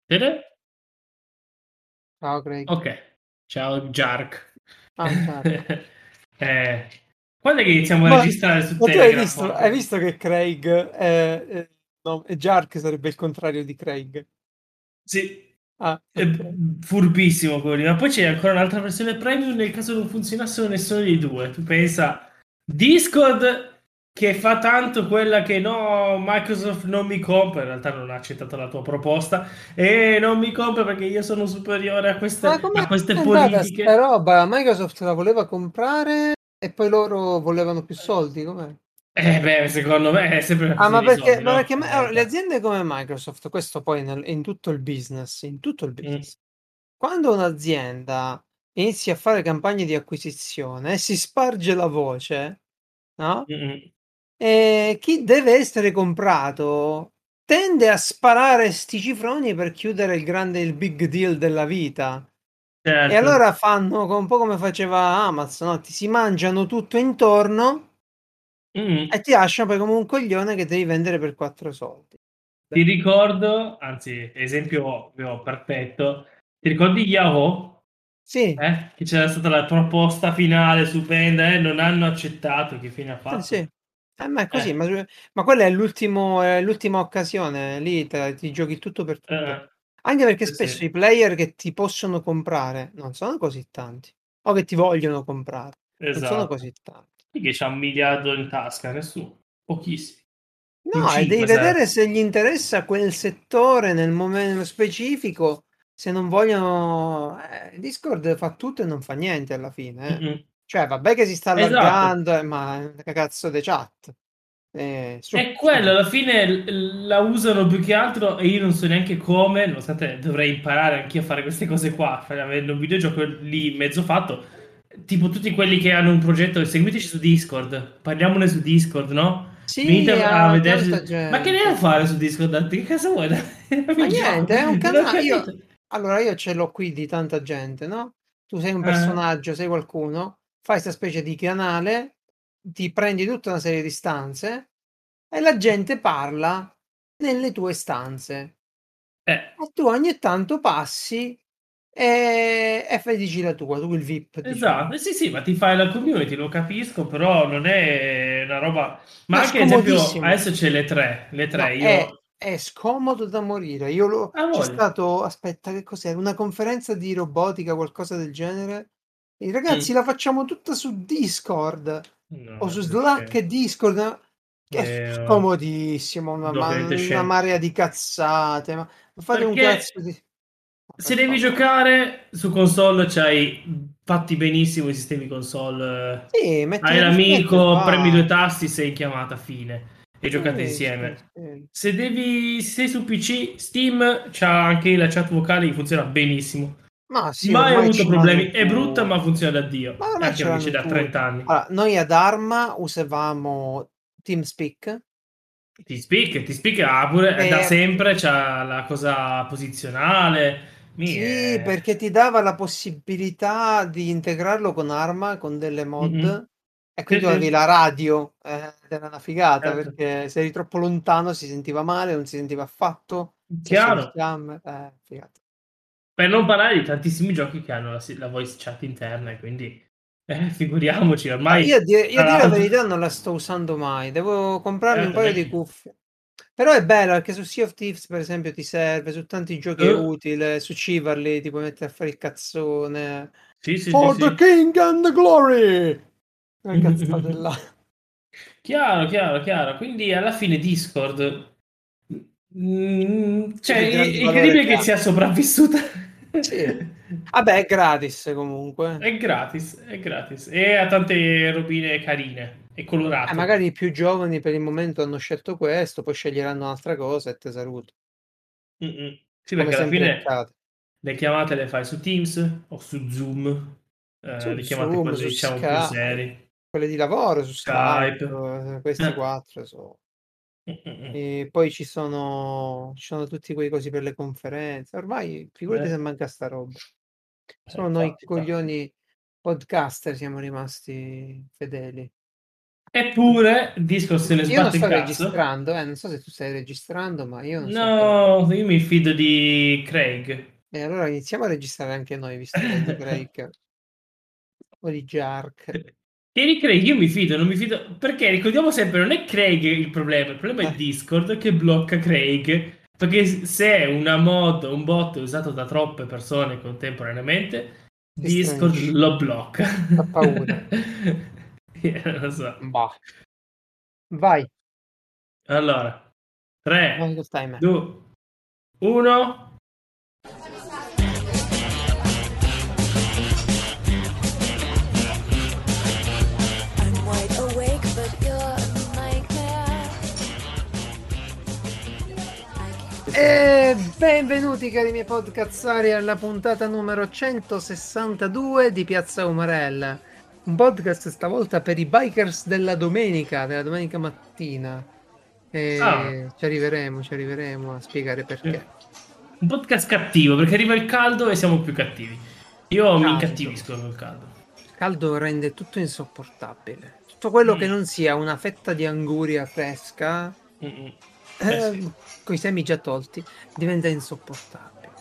Fede? Ciao Craig. Ok, ciao Jark. Ah, certo. Eh, quando è che iniziamo a Ma, registrare su ma tu Telegram? hai Porca. visto che Craig no, Jark sarebbe il contrario di Craig. Sì, Ah, è ok. furbissimo quello lì. Ma poi c'è ancora un'altra versione premium nel caso non funzionassero nessuno dei due. Tu pensa, Discord che fa tanto quella che no, Microsoft non mi compra, in realtà non ha accettato la tua proposta e non mi compra perché io sono superiore a Ma queste, com'è a queste andata sta politiche. roba? Microsoft la voleva comprare e poi loro volevano più soldi, com'è? Beh, secondo me è sempre una Ah, questione di soldi, ma no? perché In allora, le realtà. aziende come Microsoft, questo poi in tutto il business, Mm, quando un'azienda inizia a fare campagne di acquisizione e si sparge la voce, no? mm, mm. E chi deve essere comprato tende a sparare sti cifroni per chiudere il big deal della vita. E Certo. allora fanno un po' come faceva Amazon, no? Ti si mangiano tutto intorno e Mm. ti lasciano poi come un coglione che devi vendere per 4 soldi. Ti Beh, ricordo, anzi, esempio perfetto, ti ricordi Yahoo? sì, Che c'era stata la proposta finale stupenda, non hanno accettato, che fine ha sì. fatto? Ma è così, Eh, ma quella è l'ultima occasione, lì ti giochi tutto per tutto. eh, Anche perché sì, spesso i sì, player che ti possono comprare non sono così tanti, o che ti vogliono comprare, non sono esatto. così tanti. Chi che c'ha 1 miliardo in tasca? Nessuno, pochissimi. In No, e devi 5 vedere serve. se gli interessa quel settore nel momento specifico, se non vogliono... Discord fa tutto e non fa niente alla fine, eh. Mm-mm. Cioè, vabbè che si sta Esatto. allargando, ma è una cazzo di chat. E quello alla fine la usano più che altro e io non so neanche come, nonostante dovrei imparare anch'io a fare queste cose qua, avendo un videogioco lì mezzo fatto, tipo tutti quelli che hanno un progetto, seguiteci su Discord, parliamone su Discord, no? Venite Sì, a ha tanta vederci. Ma che ne devo gente. fare su Discord? Che cosa vuoi dal Ma videogioco? niente, è un Non ho canale. capito. Allora, io ce l'ho qui di tanta gente, no? Tu sei un Eh, personaggio, sei qualcuno, fai questa specie di canale, ti prendi tutta una serie di stanze e la gente parla nelle tue stanze. eh. E tu ogni tanto passi e fai dici la tua, tu il VIP, diciamo. Esatto, sì, sì, ma ti fai la community, lo capisco, però non è una roba. Ma Ma è anche, ad esempio, scomodissimo. adesso c'è le tre, No, è, io. è scomodo da morire. Ah, C'è voglio. stato, aspetta, che cos'era? Una conferenza di robotica, qualcosa del genere. E ragazzi, Mm. la facciamo tutta su Discord o No, su che Slack scemo. e Discord. Che è Eh, scomodissimo, no, che niente una scemo. marea di cazzate. Ma fate un Perché cazzo di. Ma per se devi favore. giocare su console, c'hai fatti benissimo i sistemi console. Sì, metti Hai le cuffiette e l'amico, premi due vai. tasti, sei in chiamata, fine. E giocate Sì, sì, insieme. sì. Se sei su PC, Steam c'ha anche la chat vocale che funziona benissimo. Ma sì, Mai ormai avuto ce l'hanno problemi. È brutta, ma tutti. funziona da Ma Dio. ormai Anche ce perché c'è l'hanno da 30 tutti. anni. Allora, noi ad Arma usavamo TeamSpeak Ti speak pure da e sempre, c'ha la cosa posizionale. sì, È. perché ti dava la possibilità di integrarlo con Arma, con delle Mm-mm. mod, e Sì, quindi tu avevi sì, la radio, ed era una figata, certo. perché se eri troppo lontano si sentiva male, non si sentiva affatto, stesso Chiaro. richiamo, figata. Per non parlare di tantissimi giochi che hanno la voice chat interna, e quindi figuriamoci, Ah, ormai io a tra dire la l'altro. verità non la sto usando mai, devo comprarmi un paio di Neanche io. cuffie. Però è bello perché su Sea of Thieves, per esempio, ti serve, su tanti giochi è Eh, utile, su Chivalry ti puoi mettere a fare il cazzone. sì, sì, sì, For the sì. King and the Glory! Una cazzata là. Chiaro, chiaro, chiaro. Quindi alla fine Discord, cioè, Che è grande è valore incredibile che che ha. sia sopravvissuta. Sì. Vabbè, è gratis comunque. È gratis, è gratis. E ha tante robine carine e colorate. Magari i più giovani per il momento hanno scelto questo, poi sceglieranno un'altra cosa e te saluto. Mm-mm. Sì, Come perché alla sempre fine accade. le chiamate le fai su Teams o su Zoom, Su le chiamate Zoom, quelle su diciamo più Skype, serie, quelle di lavoro, su Skype, Skype. questi Eh. quattro sono. Mm-mm. E poi ci sono tutti quei cosi per le conferenze. Ormai, figurati se Eh, manca sta roba. Solo noi infatti, infatti. coglioni podcaster siamo rimasti fedeli. Eppure Discord se ne Io non sbatte il sto cazzo. registrando, non so se tu stai registrando, ma io non so ancora. No, io mi fido di Craig. E allora iniziamo a registrare anche noi, visto che è di Drake o di Jark. E di Craig io mi fido, non mi fido. Perché ricordiamo sempre, non è Craig il problema è Eh, Discord che blocca Craig. Perché se una mod, un bot è usato da troppe persone contemporaneamente, ti Discord stranisci, lo blocca. fa paura. Io non lo so. Bah, vai, Allora, vai 3, col timer. 2, 1. I'm wide awake, but you're a nightmare. I E benvenuti cari miei podcazzari alla puntata numero 162 di Piazza Umarella. Un podcast stavolta per i bikers della domenica mattina. Ah, E ci arriveremo a spiegare perché. un podcast cattivo perché arriva il caldo e siamo più cattivi. Io mi Caldo. incattivisko col caldo. Il caldo rende tutto insopportabile. Tutto quello che Mm, non sia una fetta di anguria fresca, mm, mm. Eh sì. coi semi già tolti, diventa insopportabile.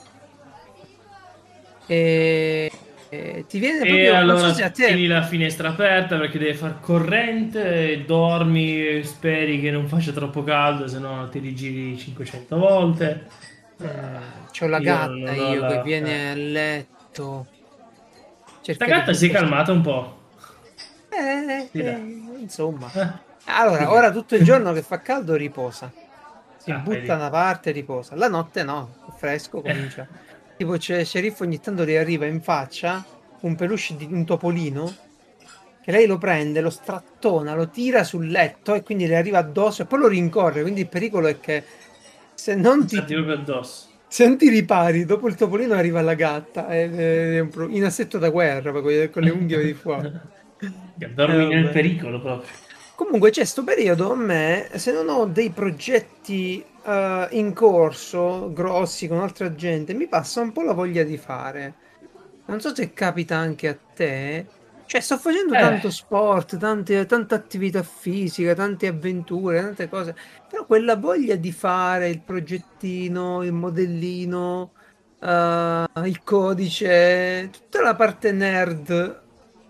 E ti viene E proprio, non so se allora a tieni te la finestra aperta perché deve far corrente, e dormi, e speri che non faccia troppo caldo, se no ti rigiri 500 volte. c'ho la Io gatta non ho io che la... viene a letto, Sta cerca di gatta si è buttarsi. calmata un po'. Eh, Sì, eh, dai. insomma. Eh, Allora, così. ora tutto il giorno che fa caldo riposa. Si Ah, butta da vedi. una parte e riposa. La notte no, è fresco, comincia. Tipo c'è Sceriffo ogni tanto le arriva in faccia un peluche di un topolino che lei lo prende, lo strattona, lo tira sul letto e quindi le arriva addosso e poi lo rincorre. Quindi il pericolo è che se non ti, Salti proprio addosso. se non ti ripari, dopo il topolino arriva la gatta. È in assetto da guerra, proprio, con le unghie di fuoco. Dormi nel Vabbè. pericolo proprio. Comunque c'è sto periodo a me, se non ho dei progetti in corso, grossi, con altra gente, mi passa un po' la voglia di fare. Non so se capita anche a te. Cioè, sto facendo Eh, tanto sport, tanta attività fisica, tante avventure, tante cose. Però quella voglia di fare il progettino, il modellino, il codice, tutta la parte nerd,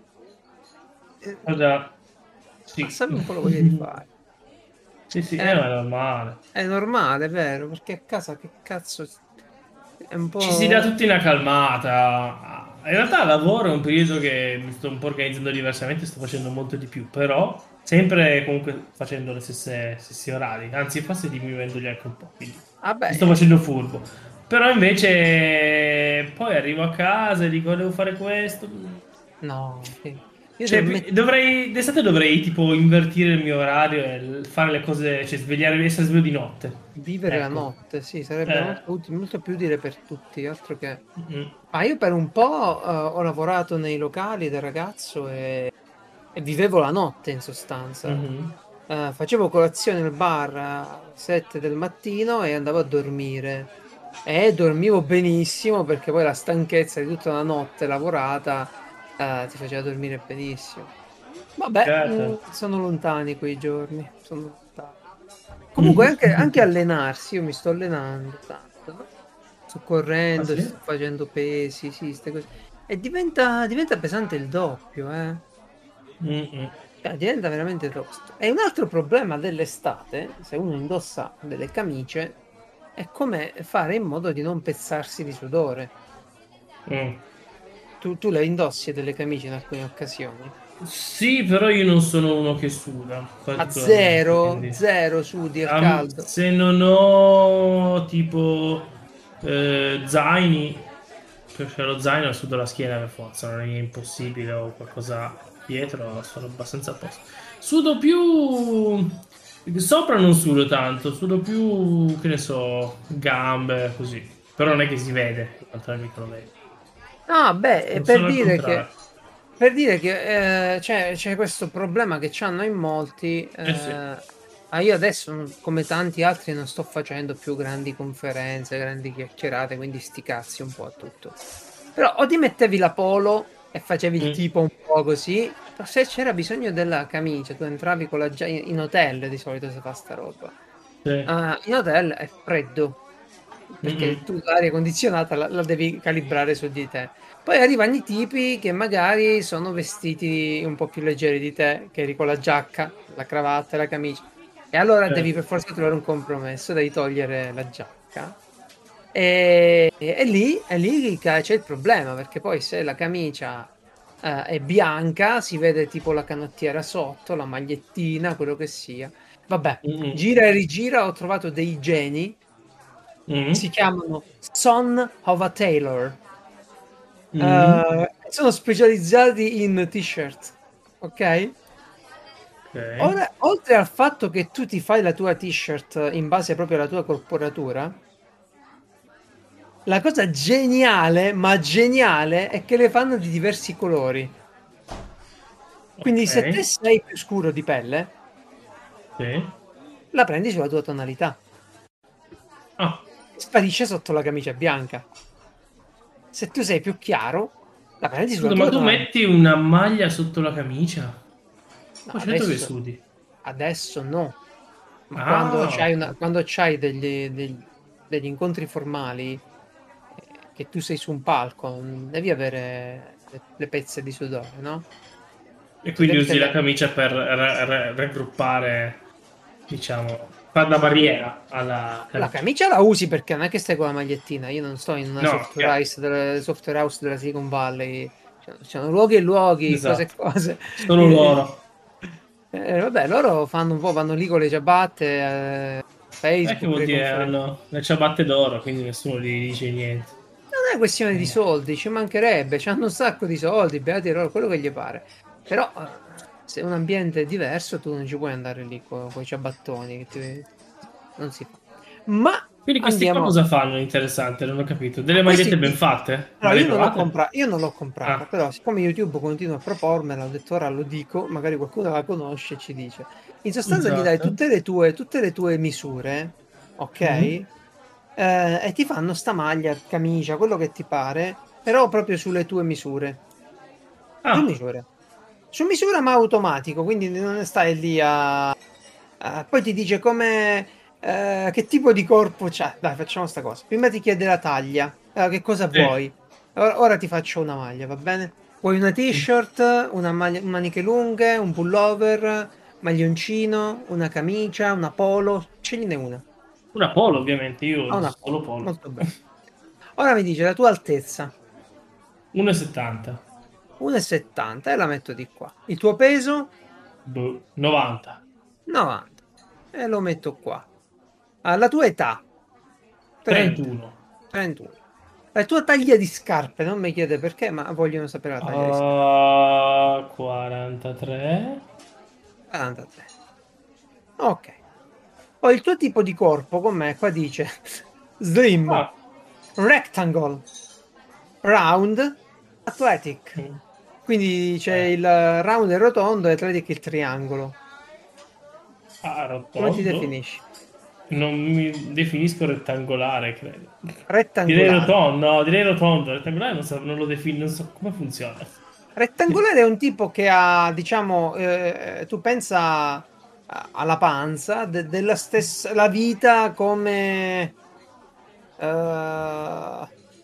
mi guarda, sì. passa un po' la voglia di fare. Sì, sì, Eh, ma è normale. è normale, è vero, perché a casa che cazzo è un Ci si dà po'... tutti una calmata. In realtà lavoro è un periodo che mi sto un po' organizzando diversamente, sto facendo molto di più, però sempre comunque facendo le stessi orari, anzi forse diminuendoli anche un po', quindi mi sto Vabbè, facendo furbo. Però invece poi arrivo a casa e dico devo fare questo. no, sì. Io devo Cioè, mettere... d'estate dovrei tipo invertire il mio orario e fare le cose, cioè svegliare, essere sveglio di notte. Vivere la Ecco. notte, sì, sarebbe Eh, molto utile, molto più utile per tutti, altro che... mm, Ma io per un po' ho lavorato nei locali da ragazzo e vivevo la notte in sostanza. mhm. Facevo colazione al bar a 7 del mattino e andavo a dormire. E dormivo benissimo perché poi la stanchezza di tutta la notte lavorata ti faceva dormire benissimo. Vabbè, Certo. sono lontani quei giorni, sono lontani. Comunque anche allenarsi, io mi sto allenando tanto, no? Sto Ah, correndo, sì? sto facendo pesi, sì, ste cose. E diventa pesante il doppio, eh. Mm-mm. Diventa veramente tosto. E un altro problema dell'estate, se uno indossa delle camicie, è come fare in modo di non pezzarsi di sudore. Mm. Tu le indossi delle camicie in alcune occasioni? Sì, però io non sono uno che suda Ma particolarmente, zero, quindi zero sudi al caldo. se non ho tipo zaini, perché lo zaino sudo la schiena per forza, non è impossibile o qualcosa dietro, sono abbastanza a posto. Sudo più sopra non sudo tanto, sudo più che ne so, gambe così. Però non è che si vede, in realtà mica lo vedo. Ah, beh, è Sono al contrario. per dire che c'è questo problema che c'hanno in molti. Eh sì. Io adesso, come tanti altri, non sto facendo più grandi conferenze, grandi chiacchierate, quindi sti cazzi un po' a tutto. Però o ti mettevi la polo e facevi il Mm. tipo un po' così. Ma se c'era bisogno della camicia, tu entravi con la in hotel di solito si fa sta roba. Sì. In hotel è freddo, perché Mm-mm. tu l'aria condizionata la devi calibrare su di te. Poi arrivano i tipi che magari sono vestiti un po' più leggeri di te, che eri con la giacca, la cravatta e la camicia. E allora devi per forza trovare un compromesso, devi togliere la giacca. E lì c'è il problema, perché poi se la camicia è bianca, si vede tipo la canottiera sotto, la magliettina, quello che sia. Vabbè, Mm-mm. gira e rigira, ho trovato dei geni, si Mm-mm. chiamano Son of a Tailor. Mm-mm. Sono specializzati in t-shirt, ok? Ok. Ora, oltre al fatto che tu ti fai la tua t-shirt in base proprio alla tua corporatura, la cosa geniale, ma geniale, è che le fanno di diversi colori. Quindi se te Ok. sei più scuro di pelle, Sì. la prendi sulla tua tonalità. Ah, Sparisce sotto la camicia bianca. Se tu sei più chiaro, la prendi sulla scusa, ma tua tu tonalità. metti una maglia sotto la camicia? No, Poi certo che adesso, sudi. adesso no. Ma quando Ah, c'hai ok. quando c'hai degli incontri formali, che tu sei su un palco, non devi avere le pezze di sudore, no? E Tu quindi devi usi la tenere. camicia per raggruppare, diciamo, fare da barriera alla La camicia. camicia la usi perché non è che stai con la magliettina. Io non sto in una No, chiaro. software house della Silicon Valley. Ci sono luoghi e luoghi, cose e Esatto. cose. Solo loro. Vabbè, loro fanno un po', vanno lì con le ciabatte, Che Facebook, vuol le dire? conferenze. Hanno le ciabatte d'oro, quindi nessuno gli dice niente. Non è questione di Eh, soldi, ci mancherebbe, hanno un sacco di soldi, beati loro, quello che gli pare. Però, se un ambiente è diverso, tu non ci puoi andare lì con i ciabattoni, non si fa. Ma Quindi questi qua andiamo. cosa fanno di interessante? Non ho capito. A Delle magliette questi ben fatte? Ma allora, le io non l'ho provate? comprata, io non l'ho comprata, Ah, però siccome YouTube continua a propormela, ho detto ora lo dico, magari qualcuno la conosce e ci dice. In sostanza gli dai esatto. tutte le tue misure, ok? Mhm. E ti fanno sta maglia, camicia, quello che ti pare, però proprio sulle tue misure. Su Ah, misura. Su misura ma automatico, quindi non stai lì poi ti dice che tipo di corpo c'hai. Dai, facciamo sta cosa. Prima ti chiede la taglia. Che cosa sì. vuoi? Ora ti faccio una maglia, va bene? Vuoi una t-shirt, una maglia, maniche lunghe, un pullover, maglioncino, una camicia, una polo? Scegliene una. Una polo, ovviamente, io Una uso polo. solo polo. Molto bene. Ora mi dice la tua altezza. 1,70. 1,70 e la metto di qua. Il tuo peso? Boh, 90. 90. E lo metto qua. La tua età? 30. 31. 31. La tua taglia di scarpe, non mi chiede perché, ma vogliono sapere la taglia di scarpe. 43. 43. Ok. Poi il tuo tipo di corpo, com'è? Qua dice slim, Ah, rectangle, round, athletic. mm, Quindi c'è eh, il round e il rotondo e athletic il triangolo. Come ti rotondo. definisci? Non mi definisco rettangolare, credo. Direi Rettangolare. rotondo, no, direi rotondo. Rettangolare non so, non lo definisco, non so come funziona. Rettangolare è un tipo che ha, diciamo, tu pensa alla panza, della stessa, la vita come, eh,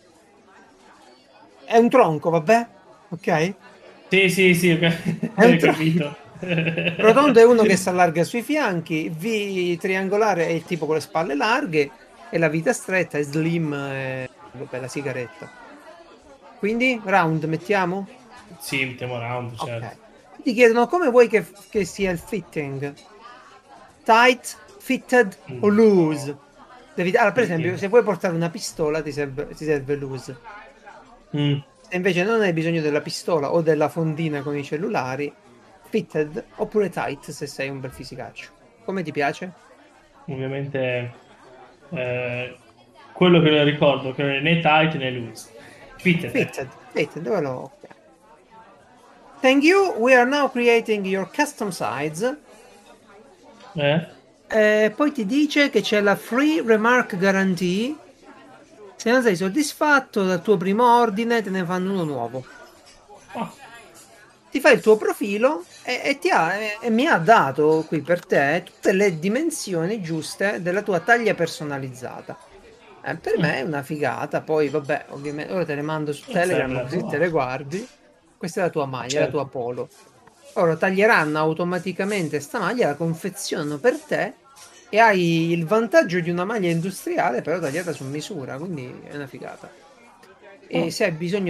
è un tronco, vabbè? Ok? Sì, sì, sì, È un ho tronco. capito. Rotondo è uno che si allarga sui fianchi, V triangolare è il tipo con le spalle larghe e la vita stretta è slim, vabbè, la sigaretta. Quindi, round, mettiamo? Sì, mettiamo round, certo. Ok. Ti chiedono come vuoi che sia il fitting. Tight, fitted o No. loose? Allora, per esempio, Fitting. se vuoi portare una pistola ti serve loose. Mm, Se invece non hai bisogno della pistola o della fondina con i cellulari, fitted oppure tight se sei un bel fisicaccio. Come ti piace? ovviamente quello che non ricordo, che non è né tight né loose. Fitted, Fitted, dove lo... ok. Thank you, we are now creating your custom size. eh? Poi ti dice che c'è la Free Remark Guarantee. Se non sei soddisfatto dal tuo primo ordine, te ne fanno uno nuovo. Ah, Ti fai il tuo profilo e mi ha dato qui per te tutte le dimensioni giuste della tua taglia personalizzata. Per me è una figata. Poi, vabbè, ovviamente, ora te le mando su serve Telegram la così te le tua. guardi. Questa è la tua maglia, la tua Certo. polo. Ora taglieranno automaticamente sta maglia, la confezionano per te e hai il vantaggio di una maglia industriale, però tagliata su misura, quindi è una figata. E Oh, se hai bisogno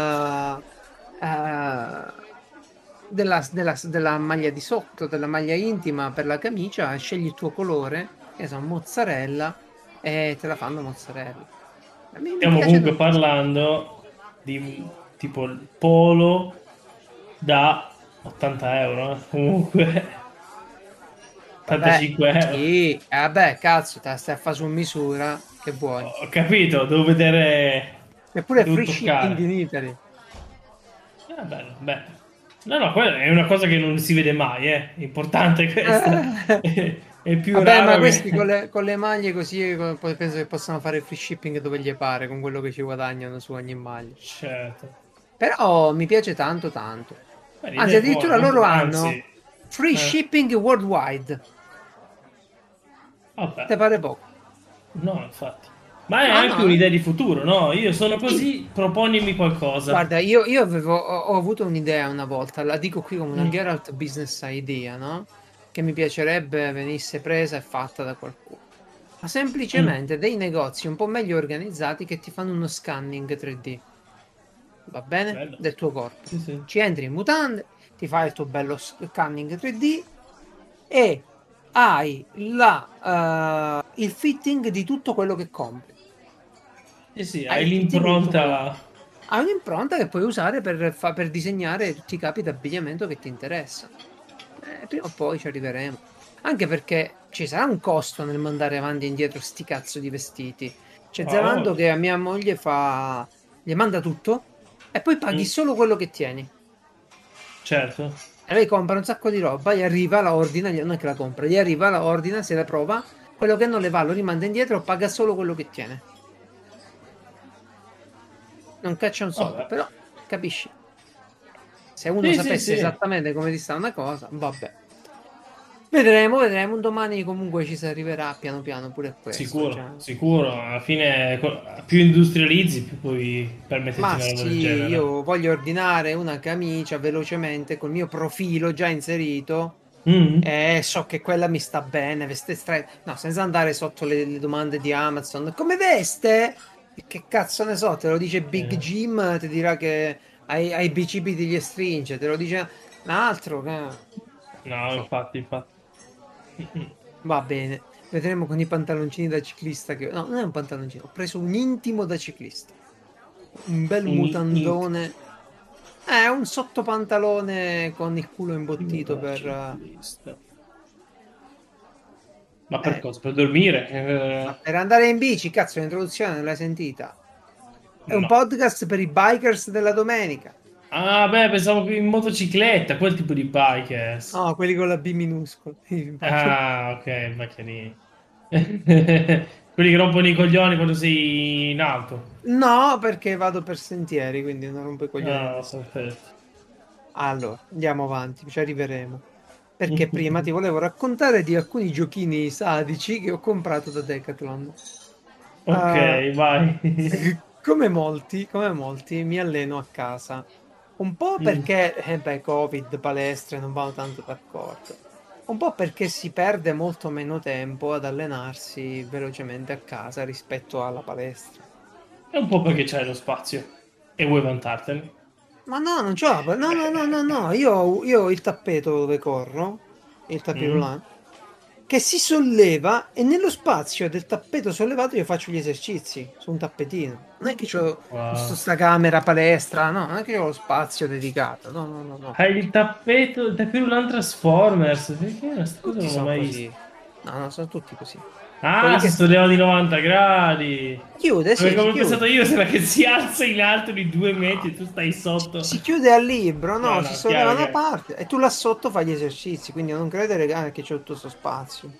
eh, della maglia di sotto, della maglia intima per la camicia, scegli il tuo colore, che sono mozzarella, e te la fanno mozzarella. A me mi stiamo piace comunque tantissimo. parlando di tipo il polo da 80 euro, comunque Vabbè, 85 euro. sì, vabbè, cazzo, te la stai a fare su misura, che vuoi? Ho capito, devo vedere, Eppure devo free shipping in toccare. Italy. Bello, beh. No, no, quella è una cosa che non si vede mai, eh. È importante questa. Eh, È più Vabbè, ma raro questi che... con le maglie così poi penso che possano fare free shipping dove gli pare con quello che ci guadagnano su ogni maglia. Certo. Però mi piace tanto tanto. Beh, Anzi, l'idea è buona, addirittura loro anzi... hanno free eh, shipping worldwide. vabbè. Te pare poco? No, infatti. Ma è No, anche no. un'idea di futuro, no? Io sono Sì. così, proponimi qualcosa. Guarda, io ho avuto un'idea una volta, la dico qui come una Mm, Geralt business idea, no? Che mi piacerebbe venisse presa e fatta da qualcuno. Ma mm, semplicemente dei negozi un po' meglio organizzati che ti fanno uno scanning 3D, va bene? bello. Del tuo corpo. Sì, sì. Ci entri in mutande, ti fai il tuo bello scanning 3D e hai il fitting di tutto quello che compri. Sì, sì, Hai hai il fitting di tutto quello. l'impronta... Hai un'impronta che puoi usare per disegnare tutti i capi d'abbigliamento che ti interessano. Prima o poi ci arriveremo. Anche perché ci sarà un costo nel mandare avanti e indietro sti cazzo di vestiti. C'è Ah, Zalando voglia. che a mia moglie fa... gli manda tutto e poi paghi Mm, solo quello che tieni. certo. E lei compra un sacco di roba, gli arriva, la ordina, non è che la compra, gli arriva, la ordina, se la prova, quello che non le va lo rimanda indietro, paga solo quello che tiene. Non caccia un soldo, Vabbè. però capisci? Se uno Sì, sì, sapesse sì. esattamente come ti sta una cosa, vabbè. Vedremo, vedremo. Un domani comunque ci si arriverà piano piano pure a questo. Sicuro, Cioè. sicuro. Alla fine, più industrializzi, più puoi Ma permetterti una roba del sì, genere. io voglio ordinare una camicia velocemente col mio profilo già inserito Mm? e so che quella mi sta bene, veste stretta. No, senza andare sotto le domande di Amazon. Come veste? E che cazzo ne so, te lo dice Big Eh, Jim, ti dirà che hai i bicipiti gli stringe, te lo dice un altro che... no, Insomma. infatti, infatti. Mm-mm. Va bene, vedremo con i pantaloncini da ciclista che... No, non è un pantaloncino, ho preso un intimo da ciclista. Un bel mutandone. Un sottopantalone con il culo Intimo imbottito da per... ciclista. Ma per eh, cosa? Per dormire? ma per andare in bici, cazzo, l'introduzione non l'hai sentita? È un No. podcast per i bikers della domenica. Ah, beh, pensavo che in motocicletta, quel tipo di bikers. No, quelli con la B minuscola. I biker. Ah, ok, macchinini. Quelli che rompono i coglioni quando sei in auto. No, perché vado per sentieri, quindi non rompo i coglioni a Ah, nessuno. perfetto. Allora, andiamo avanti, ci arriveremo. Perché prima ti volevo raccontare di alcuni giochini sadici che ho comprato da Decathlon. Ok, Ah, vai. come molti, mi alleno a casa. Un po' Mm. perché, beh, Covid, palestre non vanno tanto d'accordo. Un po' perché si perde molto meno tempo ad allenarsi velocemente a casa rispetto alla palestra. È un po' perché c'hai lo spazio e vuoi vantartene. Ma no, non c'ho no, no, no, no, no. Io ho il tappeto dove corro, il Mm? tapirulan, che si solleva e nello spazio del tappeto sollevato io faccio gli esercizi su un tappetino. Non è che ho Wow. sta camera palestra, no, non è che ho lo spazio dedicato. No, no, no, no. Hai il tappeto Transformers. Perché questa cosa Tutti non l'ho sono mai vista. così. No, no, sono tutti così. Quelli Ah, si che solleva di 90 gradi. chiude, Perché sì, si come ho chiude. pensato io, sembra che si alza in alto di 2 metri e No. tu stai sotto. Si chiude al libro, No, no, si no, solleva chiaro una che... parte e tu là sotto fai gli esercizi, quindi non credere che c'è tutto questo spazio.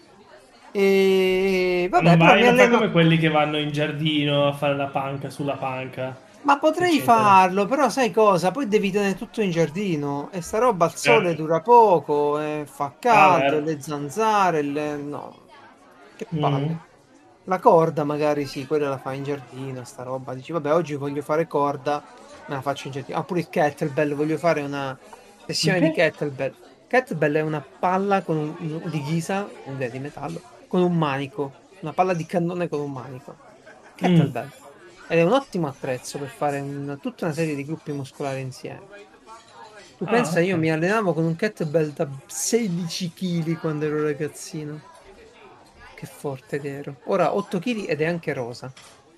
E Ma vabbè, però mi non fai alleno. come quelli che vanno in giardino a fare la panca sulla panca. Ma potrei eccetera. farlo, però sai cosa? Poi devi tenere tutto in giardino e sta roba al sole dura poco, e fa Ah, caldo, e vero. le zanzare, no, che palle. Mm. La corda magari sì, quella la fai in giardino, sta roba. Dici, vabbè, oggi voglio fare corda, me la faccio in giardino. Ah, pure il kettlebell, voglio fare una sessione di Ok? kettlebell. Kettlebell è una palla con di ghisa, di metallo, con un manico. Una palla di cannone con un manico. Mm. Kettlebell. Ed è un ottimo attrezzo per fare tutta una serie di gruppi muscolari insieme. Tu Ah, pensa, io ok. mi allenavo con un kettlebell da 16 kg quando ero ragazzino. Che forte che ero. Ora 8 kg ed è anche rosa.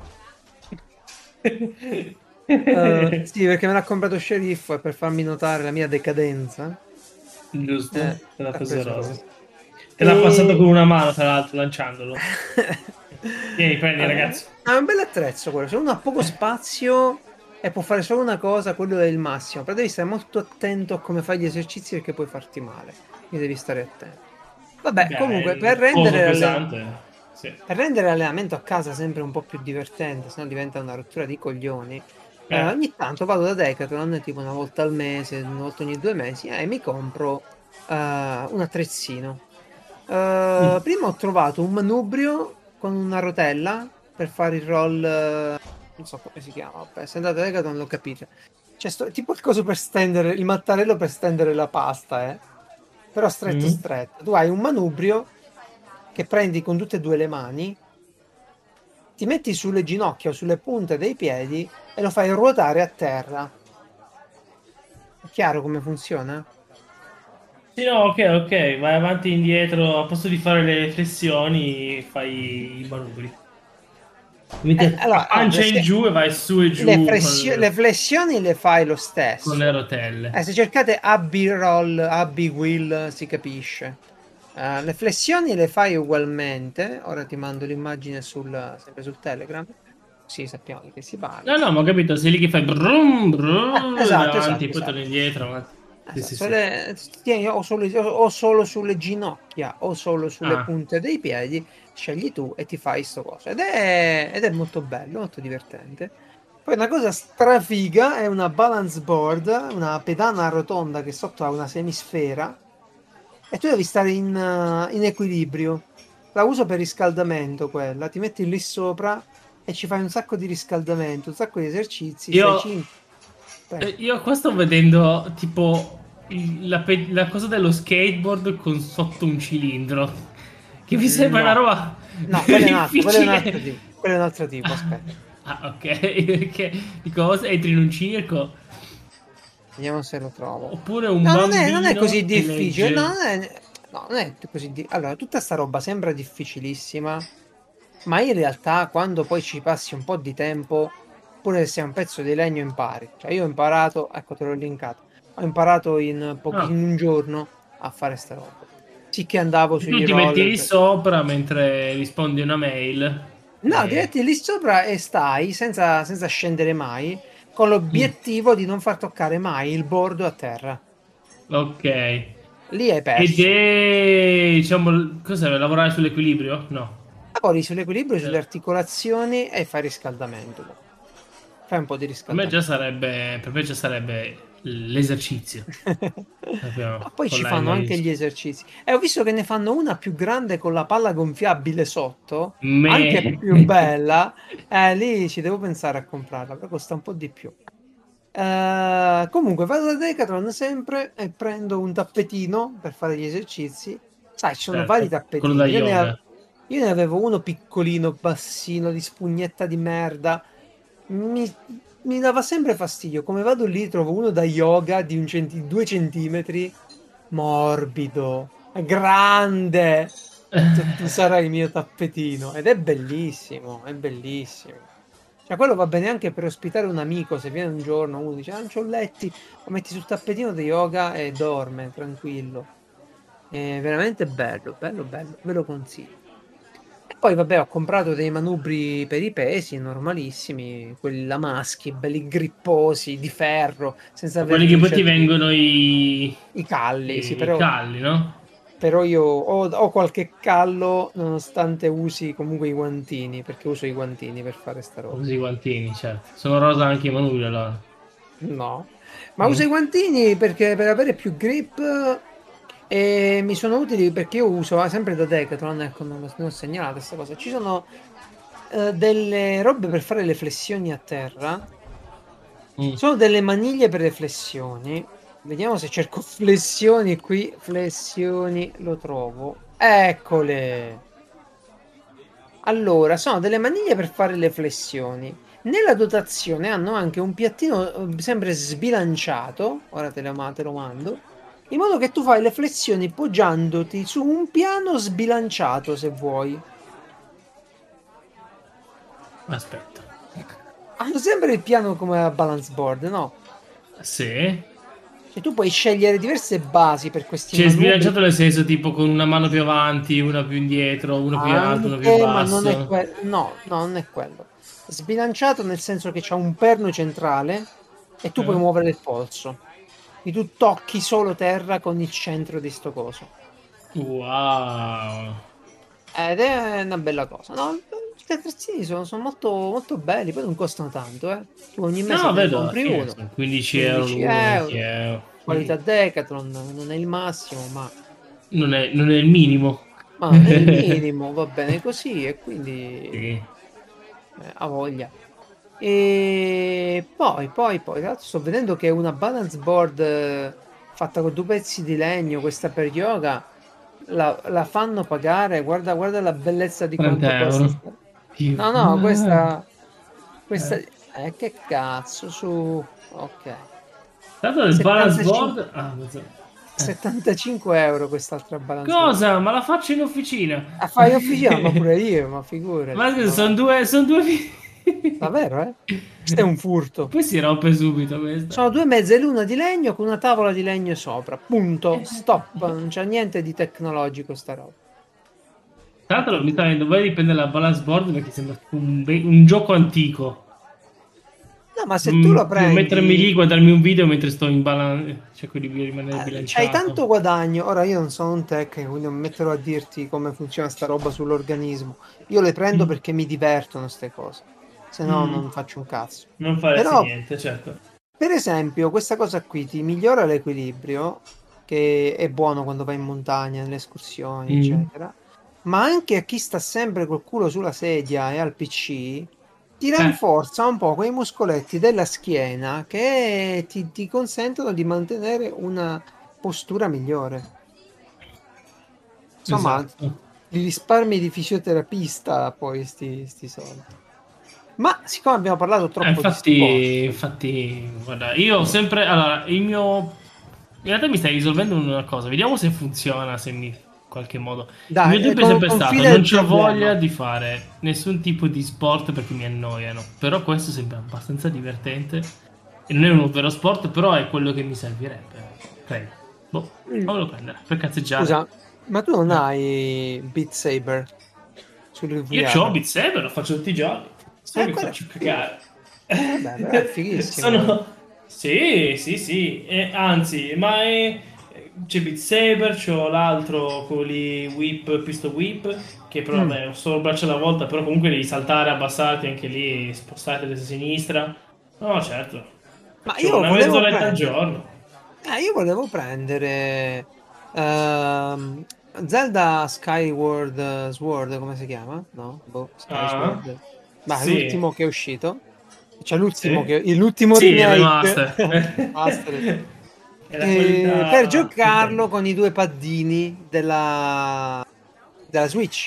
Sì, perché me l'ha comprato sceriffo e per farmi notare la mia decadenza, Giusto, te l'ha ha preso preso rosa. rosa. Te l'ha passato con E... una mano, tra l'altro, lanciandolo. Tieni, prendi, ragazzo. È un bel attrezzo quello. Se uno ha poco spazio e può fare solo una cosa, quello è il massimo. Però devi stare molto attento a come fai gli esercizi perché puoi farti male. Quindi devi stare attento. Vabbè, Beh, comunque, il poso pesante. Sì. per rendere l'allenamento a casa sempre un po' più divertente, se no diventa una rottura di coglioni. Eh. Ogni tanto vado da Decathlon, tipo una volta al mese, una volta ogni 2 mesi, e mi compro un attrezzino. Mm. Prima ho trovato un manubrio con una rotella per fare il roll, non so come si chiama, vabbè, se andate a Decathlon lo capite. C'è tipo il coso per stendere, il mattarello per stendere la pasta, però stretto Mm. stretto. Tu hai un manubrio che prendi con tutte e due le mani, ti metti sulle ginocchia o sulle punte dei piedi e lo fai ruotare a terra. È chiaro come funziona? Sì, no, ok, ok. Vai avanti e indietro. A posto di fare le flessioni, fai i manubri. Ti metti a Allora, no, pancia in giù e vai su e giù le flessioni le fai lo con le stesso. rotelle. Se cercate AB roll, AB wheel, si capisce. Le flessioni le fai ugualmente. Ora ti mando l'immagine sempre sul Telegram. Sì, sappiamo di che si No, parla. no, ma ho capito. Sei lì che fai brum, brum, e vai Esatto, avanti, esatto, poi torni esatto. indietro. Avanti. Sì, sì, Esatto, sì. tieni o solo sulle ginocchia o solo sulle Ah, punte dei piedi, scegli tu e ti fai sto coso. Ed è molto bello, molto divertente. Poi una cosa strafiga è una balance board, una pedana rotonda che sotto ha una semisfera e tu devi stare in equilibrio. La uso per riscaldamento quella, ti metti lì sopra e ci fai un sacco di riscaldamento, un sacco di esercizi, stai io, 5. Prego. io qua sto vedendo tipo la cosa dello skateboard con sotto un cilindro. Che mi sembra una No, roba no, quello è un altro difficile. tipo, quello è un altro tipo, aspetta. Ah, ok. Perché di cosa? Entri in un circo? Vediamo se lo trovo. Oppure un No, non è così bambino che difficile. No, legge. non è così Allora, tutta sta roba sembra difficilissima, ma in realtà quando poi ci passi un po' di tempo, pure se sei un pezzo di legno impari. Cioè io ho imparato, ecco te l'ho linkato, ho imparato in Ah. un giorno a fare sta roba. Sì che andavo E tu sugli ti metti roller. lì sopra mentre rispondi a una mail. No, ti metti lì sopra e stai senza scendere mai, con Mm, l'obiettivo di non far toccare mai il bordo a terra. ok. Lì hai Ed perso. è, diciamo, cos'è? Lavorare sull'equilibrio? No. Lavori sull'equilibrio, sulle Eh, articolazioni e fai riscaldamento dopo. Fai un po' di riscaldamento. per me già sarebbe l'esercizio. Ma Proprio poi con ci la fanno M anche gli maiuscola. esercizi. E ho visto che ne fanno una più grande con la palla gonfiabile sotto, anche Me. più bella. Lì ci devo pensare a comprarla, però costa un po' di più. Comunque vado da Decathlon sempre e prendo un tappetino per fare gli esercizi. Sai, ci sono vari Certo, quello da tappetini. yoga. Io ne avevo uno piccolino, bassino, di spugnetta di merda. Mi, mi dava sempre fastidio. Come vado lì, trovo uno da yoga di 2 centimetri, morbido, grande. Ho detto, tu sarai il mio tappetino. Ed è bellissimo, è bellissimo. Cioè, quello va bene anche per ospitare un amico. Se viene un giorno, uno dice, ah, non c'ho letti, lo metti sul tappetino di yoga e dorme, tranquillo. È veramente bello, bello, bello. Ve lo consiglio. E poi, vabbè, ho comprato dei manubri per i pesi, normalissimi, quelli la maschi, belli gripposi, di ferro, senza Quelli che poi ti verniciature. vengono I calli, sì, i però calli, no? però io ho qualche callo nonostante usi comunque i guantini, perché uso i guantini per fare sta roba. Usi i guantini, certo. Sono rosa anche i manubri allora. No, ma uso Mm. i guantini perché per avere più grip e mi sono utili perché io uso sempre da Decathlon, ecco, non ho segnalato questa cosa. Ci sono delle robe per fare le flessioni a terra. Mm. Sono delle maniglie per le flessioni. Vediamo se cerco flessioni qui. Flessioni, lo trovo. Eccole. Allora, sono delle maniglie per fare le flessioni. Nella dotazione hanno anche un piattino sempre sbilanciato. Ora te lo mando. In modo che tu fai le flessioni poggiandoti su un piano sbilanciato, se vuoi. Aspetta. Hanno sempre il piano come a balance board, no? Sì. Cioè tu puoi scegliere diverse basi per questi C'è manubri. sbilanciato nel senso tipo con una mano più avanti, una più indietro, uno più alto, uno più Anche, ma non è basso. quello. No, no, non è quello. Sbilanciato nel senso che c'ha un perno centrale e tu puoi Eh? muovere il polso. Quindi tu tocchi solo terra con il centro di sto coso. Wow. Ed è una bella cosa. No, i calzettini sono molto, molto belli, poi non costano tanto, eh. Tu ogni mese No, te ne vedo alla compri fine uno. sono 15 euro 15 l'uno, 20 euro. euro. Qualità Decathlon, non è il massimo, Non è il minimo. ma è il minimo, va bene così e quindi Sì. ha voglia. E poi, tra l'altro sto vedendo che una balance board fatta con due pezzi di legno, questa per yoga, la fanno pagare. Guarda la bellezza di 30 quanto costa. euro. No, Tipo, no, questa, eh. che cazzo, su, ok. Tanto il balance 75, board. Ah, non so. 75 euro quest'altra balance board. Cosa? Ma la faccio in officina. A fare in officina, ma pure io, ma figurati. Ma scusa, Ma sono va. due. Sono due. Davvero, eh? Questo è un furto. Poi si rompe subito questa. Sono due mezze lune di legno con una tavola di legno sopra. Punto. Stop. Non c'è niente di tecnologico sta roba. Tra E l'altro mi sta quindi... venendo voglia di prendere la balance board perché sembra tipo un gioco antico. No, ma se tu lo Devo mettermi lì, prendi, guardarmi un video mentre sto in balance. Cerco di rimanere c'hai tanto bilanciato. guadagno. Ora io non sono un tecnico, quindi non mi metterò a dirti come funziona sta roba sull'organismo. Io le prendo Mm. perché mi divertono ste cose. Se no Mm. non faccio un cazzo. Non faresti Però, niente, certo. per esempio, questa cosa qui ti migliora l'equilibrio, che è buono quando vai in montagna, nelle escursioni, Mm. eccetera. Ma anche a chi sta sempre col culo sulla sedia e al PC, ti Eh, rinforza un po' quei muscoletti della schiena che ti consentono di mantenere una postura migliore. Insomma, esatto. li risparmi di fisioterapista poi sti soldi. Ma siccome abbiamo parlato troppo di Infatti, sport, infatti, guarda, io ho sempre. Allora, il mio. In realtà mi stai risolvendo una cosa. Vediamo se funziona, se mi. In qualche modo. Il mio dai, dubbio è sempre stato: confida non il c'ho voglia problema. di fare nessun tipo di sport perché mi annoiano. Però questo sembra abbastanza divertente. E non è un vero sport, però è quello che mi servirebbe. Credo. Boh, Mm. fammelo prendere per cazzeggiare. Scusa, ma tu non Eh. hai Beat Saber sul Io c'ho VR? Beat Saber, lo faccio tutti i giorni. Solo mi Quello... faccio cagare. Vabbè, però è fighissimo. Sono. Sì, sì, sì. Anzi, c'è Beat Saber, c'ho l'altro, quello lì, Whip, Pistol Whip, che però Mm. vabbè, ho solo il braccio alla volta, però comunque devi saltare, abbassarti anche lì, spostarti a destra e a sinistra. No, certo. Ma C'ho una mezz'oretta al giorno. io volevo prendere ehm, Zelda Skyward Sword, come si chiama? No? Boh, Sky Ah, Sword. Ma sì, l'ultimo che è uscito. Cioè l'ultimo sì. l'ultimo Sì, il remake. remaster. Master. È la Per qualità giocarlo con i due paddini della Switch.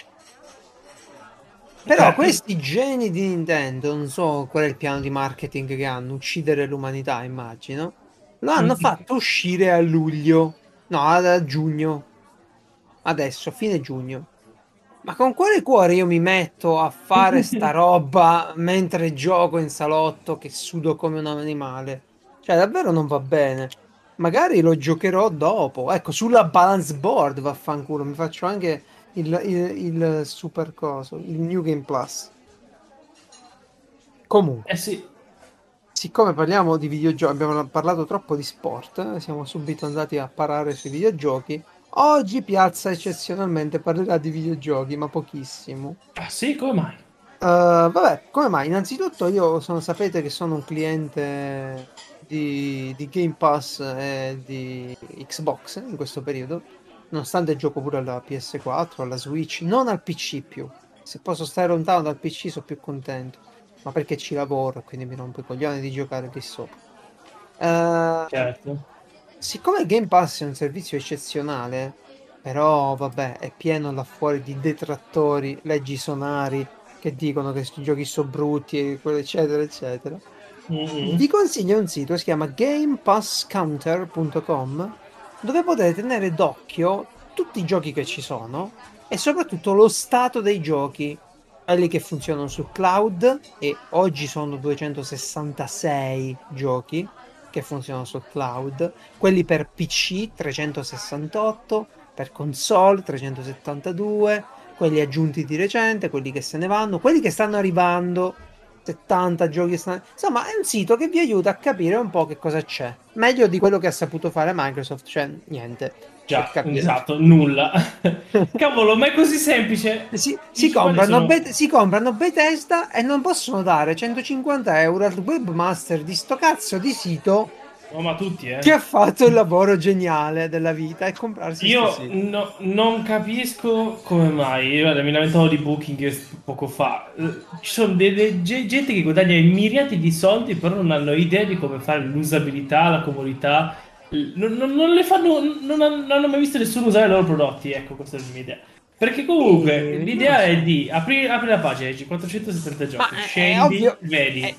Però Eh, questi geni di Nintendo, non so qual è il piano di marketing che hanno, uccidere l'umanità, immagino, lo hanno fatto uscire a luglio, no, a giugno, adesso, fine giugno. Ma con quale cuore io mi metto a fare sta roba mentre gioco in salotto che sudo come un animale? Cioè, davvero non va bene. Magari lo giocherò dopo. Ecco, sulla balance board, vaffanculo, mi faccio anche il super coso, il New Game Plus. Comunque, eh sì. siccome parliamo di videogiochi, abbiamo parlato troppo di sport, siamo subito andati a parare sui videogiochi. Oggi Piazza eccezionalmente parlerà di videogiochi, ma pochissimo. Ah sì, come mai? Vabbè, come mai? Innanzitutto sapete che sono un cliente di Game Pass e di Xbox in questo periodo, nonostante gioco pure alla PS4, alla Switch, non al PC più. Se posso stare lontano dal PC sono più contento, ma perché ci lavoro, quindi mi rompo i coglioni di giocare lì sopra. Eh, Certo. Siccome Game Pass è un servizio eccezionale, però vabbè, è pieno là fuori di detrattori, leggi sonari che dicono che i giochi sono brutti, eccetera, eccetera. Mhm. Vi consiglio un sito, si chiama gamepasscounter.com, dove potete tenere d'occhio tutti i giochi che ci sono e soprattutto lo stato dei giochi, quelli che funzionano sul cloud, e oggi sono 266 giochi che funzionano sul cloud, quelli per PC 368, per console 372, quelli aggiunti di recente, quelli che se ne vanno, quelli che stanno arrivando, 70 giochi che stanno... Insomma, è un sito che vi aiuta a capire un po' che cosa c'è. Meglio di quello che ha saputo fare Microsoft, cioè niente, per Già, capirci. esatto, nulla. Cavolo, ma è così semplice? Dici quali sono? Si comprano Bethesda e non possono dare 150 euro al webmaster di sto cazzo di sito Oh, ma tutti, che ha fatto il lavoro geniale della vita e comprarsi sto Io sito. non capisco come mai. Io, guarda, mi lamentavo di Booking poco fa. Ci sono gente che guadagna miriadi di soldi, però non hanno idea di come fare l'usabilità, la comodità. Non le fanno, non hanno mai visto nessuno usare i loro prodotti. Ecco, questa è la mia idea. Perché comunque Non lo l'idea è so. di apri la pagina, dici 470 Ma giochi, è ovvio. scendi, vedi è-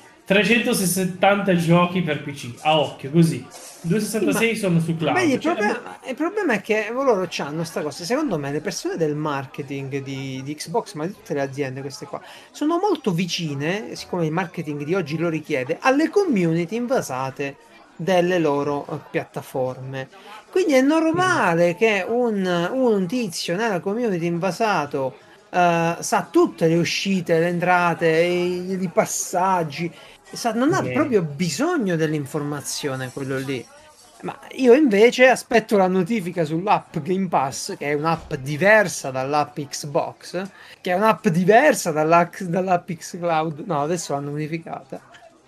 370 giochi per PC, a occhio, così. Sì, ma 266 sono su vedi, cloud. Cioè, boh. il problema è che loro hanno sta cosa. Secondo me, le persone del marketing di Xbox, ma di tutte le aziende, queste qua, sono molto vicine, siccome il marketing di oggi lo richiede, alle community invasate delle loro piattaforme. Quindi è Mm. normale che un tizio nella community invasato sa tutte le uscite, le entrate, i passaggi. Non ha Mm. proprio bisogno dell'informazione quello lì. Ma io invece aspetto la notifica sull'app Game Pass, che è un'app diversa dall'app Xbox, che è un'app diversa dall'app Xcloud. No, adesso l'hanno modificata.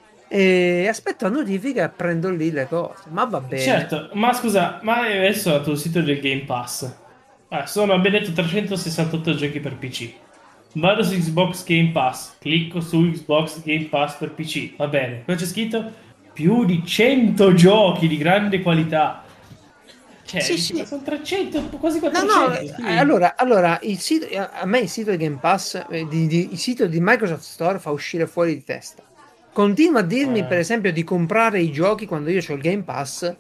E aspetto la notifica e prendo lì le cose. Ma va bene. Certo, ma scusa, ma adesso sul sito del Game Pass sono ben detto 368 giochi per PC. Vado su Xbox Game Pass, clicco su Xbox Game Pass per PC, va bene. Cosa c'è scritto? Più di 100 giochi di grande qualità. Cioè, Sì, dici, ma sì. sono 300, quasi No, no, 400. Quindi... il sito, a me il sito di Game Pass, il sito di Microsoft Store fa uscire fuori di testa. Continua a dirmi, per Eh, esempio, di comprare i giochi quando io ho il Game Pass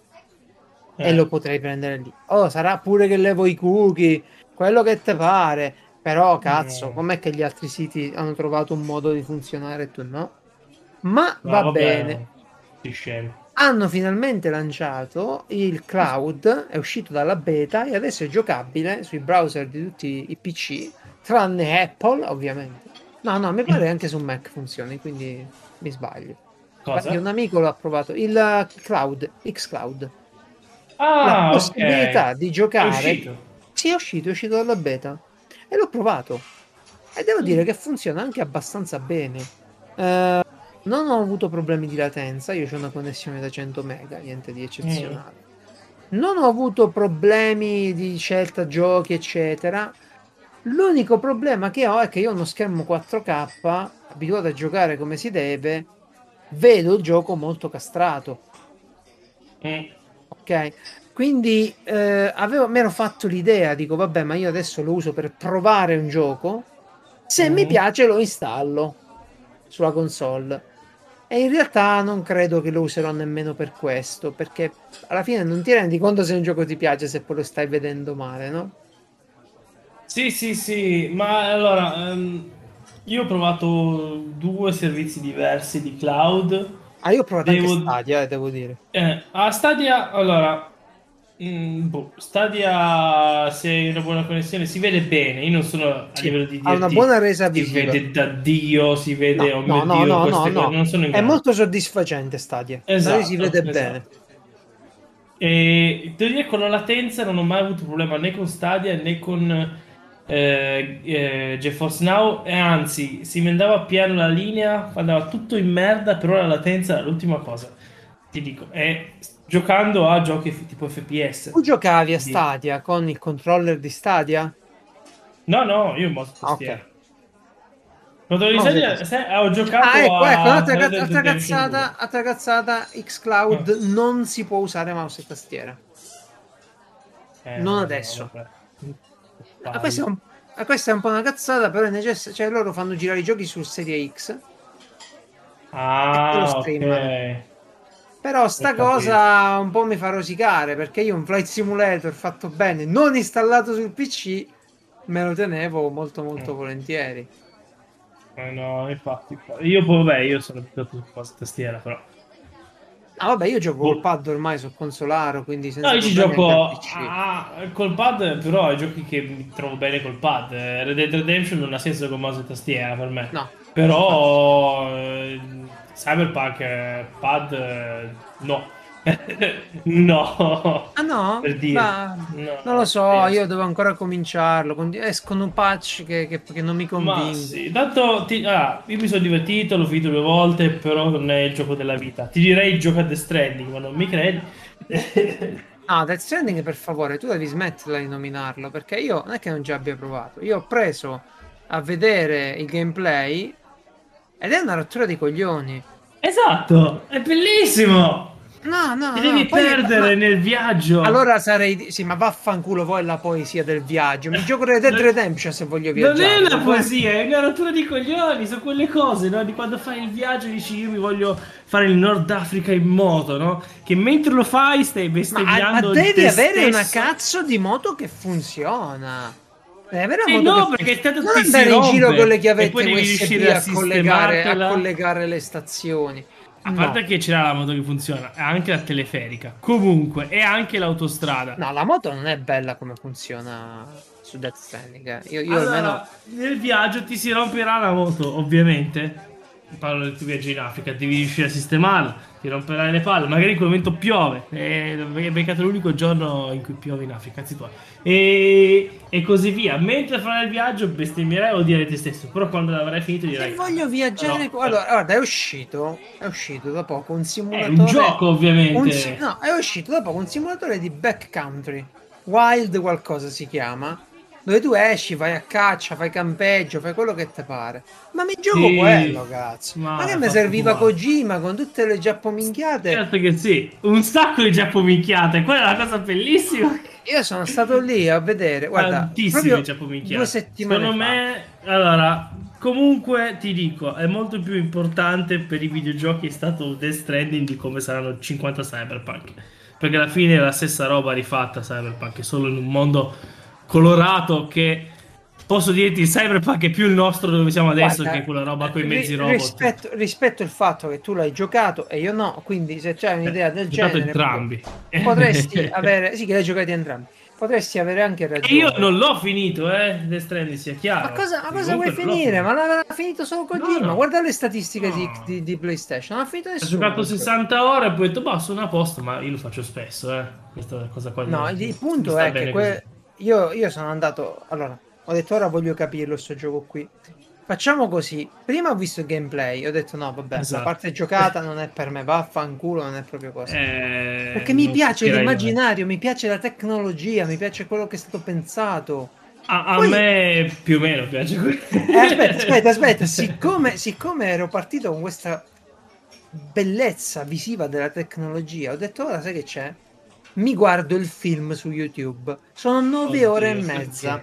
e eh, lo potrei prendere lì. Oh, sarà pure che levo i cookie, quello che te pare. Però, cazzo, eh. com'è che gli altri siti hanno trovato un modo di funzionare e tu no? Ma No, va bene. vabbè, ti scemi. Hanno finalmente lanciato il cloud, è uscito dalla beta e adesso è giocabile sui browser di tutti i PC, tranne Apple, ovviamente. No, no, mi pare anche su Mac funzioni, quindi mi sbaglio. Guarda che un Cosa? amico l'ha provato, il cloud, xCloud, la Ah, ok. possibilità di È giocare. uscito. Sì, è uscito dalla beta e l'ho provato. E devo dire Mm. che funziona anche abbastanza bene. Eh, Non ho avuto problemi di latenza, io ho una connessione da 100 mega, niente di Mm. eccezionale. Non ho avuto problemi di scelta giochi, eccetera. L'unico problema che ho è che io ho uno schermo 4K, abituato a giocare come si deve, vedo il gioco molto castrato, Mm. ok? Quindi mi ero fatto l'idea, dico vabbè, ma io adesso lo uso per provare un gioco. Se mi Mhm. piace lo installo sulla console. E in realtà non credo che lo userò nemmeno per questo, perché alla fine non ti rendi conto se un gioco ti piace se poi lo stai vedendo male, no? Sì, sì, sì, ma allora, io ho provato due servizi diversi di cloud. Ah, io ho provato anche Devo, Stadia, devo dire. a Stadia, allora, Stadia, se hai una buona connessione, si vede bene. Io non sono a Sì, livello di ha una buona DLT, resa si visiva. vede da Dio, si vede, No, oh no, mio no, Dio, no, no, queste cose, no. non sono in È grado. molto soddisfacente Stadia. Da lì si Esatto, vede bene. esatto. E devo dire, con la latenza non ho mai avuto problema né con Stadia né con GeForce Now, e anzi, si mi andava piano la linea, andava tutto in merda, però la latenza era l'ultima cosa. Ti dico, e giocando a giochi tipo FPS. Tu giocavi a Quindi- Stadia con il controller di Stadia? No, no, io in mouse e Ah, ok. tastiera. Controllo di Mouse e Stadia, tastiera. ho Ah, giocato ecco, a un'altra Red Dead altra Redemption cazzata, 2. altra cazzata, Ah. xCloud non si può usare mouse e tastiera. Non No, adesso. vabbè. Questa è questa è un po' una cazzata, però è necessario. Cioè, loro fanno girare i giochi sul Serie X e te lo Ah, ok. streamano. Però Ho sta capito. cosa un po' mi fa rosicare, perché io un Flight Simulator fatto bene, non installato sul PC, me lo tenevo molto molto Mm. volentieri. No, infatti. Io poi, vabbè, io sono abituato su cosa tastiera, però. Ah, vabbè, io gioco col Boh. pad ormai su consolaro, quindi No, senza io ci problemi anche al gioco PC. col pad, però ai giochi che mi trovo bene col pad. Red Dead Redemption non ha senso con mouse e tastiera per me. No, infatti. Però Cyberpunk pad no. No. Ah no? Per dire. Ma No, non lo non so, io riesco. devo ancora cominciarlo. Escono patch che non mi Ma convincono. sì, tanto io mi sono divertito, l'ho finito 2 volte, però non è il gioco della vita. Ti direi gioca a Death Stranding, ma non mi credi. Ah, Death Stranding, per favore, tu devi smetterla di nominarlo, perché io non è che non ci abbia provato. Io ho preso a vedere il gameplay ed è una rottura di coglioni. Esatto, è bellissimo! No, Ti no, no. devi Poi, perdere nel viaggio. allora sarei. Sì, ma vaffanculo poi la poesia del viaggio. Mi gioco Red Dead Non Redemption se voglio non è viaggiare. una Dopo, eh. poesia, è una rottura di coglioni, sono quelle cose, no? Di quando fai il viaggio e dici io mi voglio fare il Nord Africa in moto, no? Che mentre lo fai stai Ma bestemmiando devi te avere una stesso. cazzo di moto che funziona. Devi avere una E moto che no, perché funziona. tanto Non ti si andare in giro con le rompe e poi chiavette devi USB riuscire a a sistemartela. collegare le stazioni. A parte No. che c'era la moto che funziona, è anche la teleferica. Comunque, è anche l'autostrada. No, la moto non è bella come funziona su Death Stranding. Io almeno. Allora, nel viaggio ti si romperà la moto, ovviamente. Parlo del tuo viaggio in Africa, devi riuscire a sistemarla, ti romperai le palle. Magari in quel momento piove, è beccato l'unico giorno in cui piove in Africa, anzi tua. E così via. Mentre farai il viaggio, bestemmierai o odierai te stesso. Però quando l'avrai finito Se dirai: voglio viaggiare. però, Allora, guarda, è uscito da poco un è un simulatore. gioco, ovviamente. No, è uscito da poco un simulatore di backcountry. Wild qualcosa si chiama. Dove tu esci, vai a caccia, fai campeggio, fai quello che ti pare. Ma mi gioco Sì, quello, cazzo. Ma ma che è mi fatto serviva uguale. Kojima con tutte le giappominchiate? Certo che sì, un sacco di giappominchiate, quella è una cosa bellissima. Io sono stato lì a vedere, guarda, Tantissime proprio 2 giappominchiate. settimane Secondo fa. me, allora, comunque ti dico, è molto più importante per i videogiochi è stato Death Stranding di come saranno 50 Cyberpunk. Perché alla fine è la stessa roba rifatta Cyberpunk, è solo in un mondo colorato che posso dirti Cyberpunk è più il nostro dove siamo adesso che Guarda, quella roba con i mezzi robot. rispetto il fatto che tu l'hai giocato e io no, quindi se c'hai un'idea del Giocato genere, entrambi. potresti avere, sì che l'hai giocati entrambi, potresti avere anche E io ragione. non l'ho finito, Death Stranding, sia chiaro. Ma Perché cosa vuoi comunque non l'ho finire? Ma finito. l'aveva finito solo No, Kojima. no, Guarda le statistiche di, no. di- di PlayStation. Non ha finito Ho nessuno giocato quel gioco. 60 ore e poi ho detto, boh, sono a posto, ma io lo faccio spesso, Questa cosa qua No, il mi punto sta è che bene così. io sono andato. Allora, ho detto ora voglio capirlo sto gioco qui. Facciamo così. Prima ho visto il gameplay. Ho detto no, vabbè, la Esatto. parte giocata non è per me. Vaffanculo, non è proprio cosa. Perché mi Non piace capirai mai. l'immaginario, mi piace la tecnologia, mi piace quello che è stato pensato. A Poi, me più o meno piace aspetta. Siccome ero partito con questa bellezza visiva della tecnologia, ho detto ora sai che c'è? Mi guardo il film su YouTube. Sono 9 ore e Oddio, mezza. perché?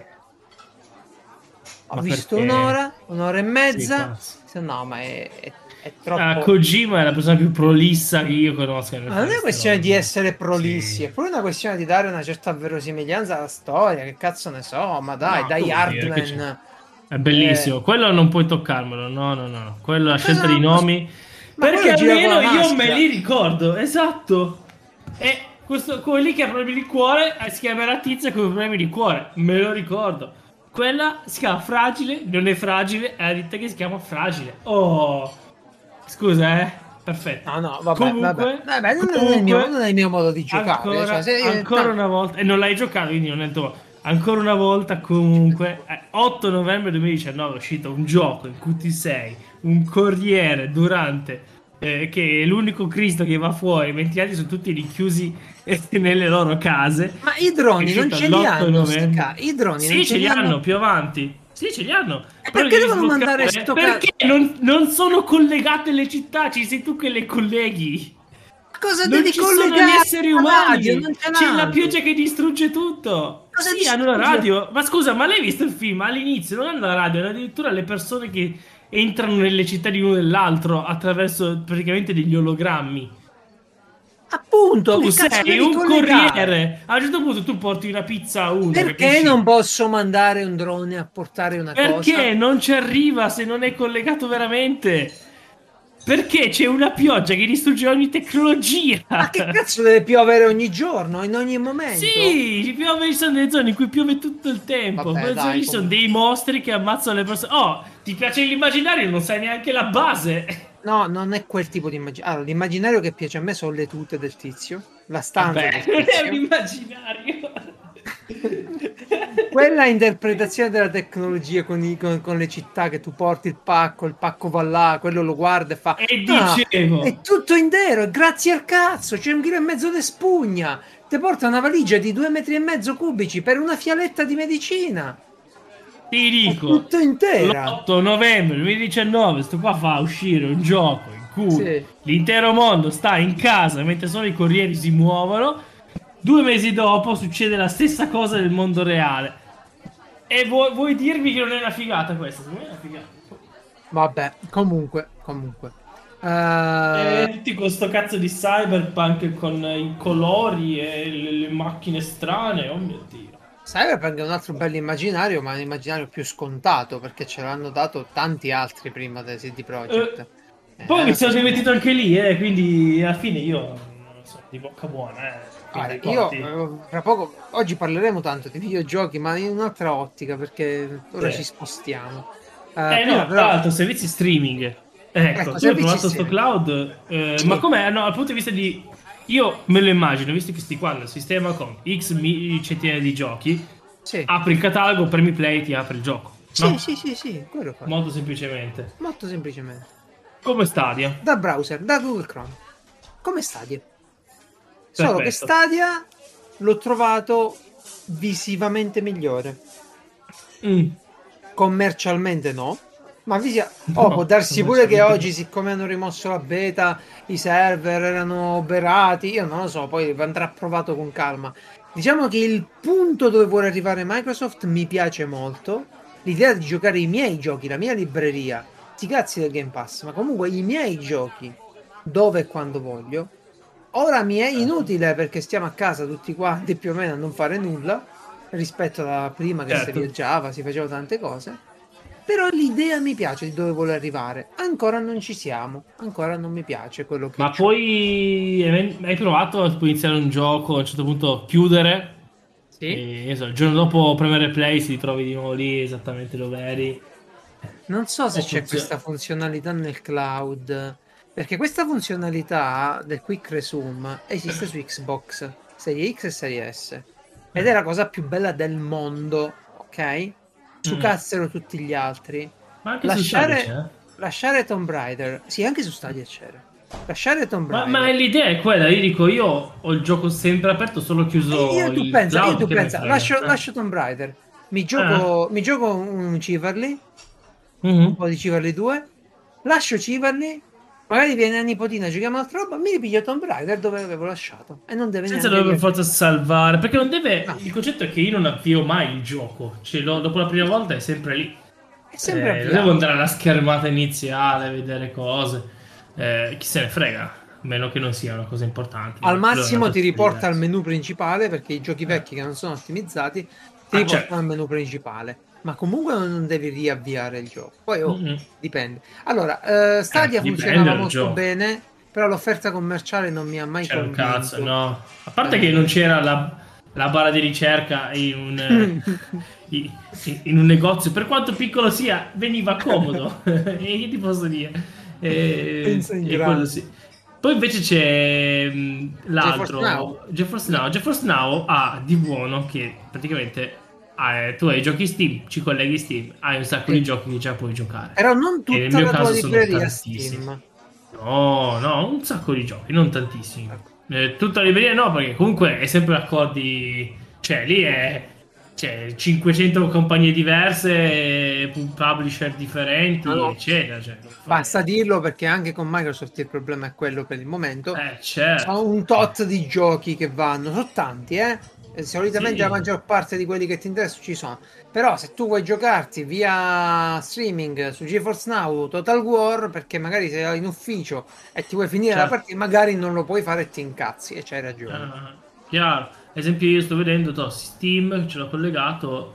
Ho Ma visto perché? un'ora e Sei mezza. pazzo. No, ma è Ah, troppo. Kojima è la persona più prolissa che io conosca nel Ma non fare è ste questione di robe. essere prolissi, è Sì. pure una questione di dare una certa verosimiglianza alla storia. Che cazzo ne so, ma No, tu dai vuoi dire che c'è? Hardman. È Eh, bellissimo. Quello non puoi toccarmelo. No, no, no, no. Quello, la scelta di ma, nomi. ma Perché quello gira con almeno la io me maschera. li ricordo. Esatto. E quello lì che ha problemi di cuore si chiamerà Tizia con problemi di cuore. Me lo ricordo. Quella si chiama Fragile, non è fragile, è la ditta che si chiama Fragile. Oh, scusa, perfetto. No, vabbè, Comunque, vabbè, non comunque, è il mio modo di giocare. ancora, Cioè, ancora una volta, e non l'hai giocato, quindi non è il tuo. Ancora una volta, comunque, 8 novembre 2019 è uscito un gioco in cui ti sei un corriere durante, che è l'unico Cristo che va fuori, mentre gli altri sono tutti rinchiusi nelle loro case. ma i È droni non uscito ce li l'8 hanno, novembre. I droni non Sì, ce ce li li hanno hanno. più avanti. Sì, ce li hanno. E Però li perché devi devono mandare sbloccare. sto Perché non sono collegate le città? Ci sei tu che le colleghi. Cosa Non devi ci sono gli collegare esseri alla radio? umani. Non ce C'è la l'hanno. pioggia che distrugge tutto. Cosa Sì, hanno la distrugge? radio. Ma scusa, ma l'hai visto il film? All'inizio non hanno la radio, hanno addirittura le persone che entrano nelle città di uno e dell'altro attraverso praticamente degli ologrammi. Appunto, Tu che cazzo sei devi un collegare? corriere. A un certo punto tu porti una pizza a uno, Perché capisci? non posso mandare un drone a portare una cosa? Perché non ci arriva se non è collegato veramente? Perché c'è una pioggia che distrugge ogni tecnologia. Ma che cazzo deve piovere ogni giorno, in ogni momento? Sì, ci piove, ci sono delle zone in cui piove tutto il tempo. Vabbè, Quelle zone dai, lì sono comunque. dei mostri che ammazzano le persone. Oh, ti piace l'immaginario? Non sai neanche la base. No, non è quel tipo di immaginario. Allora, l'immaginario che piace a me sono le tute del tizio, la stanza Vabbè, del non è un tizio. immaginario. Quella interpretazione della tecnologia con le città che tu porti il pacco va là, quello lo guarda e fa: E Ah, dicevo, è tutto intero, e grazie al cazzo, c'è 1,5 kg di spugna. Ti porta una valigia di 2,5 metri cubici per una fialetta di medicina. ti È dico, tutto intera. l'8 novembre 2019 sto qua fa uscire un gioco in cui Sì. l'intero mondo sta in casa mentre solo i corrieri si muovono. 2 mesi dopo succede la stessa cosa nel mondo reale. E vuoi dirmi che non è una figata questa? Secondo me è una figata. Vabbè, comunque. E tutti con sto cazzo di cyberpunk con i colori e le macchine strane, oh mio Dio. Cyberpunk è un altro bello immaginario, ma è un immaginario più scontato perché ce l'hanno dato tanti altri prima del CD Projekt. Poi mi sono Sì. divertito anche lì, quindi alla fine io non so, di bocca buona, Guarda, quindi io porti. fra poco oggi parleremo tanto di videogiochi, ma in un'altra ottica perché ora Sì. ci spostiamo. No, tra l'altro, servizi streaming. Ecco, tu hai servizi provato sto streaming. cloud, Sì. ma com'è? No, dal punto di vista di... Io me lo immagino, visto che sti qua nel sistema con centinaia di giochi, Sì. apri il catalogo, premi play, ti apre il gioco. No? Sì, quello fa. Molto semplicemente. Molto semplicemente. Come Stadia. Da browser, da Google Chrome. Come Stadia. Solo che Perfetto. Stadia l'ho trovato visivamente migliore. Mm. Commercialmente no. Ma No, può darsi pure che commercialmente oggi, no. siccome hanno rimosso la beta, i server erano oberati. Io non lo so, poi andrà provato con calma. Diciamo che il punto dove vuole arrivare Microsoft mi piace molto. L'idea di giocare i miei giochi, la mia libreria. Sti cazzi del Game Pass, ma comunque i miei giochi, dove e quando voglio. Ora mi è inutile perché stiamo a casa tutti quanti più o meno a non fare nulla rispetto a prima che si Certo. viaggiava, si facevano tante cose. Però l'idea mi piace di dove vuole arrivare. Ancora non ci siamo, ancora non mi piace quello che Ma c'ho. poi hai provato a iniziare un gioco, a un certo punto chiudere Sì? e non so, il giorno dopo premere play si ritrovi di nuovo lì esattamente dove eri. Non so se Oh, c'è questa funzionalità nel cloud, perché questa funzionalità del Quick Resume esiste su Xbox Serie X e Serie S ed è la cosa più bella del mondo, ok? Sucassero tutti gli altri. Ma anche su Stadia c'è. Lasciare Tomb Raider, sì, anche su Stadia c'era. Lasciare Tomb Ma Raider. l'idea è quella, io dico, io ho il gioco sempre aperto, solo chiuso Tu il pensa, cloud, che me frega. lascio Tomb Raider. Mi gioco un Civerly, Mhm. un po' di Civerly 2, lascio Civerly, magari viene la nipotina, giochiamo un'altra roba, mi ripiglio Tomb Raider dove l'avevo lasciato e non deve Senza neanche dover per forza salvare, perché non deve... No. Il concetto è che io non avvio mai il gioco, cioè dopo la prima volta è sempre lì. è sempre Non avviato. devo andare alla schermata iniziale, vedere cose. Chi se ne frega, a meno che non sia una cosa importante. Al massimo Allora, ti riporta al diverso. menu principale perché i giochi vecchi che non sono ottimizzati ti riportano certo. al menu principale. Ma comunque non devi riavviare il gioco. Poi Mhm. dipende. Allora, Stadia Dipende funzionava dal molto gioco. bene, però l'offerta commerciale non mi ha mai C'era un convinto. cazzo, no. A parte che non c'era la barra di ricerca in un negozio, per quanto piccolo sia, veniva comodo. E che ti posso dire? Pensa in E quello grande. sì. Poi invece c'è GeForce Now? l'altro, GeForce Now. GeForce Now ha di buono che praticamente tu hai i giochi Steam, ci colleghi Steam, hai un sacco di Sì. giochi che già puoi giocare. Però non E nel tutta mio la tua caso sono libreria tantissimi. Steam. No, no, un sacco di giochi, non tantissimi. Ecco. Tutta la libreria no, perché comunque è sempre accordi, cioè lì è c'è 500 compagnie diverse, publisher No, differenti, no. eccetera. Cioè, non Basta fai... dirlo perché anche con Microsoft il problema è quello per il momento. Certo. Sono un tot di giochi che vanno, sono tanti, eh? E solitamente la Sì, maggior parte di quelli che ti interessano ci sono. Però se tu vuoi giocarti via streaming su GeForce Now Total War, perché magari sei in ufficio e ti vuoi finire la certo. partita, magari non lo puoi fare e ti incazzi, e c'hai ragione. Chiaro. Ad esempio io sto vedendo, Steam, ce l'ho collegato,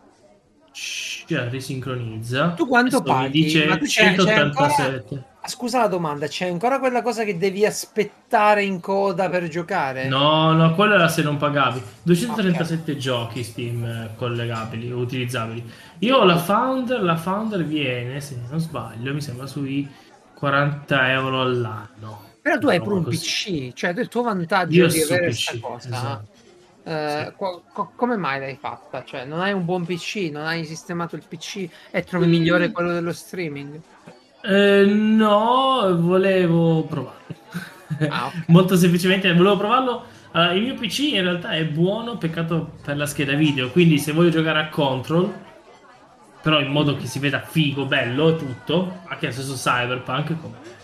Tu risincronizza. quanto Adesso mi paghi? Ma dice tu c'hai ancora... 187. Ah, scusa la domanda, c'è ancora quella cosa che devi aspettare in coda per giocare? No, no, quello era se non pagavi. Ok. 237 giochi Steam collegabili, utilizzabili. Io ho la Founder viene, se non sbaglio, mi sembra sui 40 euro all'anno. Però tu Una hai pure roba un così. PC, cioè il tuo vantaggio Io di su avere sta PC, cosa, esatto. Sì. come mai l'hai fatta? Cioè, non hai un buon PC, non hai sistemato il PC e trovi migliore quello dello streaming? No, volevo provarlo. Ah, ok. Molto semplicemente volevo provarlo. Allora, il mio PC in realtà è buono, peccato per la scheda video. Quindi se voglio giocare a Control, però in modo che Mhm. si veda figo, bello e tutto, anche lo stesso Cyberpunk,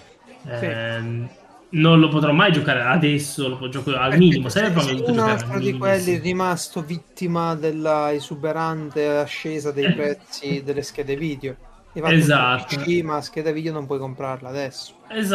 Sì. ehm, non lo potrò mai giocare adesso, lo gioco al Perché minimo. Cyberpunk sei l'ho dovuto un giocare al altro di quelli minimissimo. rimasto vittima della esuberante ascesa dei Eh, prezzi delle schede video. Hai fatto un tuo esatto, PC, ma la scheda video non puoi comprarla adesso.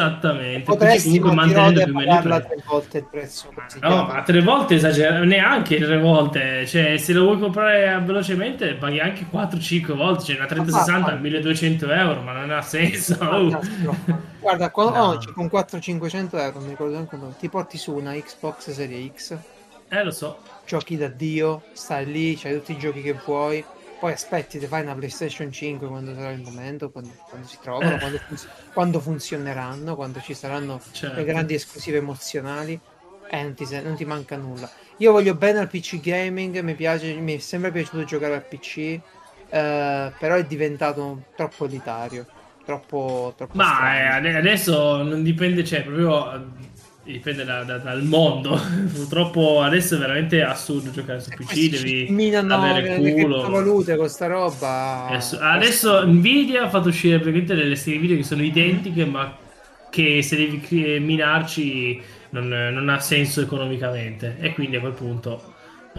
E esattamente. Il PC potresti, comunque ma ti mantenendo rode più o meno i pagarla prezzi. 3 volte il prezzo Ma no, consigliato. ma 3 volte esagerato, neanche 3 volte. Cioè, se lo vuoi comprare velocemente, paghi anche 4-5 volte. Cioè, una Ma va, 3060 a 1200 euro, ma non ha senso. fantastico. Guarda, oggi No, con 400-500 euro, mi ricordo anche quando ti porti su una Xbox Serie X, lo so. giochi da Dio, stai lì, c'hai tutti i giochi che vuoi, poi aspetti, ti fai una PlayStation 5 quando sarà il momento, quando si trovano, Eh, quando funzioneranno, quando ci saranno le certo. grandi esclusive emozionali e non ti manca nulla. Io voglio bene al PC gaming, mi piace, mi è sempre piaciuto giocare al PC, però è diventato troppo elitario, troppo Ma strano. adesso non dipende, cioè, proprio dipende dal mondo. Purtroppo adesso è veramente assurdo giocare su E PC, questi ci devi minano avere le culo. criptovalute con sta roba. Adesso Nvidia ha fatto uscire praticamente delle serie video che sono identiche, ma che se devi minarci non ha senso economicamente. E quindi a quel punto,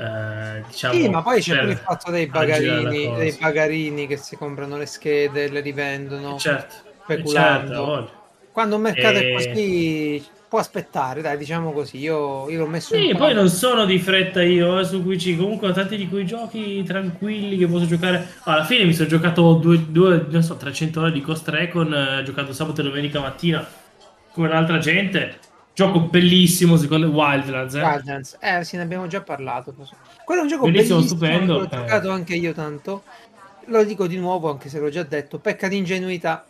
Sì, ma diciamo, poi c'è pure il per fatto aggirare la dei cosa. bagarini che si comprano le schede, le rivendono Certo, certo, ha speculando. voglia. Quando un mercato è E... così, può aspettare, dai, diciamo così. Io l'ho messo un Sì, po' poi non sono di fretta io su PC, comunque ho tanti di quei giochi tranquilli che posso giocare. Alla fine mi sono giocato non so, 300 ore di Ghost Recon, giocato sabato e domenica mattina con un'altra gente. Gioco bellissimo, secondo Wildlands, eh. Wildlands. Sì, ne abbiamo già parlato. Quello è un gioco Bellissimo, bellissimo, l'ho stupendo. giocato anche io tanto. Lo dico di nuovo, anche se l'ho già detto, pecca di ingenuità.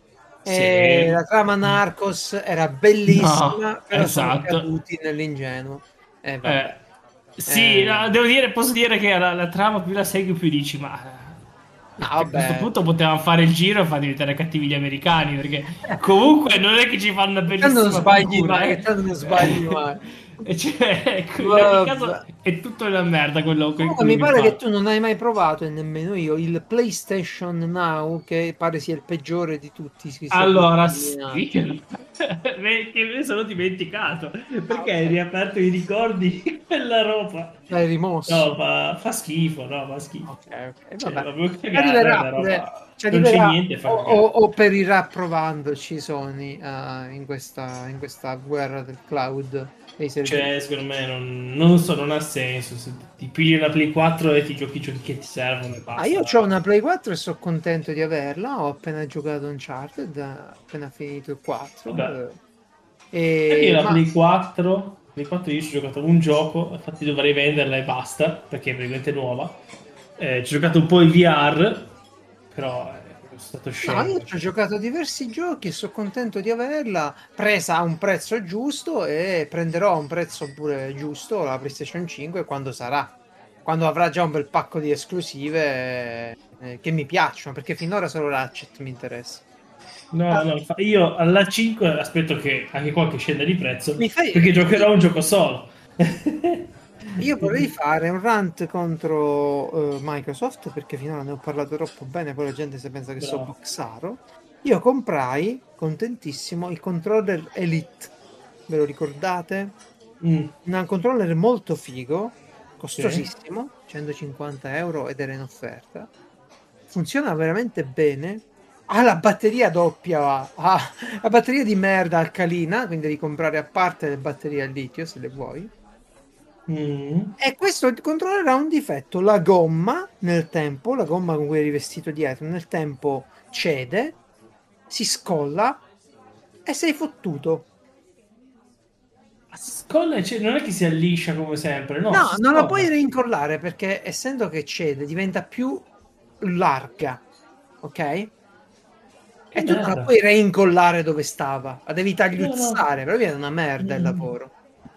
La Sì. trama Narcos era No, bellissima, però sono esatto. caduti nell'ingenuo. E Eh, vabbè. sì, Eh, no, devo dire, posso dire che la trama più la segui più dici, ma no, a questo vabbè. punto potevamo fare il giro e far diventare cattivi gli americani, perché comunque non è che ci fanno una Tanto non bellissima sbagli figura, mai, che eh. tanto non sbagli mai. E cioè, ecco, in ogni Vabbè. caso è tutto una merda Comunque quello mi che pare che fa. tu non hai mai provato, e nemmeno io, il PlayStation Now, che pare sia il peggiore di tutti, si sia tutti Allora, eliminati. sì, che me ne sono dimenticato, Ah, perché ok. hai riaperto i ricordi di quella roba? L'hai rimosso. No, fa schifo, no, fa schifo. Ok, ok, Cioè, vabbè. proprio cagare, Arriverà, la roba. ci Non c'è arriverà niente, fa cagare. o perirà provandoci Sony in questa guerra del cloud dei servizi. Cioè, secondo me non so, non ha senso. Se ti pigli una Play 4 e ti giochi i giochi che ti servono e Io ho basta. una Play 4 e sono contento di averla. Ho appena giocato Uncharted, appena finito il 4. Vabbè. Perché io E, la ma Play 4 io ci ho giocato un gioco, infatti dovrei venderla e basta, perché è praticamente nuova. Ci ho giocato un po' in VR, però stato No, scemo. io ci ho giocato a diversi giochi e sono contento di averla presa a un prezzo giusto e prenderò a un prezzo pure giusto la PlayStation 5 quando sarà. Quando avrà già un bel pacco di esclusive che mi piacciono, perché finora solo Ratchet mi interessa. No, no, io alla 5 aspetto che anche qua che scenda di prezzo, Mi fai... perché giocherò un gioco solo. Io vorrei fare un rant contro Microsoft perché finora ne ho parlato troppo bene, poi la gente si pensa che so Bravo. boxaro. Io comprai, contentissimo, il controller Elite. Ve lo ricordate? Mm, Un controller molto figo, sì. costosissimo, 150 euro ed era in offerta. Funziona veramente bene. Ha la batteria doppia, ha la batteria di merda alcalina, quindi devi comprare a parte le batterie al litio se le vuoi. Mm. E questo controller ha un difetto, la gomma nel tempo, la gomma con cui è rivestito dietro, nel tempo cede, si scolla e sei fottuto. Ma si scolla, cioè, non è che si alliscia come sempre, no, No, si non la puoi scolla. rincollare perché essendo che cede diventa più larga, ok? Che E tu non la merda. puoi reincollare dove stava, la devi No, no. tagliuzzare, però viene una merda il Mm, lavoro.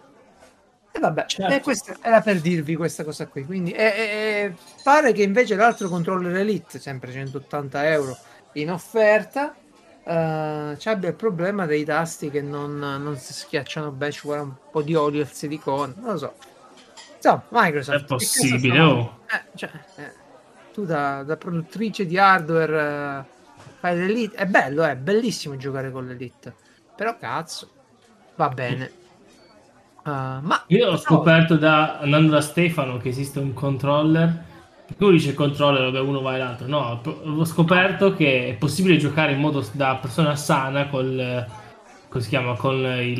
E vabbè, e certo. questa era per dirvi questa cosa qui. Quindi pare che invece l'altro controller Elite, sempre 180 euro in offerta, ci abbia il problema dei tasti che non si schiacciano bene, ci vuole un po' di olio al silicone, non lo so. Insomma, È Microsoft, che cazzo sta possibile, male? oh. Cioè, tu da produttrice di hardware fai l'Elite, è bello, è bellissimo giocare con l'Elite, però cazzo, va bene. Ma Io ho però scoperto andando da Stefano che esiste un controller. Perché uno dice controller, vabbè, uno va e l'altro. No, ho scoperto che è possibile giocare in modo da persona sana come si chiama? Con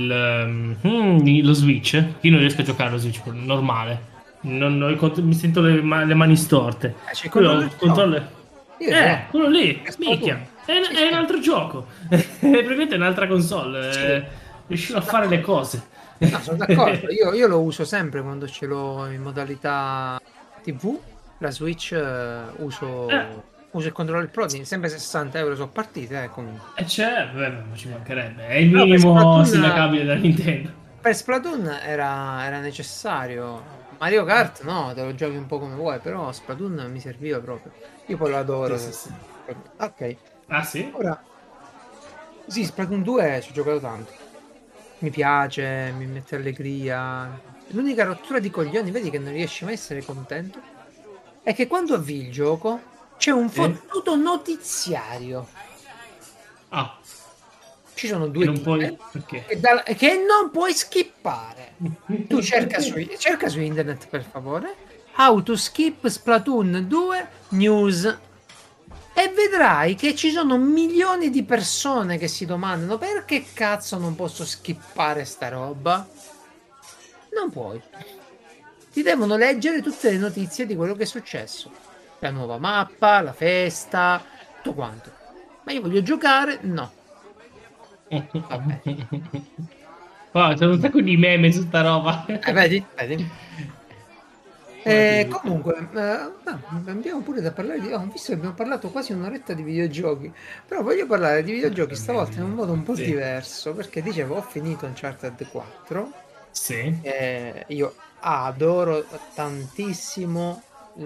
lo Switch. Io non riesco a giocare allo Switch normale. Mi sento le mani storte. c'è il Qui ho controller un ce l'ho. controller. Io ce l'ho. Quello È lì, minchia. Splatoon. Sì, È un sì. altro gioco. È praticamente un'altra console. Sì, Riuscivo a sono fare le d'accordo. cose. No, sono d'accordo. Io lo uso sempre quando ce l'ho in modalità TV. La Switch Eh, uso il controller Pro, sempre 60 euro sono partite, comunque. c'è, beh, ma ci mancherebbe. È il Però minimo sindacabile da Nintendo. Per Splatoon era necessario. Mario Kart no, te lo giochi un po' come vuoi, però Splatoon mi serviva proprio. Io poi lo Sì, adoro. sì, sì. Ok, Ah, sì? ora sì, Splatoon 2 ci ho giocato tanto. Mi piace, mi mette allegria. L'unica rottura di coglioni, vedi che non riesci mai a essere contento, è che quando avvii il gioco c'è un Sì. fottuto notiziario. Ah, Ci sono che due non tipe puoi. Perché? che non puoi skippare. Tu cerca su internet per favore. How to skip Splatoon 2 news. E vedrai che ci sono milioni di persone che si domandano perché cazzo non posso skippare sta roba. Non puoi. Ti devono leggere tutte le notizie di quello che è successo. La nuova mappa, la festa, tutto quanto. Ma io voglio giocare? No. Vabbè. Wow, c'è un sacco di meme su sta roba. Vedi? Vedi? Oddio. Comunque, abbiamo pure da parlare di... Oh, visto che abbiamo parlato quasi un'oretta di videogiochi, però voglio parlare di videogiochi stavolta in un modo un po' Sì. diverso, perché dicevo, ho finito Uncharted 4, Sì. io adoro tantissimo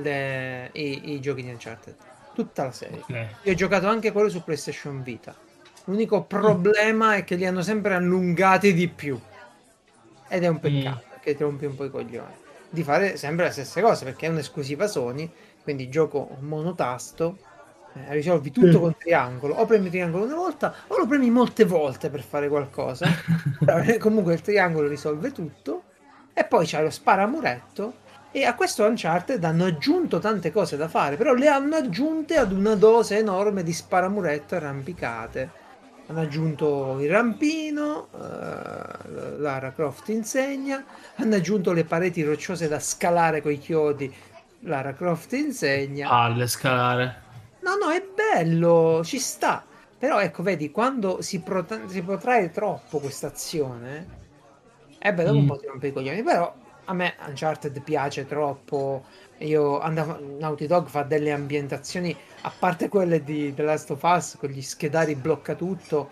i giochi di Uncharted, tutta la serie. Ok. Io ho giocato anche quello su PlayStation Vita. L'unico problema è che li hanno sempre allungati di più. Ed è un Mm. peccato, perché ti rompi un po' i coglioni. Di fare sempre la stessa cosa, perché è un'esclusiva Sony, quindi gioco monotasto, risolvi tutto con triangolo. O premi triangolo una volta, o lo premi molte volte per fare qualcosa. Però, comunque il triangolo risolve tutto. E poi c'hai lo sparamuretto. E a questo Uncharted hanno aggiunto tante cose da fare, però le hanno aggiunte ad una dose enorme di sparamuretto arrampicate. Hanno aggiunto il rampino, Lara Croft insegna, hanno aggiunto le pareti rocciose da scalare coi chiodi, Lara Croft insegna. Palle scalare. No, no, è bello, ci sta. Però ecco, vedi, quando si protrae troppo questa azione, e beh, dopo un Mm. po' ti rompe i coglioni, però a me Uncharted piace troppo. Io andavo, Naughty Dog fa delle ambientazioni, a parte quelle di The Last of Us, con gli schedari blocca tutto.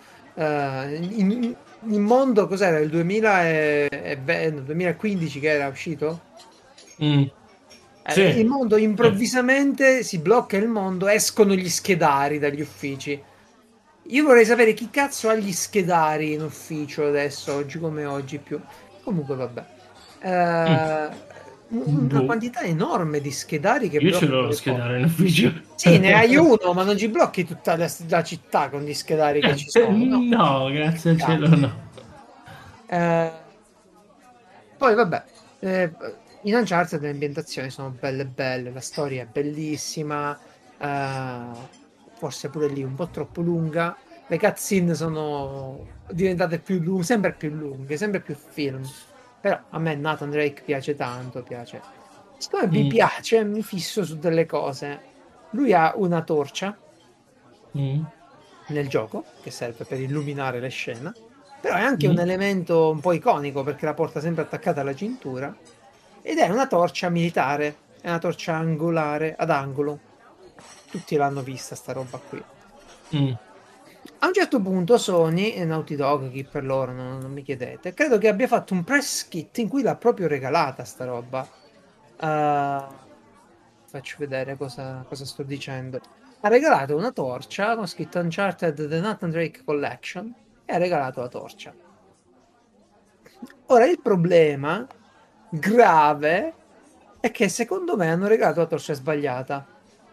In mondo, cos'era? Il 2015 che era uscito? Mm. Il Sì. mondo improvvisamente si blocca il mondo, escono gli schedari dagli uffici. Io vorrei sapere chi cazzo ha gli schedari in ufficio adesso, oggi come oggi più. Comunque, vabbè. Mm. Una Boh. quantità enorme di schedari che Io ce bloccano l'ho lo le cose. schedale in ufficio. Sì, ne hai uno, ma non ci blocchi tutta la città con gli schedari che ci sono. No, No, grazie al cielo, cazzo. no. Eh, Poi, vabbè, in Uncharted le ambientazioni sono belle belle, la storia è bellissima, forse pure lì un po' troppo lunga. Le cutscene sono diventate più lunghe, sempre più film. Però a me Nathan Drake piace tanto, piace. Siccome mi Mm. piace, mi fisso su delle cose. Lui ha una torcia Mm. nel gioco che serve per illuminare le scene, però è anche un Mm. elemento un po' iconico perché la porta sempre attaccata alla cintura ed è una torcia militare, è una torcia angolare ad angolo. Tutti l'hanno vista sta roba qui. Mm. A un certo punto Sony e Naughty Dog, chi per loro non mi chiedete, credo che abbia fatto un press kit in cui l'ha proprio regalata sta roba. Faccio vedere cosa sto dicendo. Ha regalato una torcia con scritto Uncharted The Nathan Drake Collection e ha regalato la torcia. Ora il problema grave è che secondo me hanno regalato la torcia sbagliata.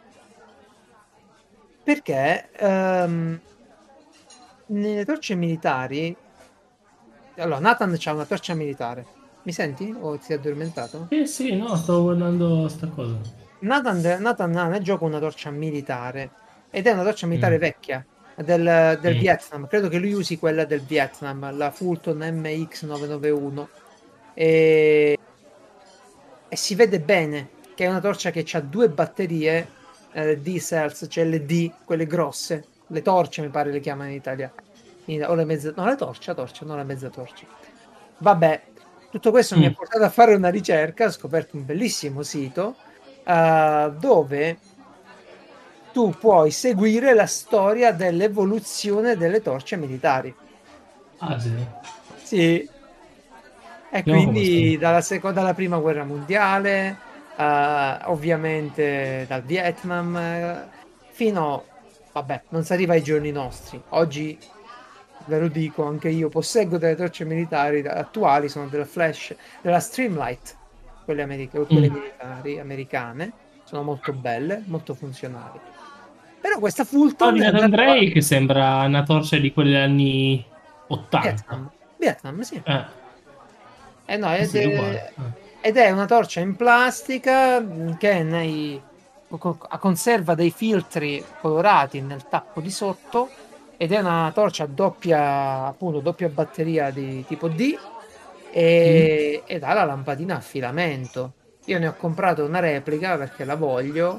Perché nelle torce militari. Allora, Nathan c'ha una torcia militare. Mi senti? O ti sei addormentato? Sì, no, stavo guardando sta cosa. Nathan ha nel gioco una torcia militare ed è una torcia militare Mm. vecchia del Mm. Vietnam. Credo che lui usi quella del Vietnam, la Fulton MX991 e, e si vede bene che è una torcia che ha due batterie D-cells, cioè le D, quelle grosse, le torce mi pare le chiamano in Italia. O le mezze, no, la torcia, non la mezza torcia. Vabbè, tutto questo mi ha Mm. portato a fare una ricerca, ho scoperto un bellissimo sito dove tu puoi seguire la storia dell'evoluzione delle torce militari. Ah, sì. Sì, e Vediamo come sta. quindi dalla prima guerra mondiale, ovviamente dal Vietnam, fino, vabbè, non si arriva ai giorni nostri. Oggi, ve lo dico, anche io posseggo delle torce militari attuali, sono della Flash, della Streamlight, quelle Mm. militari americane, sono molto belle, molto funzionali. Però questa Ah, Fulton di è Nathan andata Drake che sembra una torcia di quegli anni 80. Vietnam, sì. Eh, No, sì, è uguale. ed è una torcia in plastica che conserva dei filtri colorati nel tappo di sotto ed è una torcia a doppia, appunto, doppia batteria di tipo D Mm. ed ha la lampadina a filamento. Io ne ho comprato una replica perché la voglio,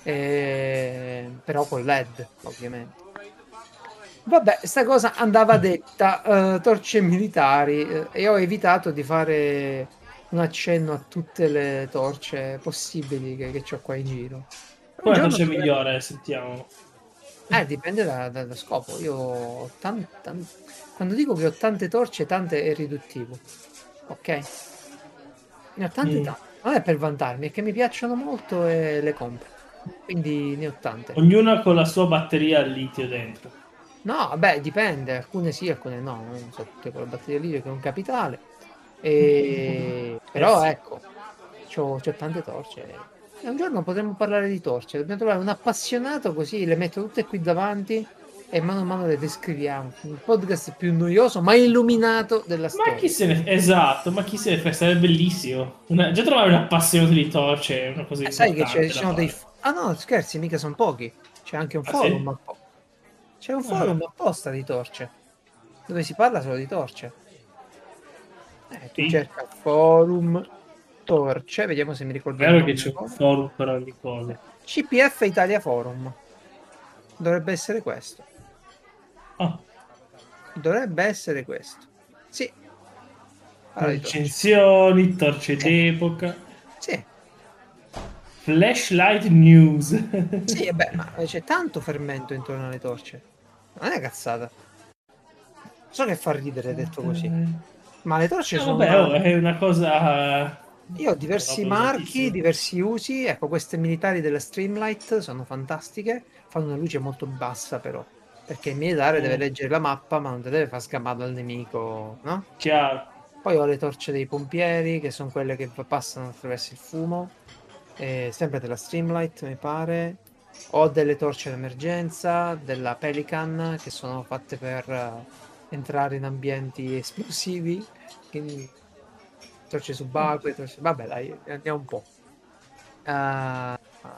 però con LED, ovviamente. Vabbè, sta cosa andava detta, torce militari, e ho evitato di fare un accenno a tutte le torce possibili che ho qua in giro. Un Qual è la giorno torcia dovrei. migliore? Sentiamo. Dipende dallo scopo. Io ho quando dico che ho tante torce, tante è riduttivo. Ok? Ne ho tante Mm. tante. Non è per vantarmi, è che mi piacciono molto e le compro. Quindi ne ho tante. Ognuna con la sua batteria al litio dentro. No, beh, dipende, alcune sì, alcune no, non so, tutte con la batteria lì che è un capitale. Eh Però sì. ecco, c'ho tante torce. E un giorno potremmo parlare di torce, dobbiamo trovare un appassionato così le metto tutte qui davanti e mano a mano le descriviamo. Un podcast più noioso ma illuminato della Ma chi storia. se ne... Esatto, ma chi se ne frega? Sarebbe bellissimo. Già trovare un appassionato di torce è una cosa Sai che ci importante da sono dei. fare. Ah no, scherzi, mica sono pochi. C'è anche un Ah forum. sì? C'è un forum Ah, apposta di torce, dove si parla solo di torce. Tu sì. cerca forum torce, vediamo se mi ricordo il Vero che nome c'è un ancora. forum per ogni cosa. CPF Italia Forum. Dovrebbe essere questo. Ah, Dovrebbe essere questo. Sì. Parla di torce. Recensioni, torce Sì, d'epoca, sì, flashlight news. sì, e beh, ma c'è tanto fermento intorno alle torce. Non è cazzata. So che fa ridere detto così. Ma le torce sono Vabbè, una... oh, è una cosa Io ho diversi roba marchi, usatissima. diversi usi. Ecco, queste militari della Streamlight sono fantastiche. Fanno una luce molto bassa, però. Perché il militare deve Mm, leggere la mappa, ma non te deve far sgamare al nemico, no? chiaro. Poi ho le torce dei pompieri, che sono quelle che passano attraverso il fumo. Sempre della Streamlight, mi pare. Ho delle torce d'emergenza, della Pelican, che sono fatte per entrare in ambienti esplosivi. Quindi torce subacquee, torce... Vabbè, dai, andiamo un po'. Ah,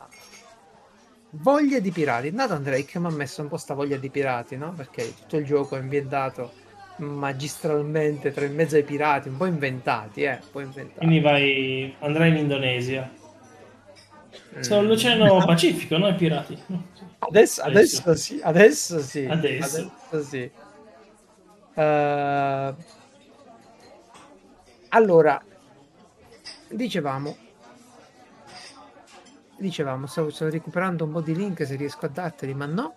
voglia di pirati. Nathan Drake mi ha messo un po' sta voglia di pirati, no? Perché tutto il gioco è ambientato magistralmente tra in mezzo ai pirati, un po' inventati, un po' inventati. Quindi andrai in Indonesia. Sono Mm. l'Oceano Pacifico, no? I pirati. No, sì. Adesso, Adesso. adesso sì, adesso sì, Adesso. adesso sì. Eh, allora, dicevamo, stavo recuperando un po' di link se riesco a darteli, ma no.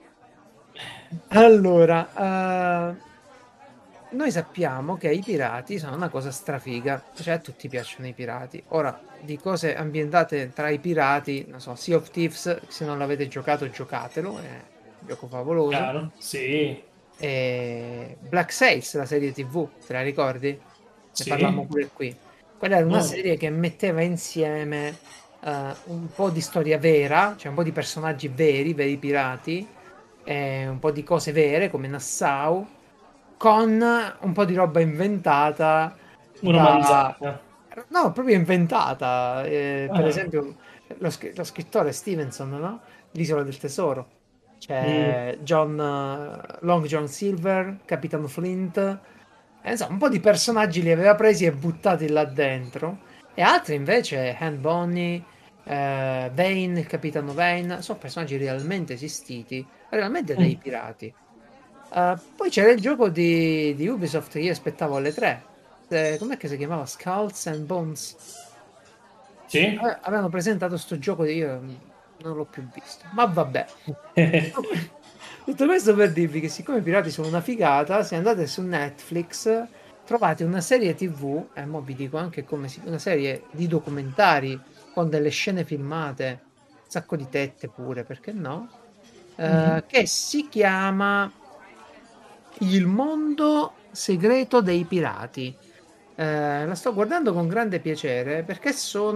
Allora, noi sappiamo che i pirati sono una cosa strafiga, cioè a tutti piacciono i pirati. Ora, di cose ambientate tra i pirati, non so, Sea of Thieves, se non l'avete giocato, giocatelo, è un gioco favoloso. Chiaro? Sì. E Black Sails, la serie TV, te la ricordi? Ne parlammo Sì. pure qui. Quella era una Buono. serie che metteva insieme un po' di storia vera, cioè un po' di personaggi veri, veri pirati, e un po' di cose vere come Nassau, con un po' di roba inventata da... Romanzata. No, proprio inventata. Per Ah. esempio, lo scrittore Stevenson, no? L'Isola del Tesoro. Mm. C'è Long John Silver, Capitano Flint. Insomma, un po' di personaggi li aveva presi e buttati là dentro. E altri invece, Han Bonny, Vane, il Capitano Vane, sono personaggi realmente esistiti, realmente dei Mm. pirati. Poi c'era il gioco di Ubisoft che io aspettavo alle 3. Com'è che si chiamava? Skulls and Bones. Sì. Avevano presentato sto gioco e io non l'ho più visto. Ma vabbè. Tutto questo per dirvi che siccome i pirati sono una figata, se andate su Netflix trovate una serie TV, e mo vi dico anche come una serie di documentari con delle scene filmate, un sacco di tette pure, perché no? Mhm. Che si chiama Il mondo segreto dei pirati. La sto guardando con grande piacere perché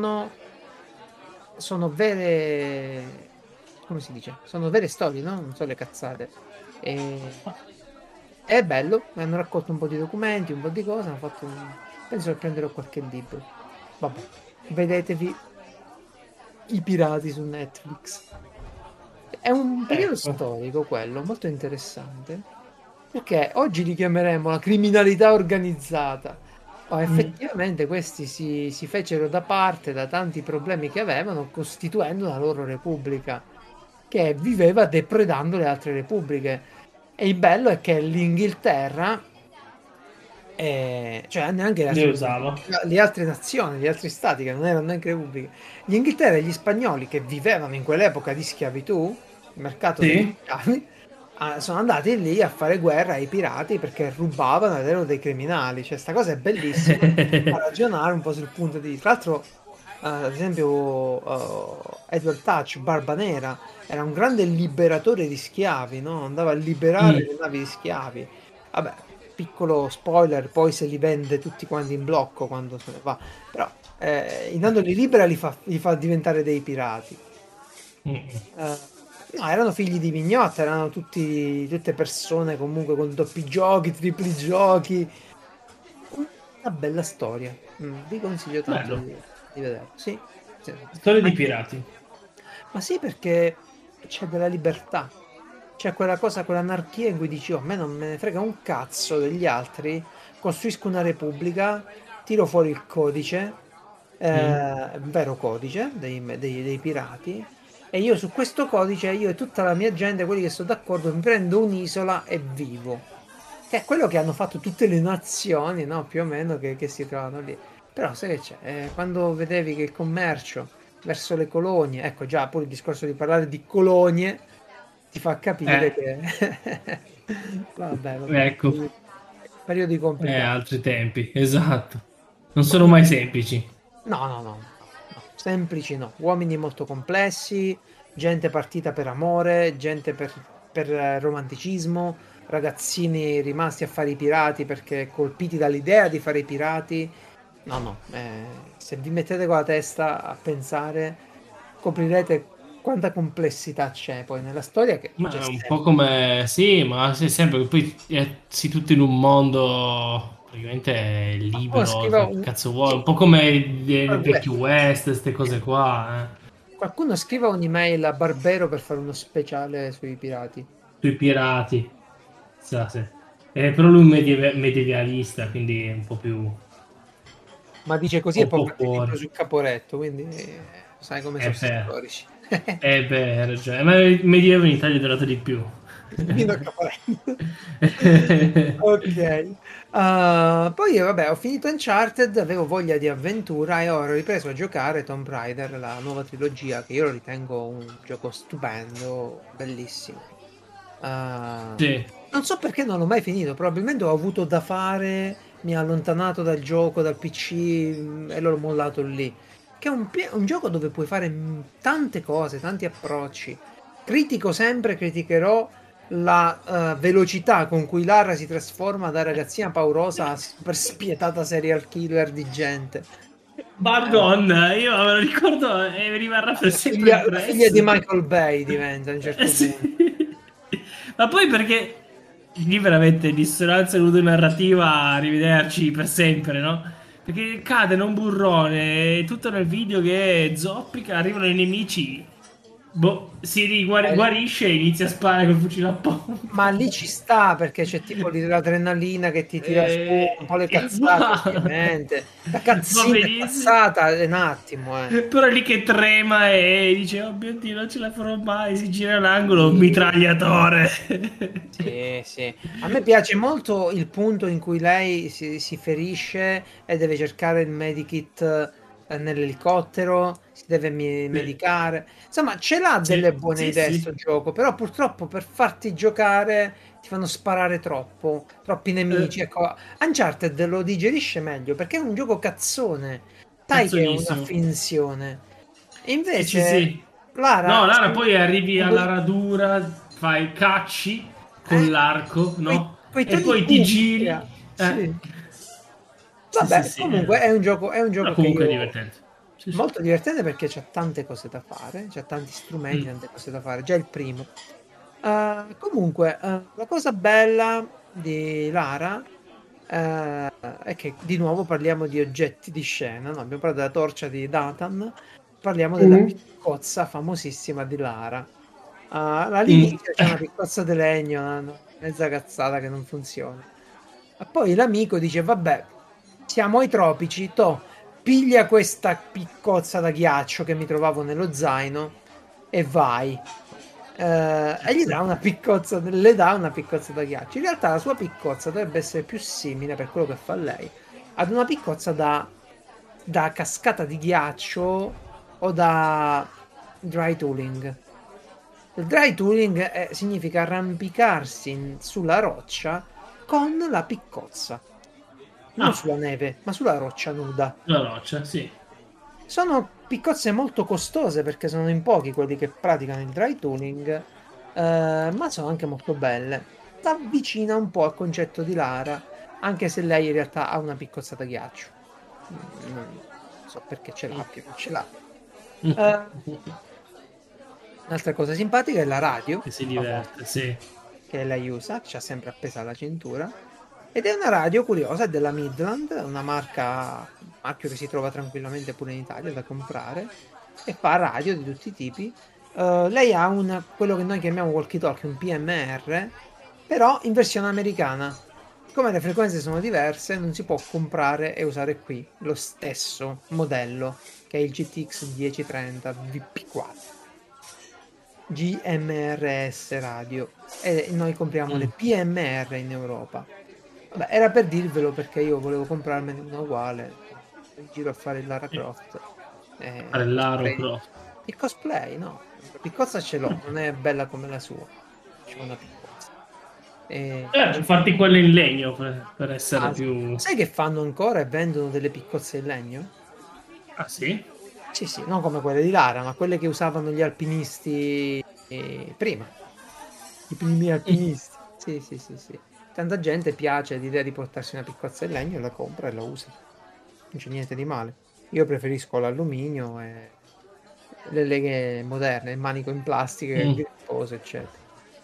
sono vere, come si dice? Sono vere storie, no? Non sono le cazzate. E, è bello, mi hanno raccolto un po' di documenti, un po' di cose, hanno fatto penso che prenderò qualche libro. Vabbè, vedetevi i pirati su Netflix. È un periodo Ecco. storico quello, molto interessante, perché oggi li chiameremo la criminalità organizzata. Ma Mm. effettivamente questi si fecero da parte da tanti problemi che avevano, costituendo una loro repubblica che viveva depredando le altre repubbliche. E il bello è che l'Inghilterra, cioè neanche le Le altre repubbliche, usava. le altre nazioni, gli altri stati che non erano neanche repubbliche, gli Inghilterra e gli spagnoli che vivevano in quell'epoca di schiavitù, il mercato degli Sì. schiavi, sono andati lì a fare guerra ai pirati perché rubavano ed erano dei criminali. Cioè, sta cosa è bellissima. A ragionare un po' sul punto di... Tra l'altro, ad esempio, Edward Touch, Barba Nera, era un grande liberatore di schiavi, no? Andava a liberare Mm. le navi di schiavi. Vabbè, piccolo spoiler, poi se li vende tutti quanti in blocco quando se ne va. Però, indandoli libera li fa diventare dei pirati. Mm. Eh, no, erano figli di mignotta, erano tutte persone comunque con doppi giochi, tripli giochi. Una bella storia. Vi consiglio tanto Bello. di vederlo. Sì, sì. Storia di Anche- pirati. ma sì, perché c'è della libertà. C'è quella cosa, quell'anarchia in cui dici, oh, a me non me ne frega un cazzo degli altri, costruisco una repubblica, tiro fuori il codice, Mm. un vero codice dei pirati, e io su questo codice, io e tutta la mia gente, quelli che sono d'accordo, mi prendo un'isola e vivo. che è quello che hanno fatto tutte le nazioni, no? Più o meno che si trovano lì. Però sai che c'è? Quando vedevi che il commercio verso le colonie, ecco già pure il discorso di parlare di colonie ti fa capire Eh, che vabbè, ecco, periodi complicati. altri tempi, esatto. Non sono mai Comunque, semplici. no, no, no, no, semplici no, uomini molto complessi, gente partita per amore, gente per romanticismo, ragazzini rimasti a fare i pirati perché colpiti dall'idea di fare i pirati. No, no, se vi mettete con la testa a pensare, scoprirete quanta complessità c'è poi nella storia che Ma c'è è un po' sempre. come, sì, ma sei sempre che poi si tutto in un mondo praticamente Qualcuno libero, scriva fai che cazzo vuoi, un po' come il Web. vecchio West, queste cose qua, Qualcuno scriva un'email a Barbero per fare uno speciale sui pirati. sui pirati. Sa, sì. Però lui è un medievalista, quindi è un po' più, un Ma dice così e po' poi po' fa il libro fuori. su Caporetto, quindi sai come sono Beh, storici. beh, hai ragione. Ma il Medioevo in Italia è durato di più. Vino a Caporetto. Ok. Poi vabbè, ho finito Uncharted, avevo voglia di avventura e ora ho ripreso a giocare Tomb Raider, la nuova trilogia, che io lo ritengo un gioco stupendo, bellissimo. Sì. Non so perché non l'ho mai finito, probabilmente ho avuto da fare, mi ha allontanato dal gioco, dal PC e l'ho mollato lì. Che è un gioco dove puoi fare tante cose, tanti approcci. Critico sempre, criticherò la velocità con cui Lara si trasforma da ragazzina paurosa a super spietata serial killer di gente. Madonna, io me lo ricordo e mi rimarrà per sempre La figlia di impresso. Michael Bay diventa a un certo Sì. punto. Ma poi perché lì veramente dissonanza ludonarrativa, arrivederci per sempre, no? Perché cade in un burrone, tutto nel video che zoppica, arrivano i nemici, boh, Eh, guarisce e inizia a sparare col fucile a pompa. Ma lì ci sta perché c'è tipo l'adrenalina che ti tira su, un po' le cazzate, Va, ovviamente. La va cazzina è benissimo. passata è un attimo, eh. Però è lì che trema e dice: Oh mio Dio, non ce la farò mai. Si gira l'angolo, Sì, mitragliatore. sì, sì. A me piace molto il punto in cui lei si ferisce e deve cercare il medikit nell'elicottero, si deve Sì, medicare. Insomma, ce l'ha delle sì, buone sì, idee sì. sto gioco, però purtroppo per farti giocare ti fanno sparare troppo, troppi Eh, nemici. Ecco, Uncharted lo digerisce meglio perché è un gioco cazzone. Sai che è una cazzonissimo. finzione. E Sì, sì, invece sì. No, Lara, Lara, poi arrivi alla quei, radura, fai cacci con eh, l'arco, no? quei E toni poi ti cupi che giri. ha. Sì. Sì, sì, Vabbè, sì. comunque è un Però gioco che comunque è io divertente. Sì, sì. molto divertente perché c'ha tante cose da fare, c'ha tanti strumenti, Mm. tante cose da fare, già il primo. Comunque, la cosa bella di Lara è che di nuovo parliamo di oggetti di scena, no? Abbiamo parlato della torcia di Datan, parliamo della Mhm. piccozza famosissima di Lara. All'inizio c'è una Mm. piccozza di legno, una mezza cazzata che non funziona. E poi l'amico dice: Vabbè, siamo ai tropici, to, piglia questa piccozza da ghiaccio che mi trovavo nello zaino e vai. E gli dà una piccozza, le dà una piccozza da ghiaccio. In realtà la sua piccozza dovrebbe essere più simile, per quello che fa lei, ad una piccozza da cascata di ghiaccio o da dry tooling. Il dry tooling significa arrampicarsi sulla roccia con la piccozza, non Ah, sulla neve, ma sulla roccia nuda. la roccia, sì. Sono piccozze molto costose perché sono in pochi quelli che praticano il dry tooling, ma sono anche molto belle. S'avvicina un po' al concetto di Lara, anche se lei in realtà ha una piccozza da ghiaccio. Non so perché ce l'abbia, non ce l'ha. Eh, Un'altra cosa simpatica è la radio, Che si famosa, diverte, sì. che lei usa, che c'ha sempre appesa alla cintura. Ed è una radio curiosa, è della Midland, una marca, un marchio che si trova tranquillamente pure in Italia da comprare, e fa radio di tutti i tipi. Lei ha quello che noi chiamiamo walkie-talkie, un PMR, però in versione americana. Siccome le frequenze sono diverse, non si può comprare e usare qui lo stesso modello, che è il GTX 1030 VP4. GMRS radio e noi compriamo le Mm. PMR in Europa. Vabbè, era per dirvelo perché io volevo comprarmene una uguale in giro a fare il Lara Croft. Fare Lara Cosplay. Croft. Il cosplay, no? La piccozza ce l'ho, non è bella come la sua. C'è una piccozza. Infatti quelle in legno per essere Ah, più... sai che fanno ancora e vendono delle piccozze in legno? Ah sì? Sì, sì, non come quelle di Lara, ma quelle che usavano gli alpinisti prima. I primi alpinisti. Sì, sì, sì, sì. Tanta gente piace l'idea di portarsi una piccozza in legno e la compra e la usa. Non c'è niente di male. Io preferisco l'alluminio e le leghe moderne, il manico in plastica, il Mm. gripposo, eccetera.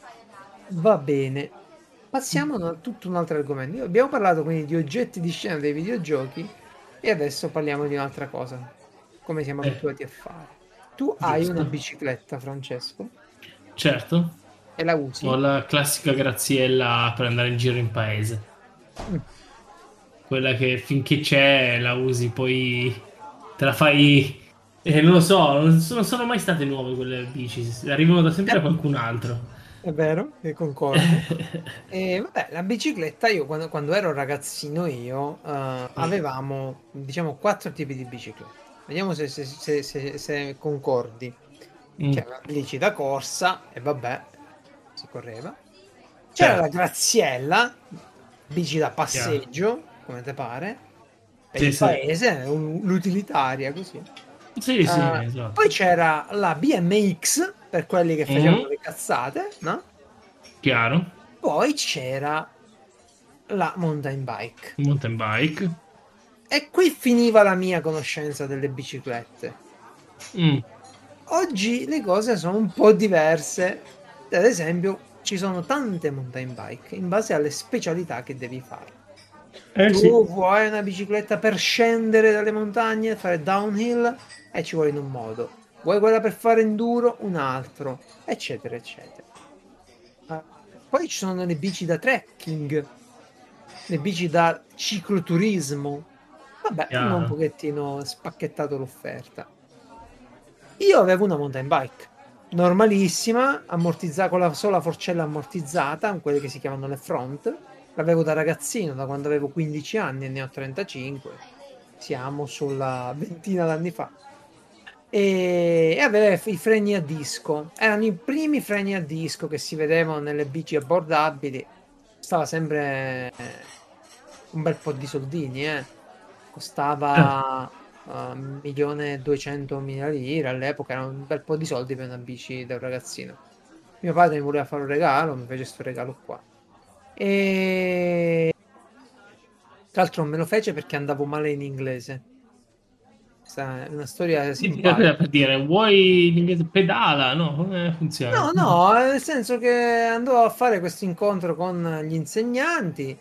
Va bene. Passiamo a tutto un altro argomento. Abbiamo parlato quindi di oggetti di scena dei videogiochi e adesso parliamo di un'altra cosa, come siamo abituati a fare. Tu hai una Giusto. bicicletta, Francesco, Certo. e la Ho usi? la classica graziella per andare in giro in paese. Mm, Quella che finché c'è la usi, poi te la fai... non lo so, non sono mai state nuove quelle bici, arrivano da sempre da eh, qualcun altro. è vero, e concordo. E vabbè, la bicicletta, io quando ero ragazzino io, avevamo, diciamo, 4 tipi di biciclette. Vediamo se concordi. Mm, C'era la bici da corsa, e vabbè, si correva. C'era la certo, graziella, bici da chiaro. passeggio, come te pare, per Sì, il sì. paese, l'utilitaria così. Sì, sì, Poi esatto. c'era la BMX, per quelli che facevano Mm, le cazzate, no? chiaro. Poi c'era la mountain bike. Mountain bike. E qui finiva la mia conoscenza delle biciclette. Mm, Oggi le cose sono un po' diverse. Ad esempio, ci sono tante mountain bike in base alle specialità che devi fare. sì. Tu vuoi una bicicletta per scendere dalle montagne, fare downhill e ci vuole in un modo. Vuoi quella per fare enduro, un altro, eccetera, eccetera. Ah, poi ci sono le bici da trekking, le bici da cicloturismo. Vabbè, hanno un Chiaro. pochettino spacchettato l'offerta. Io avevo una mountain bike normalissima, ammortizzata con la sola forcella ammortizzata, quelle che si chiamano le front. L'avevo da ragazzino, da quando avevo 15 anni e ne ho 35. Siamo sulla ventina d'anni fa. E aveva i freni a disco. Erano i primi freni a disco che si vedevano nelle bici abbordabili. Stava sempre un bel po' di soldini, eh. Eh, Costava 1.200.000 lire all'epoca, era un bel po' di soldi per una bici da un ragazzino. Mio padre mi voleva fare un regalo, mi fece questo regalo qua. E tra l'altro me lo fece perché andavo male in inglese. Questa è una storia simpatica. per dire, vuoi in inglese pedala? No, come funziona? No, no, nel senso che andò a fare questo incontro con gli insegnanti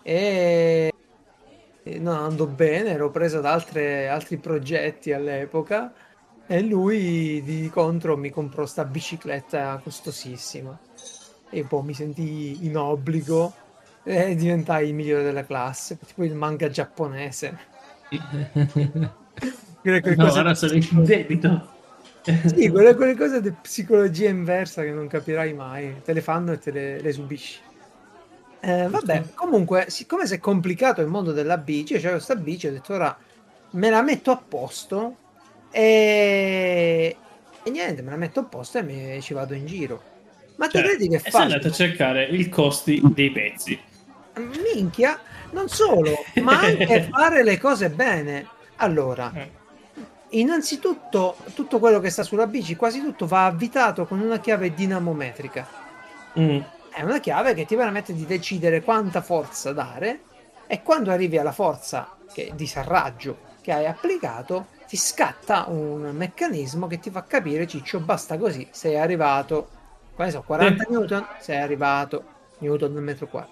e non andò bene, ero preso da altri progetti all'epoca e lui di contro mi comprò sta bicicletta costosissima e poi mi sentii in obbligo e diventai il migliore della classe, tipo il manga giapponese. Quelle No, cose ora sono in debito. sì, quelle cose di psicologia inversa che non capirai mai, te le fanno e le subisci. Vabbè, Giusto? comunque, siccome si è complicato il mondo della bici, io c'avevo questa bici, ho detto ora me la metto a posto e niente, me la metto a posto e ci vado in giro. Ma te Cioè, credi che è e sei andato a facile? cercare i costi dei pezzi. Minchia, non solo, ma anche fare le cose bene. Allora, Eh. innanzitutto, tutto quello che sta sulla bici, quasi tutto va avvitato con una chiave dinamometrica. Mm. È una chiave che ti permette di decidere quanta forza dare e quando arrivi alla forza di serraggio che hai applicato, ti scatta un meccanismo che ti fa capire, Ciccio, basta così, sei arrivato. Quali sono? 40 Sì. newton? Sei arrivato. Newton al metro quadro.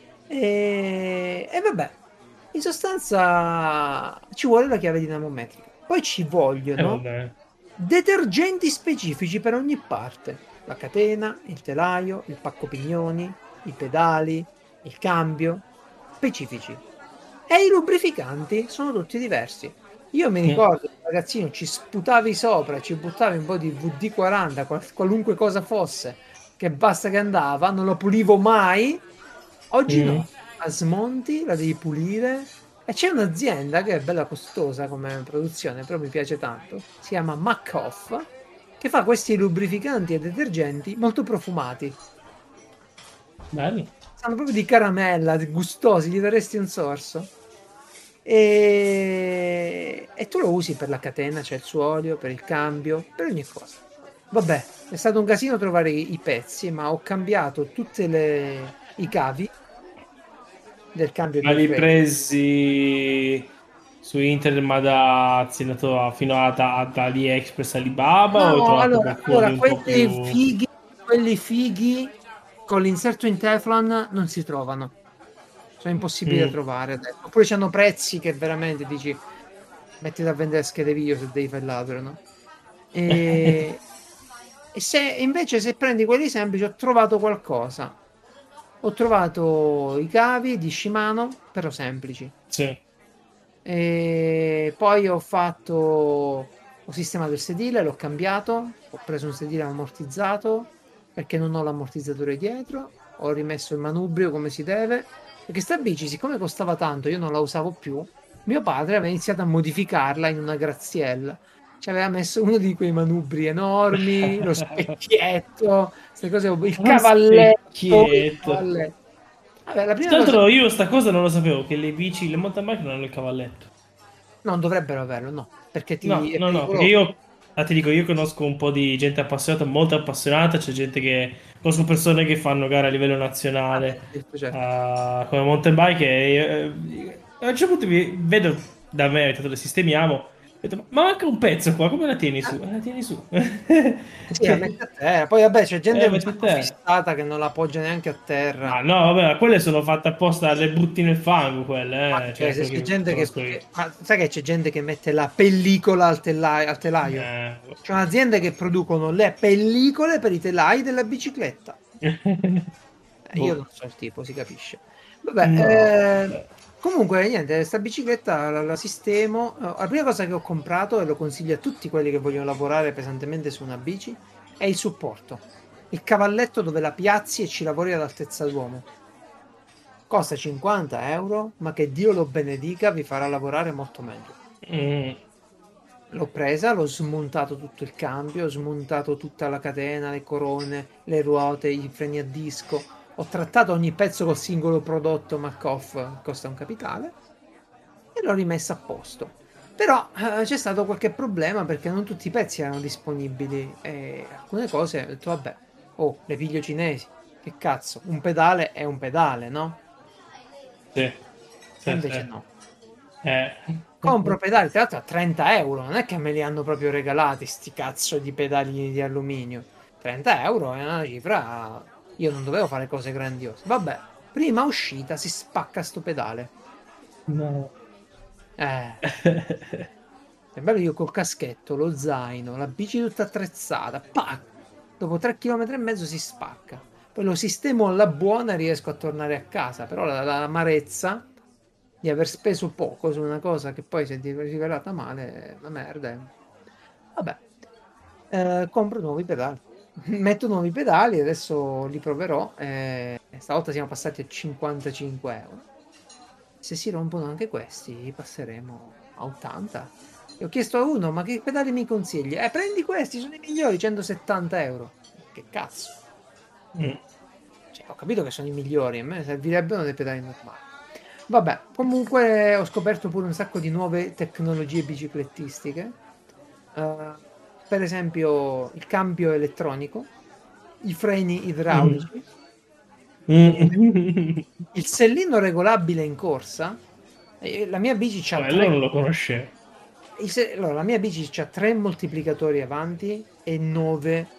E vabbè, in sostanza ci vuole la chiave dinamometrica. Poi ci vogliono Vabbè. detergenti specifici per ogni parte. La catena, il telaio, il pacco pignoni, i pedali, il cambio, specifici. E i lubrificanti sono tutti diversi. Io mi ricordo, ragazzino, ci sputavi sopra, ci buttavi un po' di VD40, qualunque cosa fosse, che basta che andava, non lo pulivo mai. Oggi Mm. no, a smonti la devi pulire. E c'è un'azienda che è bella costosa come produzione, però mi piace tanto, si chiama McOff, che fa questi lubrificanti e detergenti molto profumati. Bello. Sanno proprio di caramella, gustosi, gli daresti un sorso. E tu lo usi per la catena, c'è il suo olio, per il cambio, per ogni cosa. Vabbè, è stato un casino trovare i pezzi, ma ho cambiato tutti i cavi del cambio Ma dei li freni. presi su internet, ma fino ad AliExpress, Alibaba, o hai No, trovato allora, qualcuno di un po' più... quelli fighi con l'inserto in Teflon non si trovano. Sono impossibili da Mm. trovare adesso. Oppure c'hanno prezzi che veramente dici, mettiti a vendere schede video se devi fare il ladro, no? E, e se invece se prendi quelli semplici, ho trovato qualcosa. Ho trovato i cavi di Shimano, però semplici. Sì. E poi ho sistemato il sedile, l'ho cambiato, ho preso un sedile ammortizzato perché non ho l'ammortizzatore dietro, ho rimesso il manubrio come si deve, perché sta bici, siccome costava tanto, io non la usavo più, mio padre aveva iniziato a modificarla in una graziella. Ci aveva messo uno di quei manubri enormi, lo specchietto, queste cose, il Ah, cavalletto, il specchietto. cavalletto. Vabbè, la prima Tra cosa, l'altro io sta cosa non lo sapevo, che le bici, le mountain bike non hanno il cavalletto. non dovrebbero averlo, no, perché No, è no, no, perché pericoloso. io, ti dico, io conosco un po' di gente appassionata, molto appassionata, c'è gente che, conosco persone che fanno gare a livello Ah, nazionale beh, certo, certo. come mountain bike a un certo punto vedo da me, ho detto, le sistemiamo, ho detto, ma manca un pezzo qua, come la tieni su? Ah, La tieni su. sì, la mette a terra. Poi vabbè, c'è gente un Metti a sacco te. fissata che non la appoggia neanche a terra. Ma no, vabbè, quelle sono fatte apposta, le butti nel fango, Ma quelle, cioè, cioè, se quelle c'è che gente conosco io. ma sai che c'è gente che mette la pellicola al telaio? Eh. C'è un'azienda che producono le pellicole per i telai della bicicletta. Io Boh. non so il tipo, si capisce. Vabbè, No, vabbè. comunque niente, sta bicicletta la sistemo. La prima cosa che ho comprato, e lo consiglio a tutti quelli che vogliono lavorare pesantemente su una bici, è il supporto. Il cavalletto dove la piazzi e ci lavori ad altezza d'uomo. Costa 50 euro, ma che Dio lo benedica, vi farà lavorare molto meglio. Mm. L'ho presa, l'ho smontato tutto il cambio, ho smontato tutta la catena, le corone, le ruote, i freni a disco. Ho trattato ogni pezzo col singolo prodotto Markov, costa un capitale, e l'ho rimessa a posto. Però c'è stato qualche problema perché non tutti i pezzi erano disponibili e alcune cose ho detto vabbè, oh, le piglio cinesi, che cazzo, un pedale è un pedale, no? Sì, E sì, invece sì. no. Eh. Compro pedali, tra l'altro a 30 euro, non è che me li hanno proprio regalati sti cazzo di pedali di alluminio. 30 euro è una cifra. Io non dovevo fare cose grandiose. Vabbè, prima uscita si spacca sto pedale. No. Eh, è bello io col caschetto, lo zaino, la bici tutta attrezzata. Pac! Dopo 3 km e mezzo si spacca. Poi lo sistemo alla buona e riesco a tornare a casa. Però l'amarezza di aver speso poco su una cosa che poi si è rivelata male è una merda. Vabbè, compro nuovi pedali. Metto nuovi pedali, adesso li proverò. Stavolta siamo passati a 55 euro. Se si rompono anche questi, passeremo a 80. E ho chiesto a uno, ma che pedali mi consigli? Prendi questi, sono i migliori, 170 euro. Che cazzo? Mm. Cioè, ho capito che sono i migliori, a me servirebbero dei pedali normali. Vabbè, comunque ho scoperto pure un sacco di nuove tecnologie biciclettistiche. Eh, per esempio il cambio elettronico, i freni Mm. idraulici, Mm. il sellino regolabile in corsa. La mia bici c'ha Quello tre. non lo conoscevo. Allora, la mia bici c'ha 3 moltiplicatori avanti e 9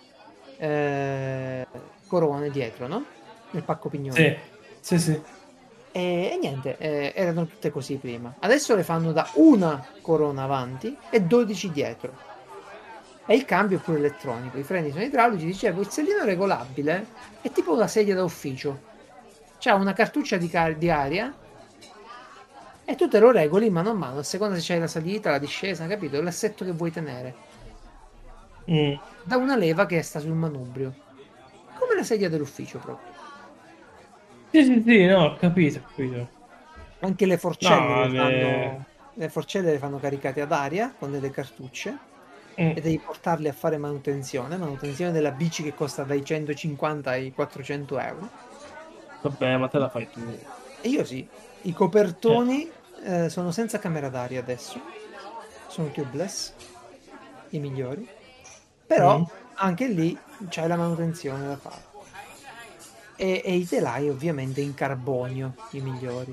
corone dietro, no? Nel pacco pignone. Sì, sì, sì. E niente, erano tutte così prima. Adesso le fanno da una corona avanti e 12 dietro. E il cambio è pure elettronico. I freni sono idraulici. Dicevo, il sellino regolabile è tipo una sedia da ufficio. C'ha una cartuccia di aria E tu te lo regoli mano a mano, a seconda se c'hai la salita, la discesa, capito? L'assetto che vuoi tenere. Mm. Da una leva che sta sul manubrio. Come la sedia dell'ufficio proprio. Sì, sì, sì, no, ho capito, ho capito. Anche le forcelle No, le forcelle le fanno caricate ad aria con delle cartucce mm, e devi portarle a fare manutenzione della bici che costa dai 150 ai 400 euro. vabbè, ma te la fai tu. E io sì, i Eh, copertoni sono senza camera d'aria adesso, sono tubeless, i migliori, però mm. anche lì c'è la manutenzione da fare. E i telai ovviamente in carbonio, i migliori.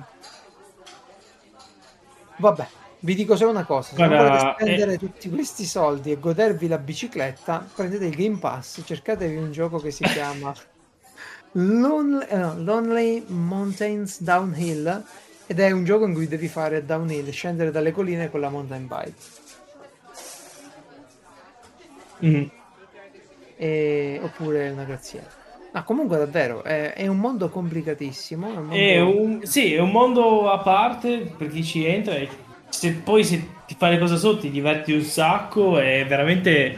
Vabbè, vi dico solo una cosa, se non volete Guarda, spendere tutti questi soldi e godervi la bicicletta, prendete il Game Pass, cercatevi un gioco che si chiama Lonely Mountains Downhill ed è un gioco in cui devi fare downhill, scendere dalle colline con la mountain bike. mm. Oppure una graziella. Ma comunque davvero, è un mondo complicatissimo, è un È mondo... sì, è un mondo a parte per chi ci entra e se ti fai le cose sotto ti diverti un sacco e veramente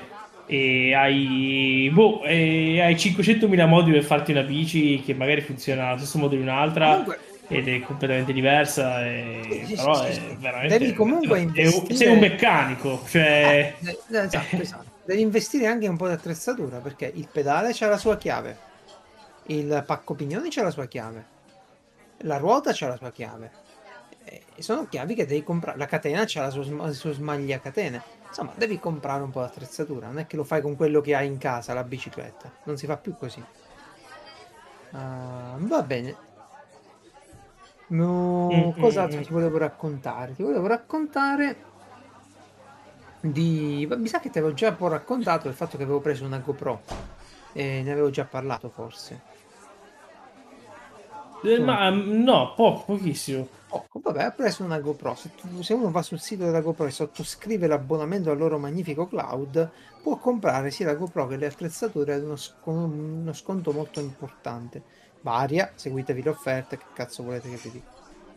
hai 500.000 modi per farti una bici che magari funziona allo stesso modo di un'altra Comunque, ed è completamente diversa, sì, sì, sì, però sì, è sì. Devi veramente... comunque sei un investire... meccanico, cioè... Esatto, esatto. Devi investire anche un po' di attrezzatura perché il pedale c'ha la sua chiave, il pacco pignoni c'ha la sua chiave, la ruota c'ha la sua chiave. E sono chiavi che devi comprare. La catena c'ha il suo smaglia catene. Insomma, devi comprare un po' di attrezzatura. Non è che lo fai con quello che hai in casa, la bicicletta. Non si fa più così. Va bene. Mm, Cos'altro mm, ti volevo raccontare? Ti volevo raccontare Mi sa che ti avevo già un po' raccontato il fatto che avevo preso una GoPro. E ne avevo già parlato forse. Tu non Ma no, pochissimo. poco. Vabbè, ho preso una GoPro. Se uno va sul sito della GoPro e sottoscrive l'abbonamento al loro magnifico cloud, può comprare sia la GoPro che le attrezzature ad uno sconto molto importante. Varia, seguitevi le offerte, che cazzo volete che vi dica.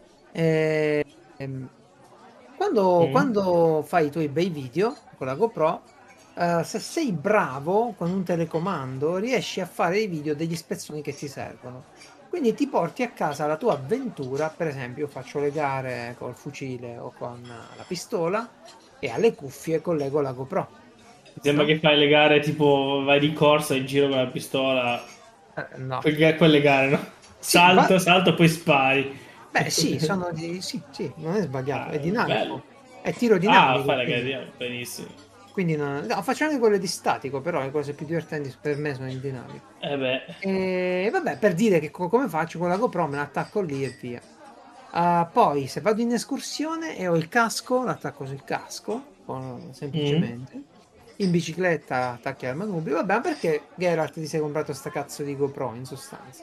Ehm, Quando, Mm. quando fai i tuoi bei video con la GoPro, se sei bravo con un telecomando, riesci a fare i video degli spezzoni che ti servono. Quindi ti porti a casa la tua avventura, per esempio, io faccio le gare col fucile o con la pistola e alle cuffie collego la GoPro, Mi sembra no? che fai le gare tipo vai di corsa in giro con la pistola. No. Quelle gare, no? Sì, Salto, salto, poi spari. beh, sì, sì, sì, non è sbagliato, Ah, è bello. dinamico, è tiro Ah, dinamico, fai la quindi. gara, benissimo. Quindi no, faccio anche quelle di statico, però le cose più divertenti per me sono in dinamico. Eh beh. E vabbè, per dire che come faccio con la GoPro me la attacco lì e via. Poi se vado in escursione e ho il casco, l'attacco sul casco, Mm. semplicemente. In bicicletta attacchi al manubrio. Vabbè, ma perché Geralt ti sei comprato sta cazzo di GoPro in sostanza?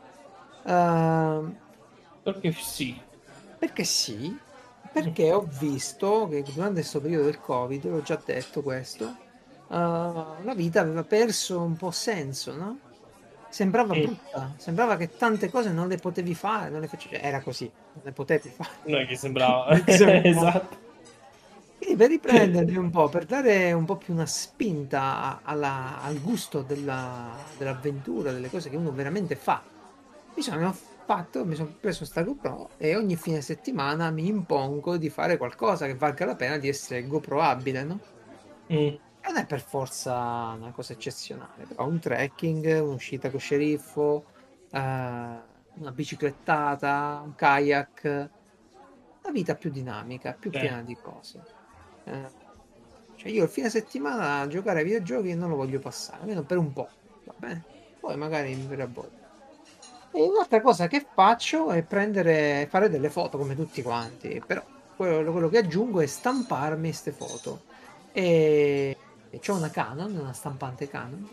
Ehm, Perché sì. Perché sì, perché ho visto che durante questo periodo del Covid, l'ho già detto questo, la vita aveva perso un po' senso, no? Sembrava Mm. brutta, sembrava che tante cose non le potevi fare, non le facevi, cioè, era così, non le potevi fare. Non è che sembrava. Perché sei un po'. Esatto. Quindi per riprendermi un po', per dare un po' più una spinta al gusto dell'avventura, delle cose che uno veramente fa, mi sono preso sta GoPro e ogni fine settimana mi impongo di fare qualcosa che valga la pena di essere GoProabile, no? Mm. Non è per forza una cosa eccezionale, però un trekking, un'uscita con sceriffo, una biciclettata, un kayak, una vita più dinamica, più Eh. piena di cose. Eh, cioè io il fine settimana a giocare ai videogiochi non lo voglio passare, almeno per un po', va bene? Poi magari mi verrà voglia. E un'altra cosa che faccio è fare delle foto come tutti quanti, però quello che aggiungo è stamparmi queste foto. E c'ho una Canon, una stampante Canon,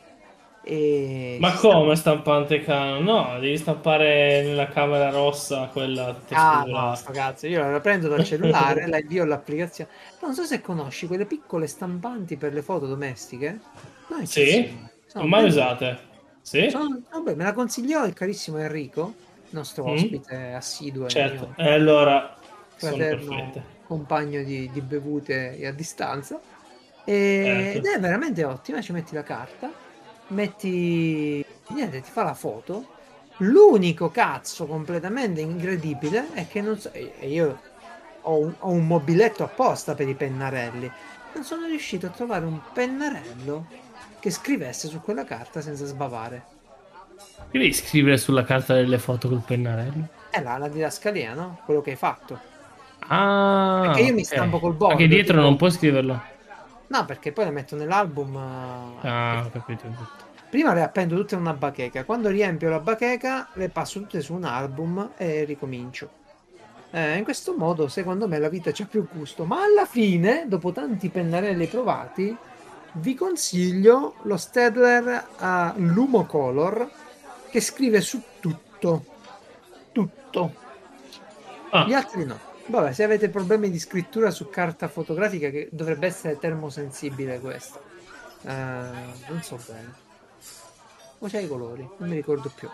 e Ma si come stampa. stampante Canon? No, devi stampare nella camera rossa, quella tutta Ah no, scura. sto cazzo, io la prendo dal cellulare, la invio all'applicazione. Non so se conosci quelle piccole stampanti per le foto domestiche. Non Sì? eccessioni, sono Non mai bellissime. usate? Sì? Vabbè, me la consigliò il carissimo Enrico, nostro Mm? ospite assiduo e Certo. mio. E allora... fraterno perfette. compagno di bevute e a distanza. Ed Certo. è veramente ottima. Ci metti la carta, metti niente, ti fa la foto. L'unico cazzo completamente incredibile è che non so, e io ho un mobiletto apposta per i pennarelli. Non sono riuscito a trovare un pennarello che scrivesse su quella carta senza sbavare. Che devi scrivere sulla carta delle foto col pennarello? È la didascalia, no? Quello che hai fatto. Perché Ah, io mi ok. stampo col Ma che bordo, dietro non tipo. puoi scriverlo? No, perché poi le metto nell'album. Ah, ho capito. Prima le appendo tutte in una bacheca. Quando riempio la bacheca, le passo tutte su un album e ricomincio. In questo modo, secondo me, la vita c'ha più gusto. Ma alla fine, dopo tanti pennarelli provati, vi consiglio lo Staedtler Lumocolor che scrive su tutto. Tutto. Gli Ah, altri no. Vabbè, se avete problemi di scrittura su carta fotografica, che dovrebbe essere termosensibile questa. Non so bene. O c'è i colori, non mi ricordo più.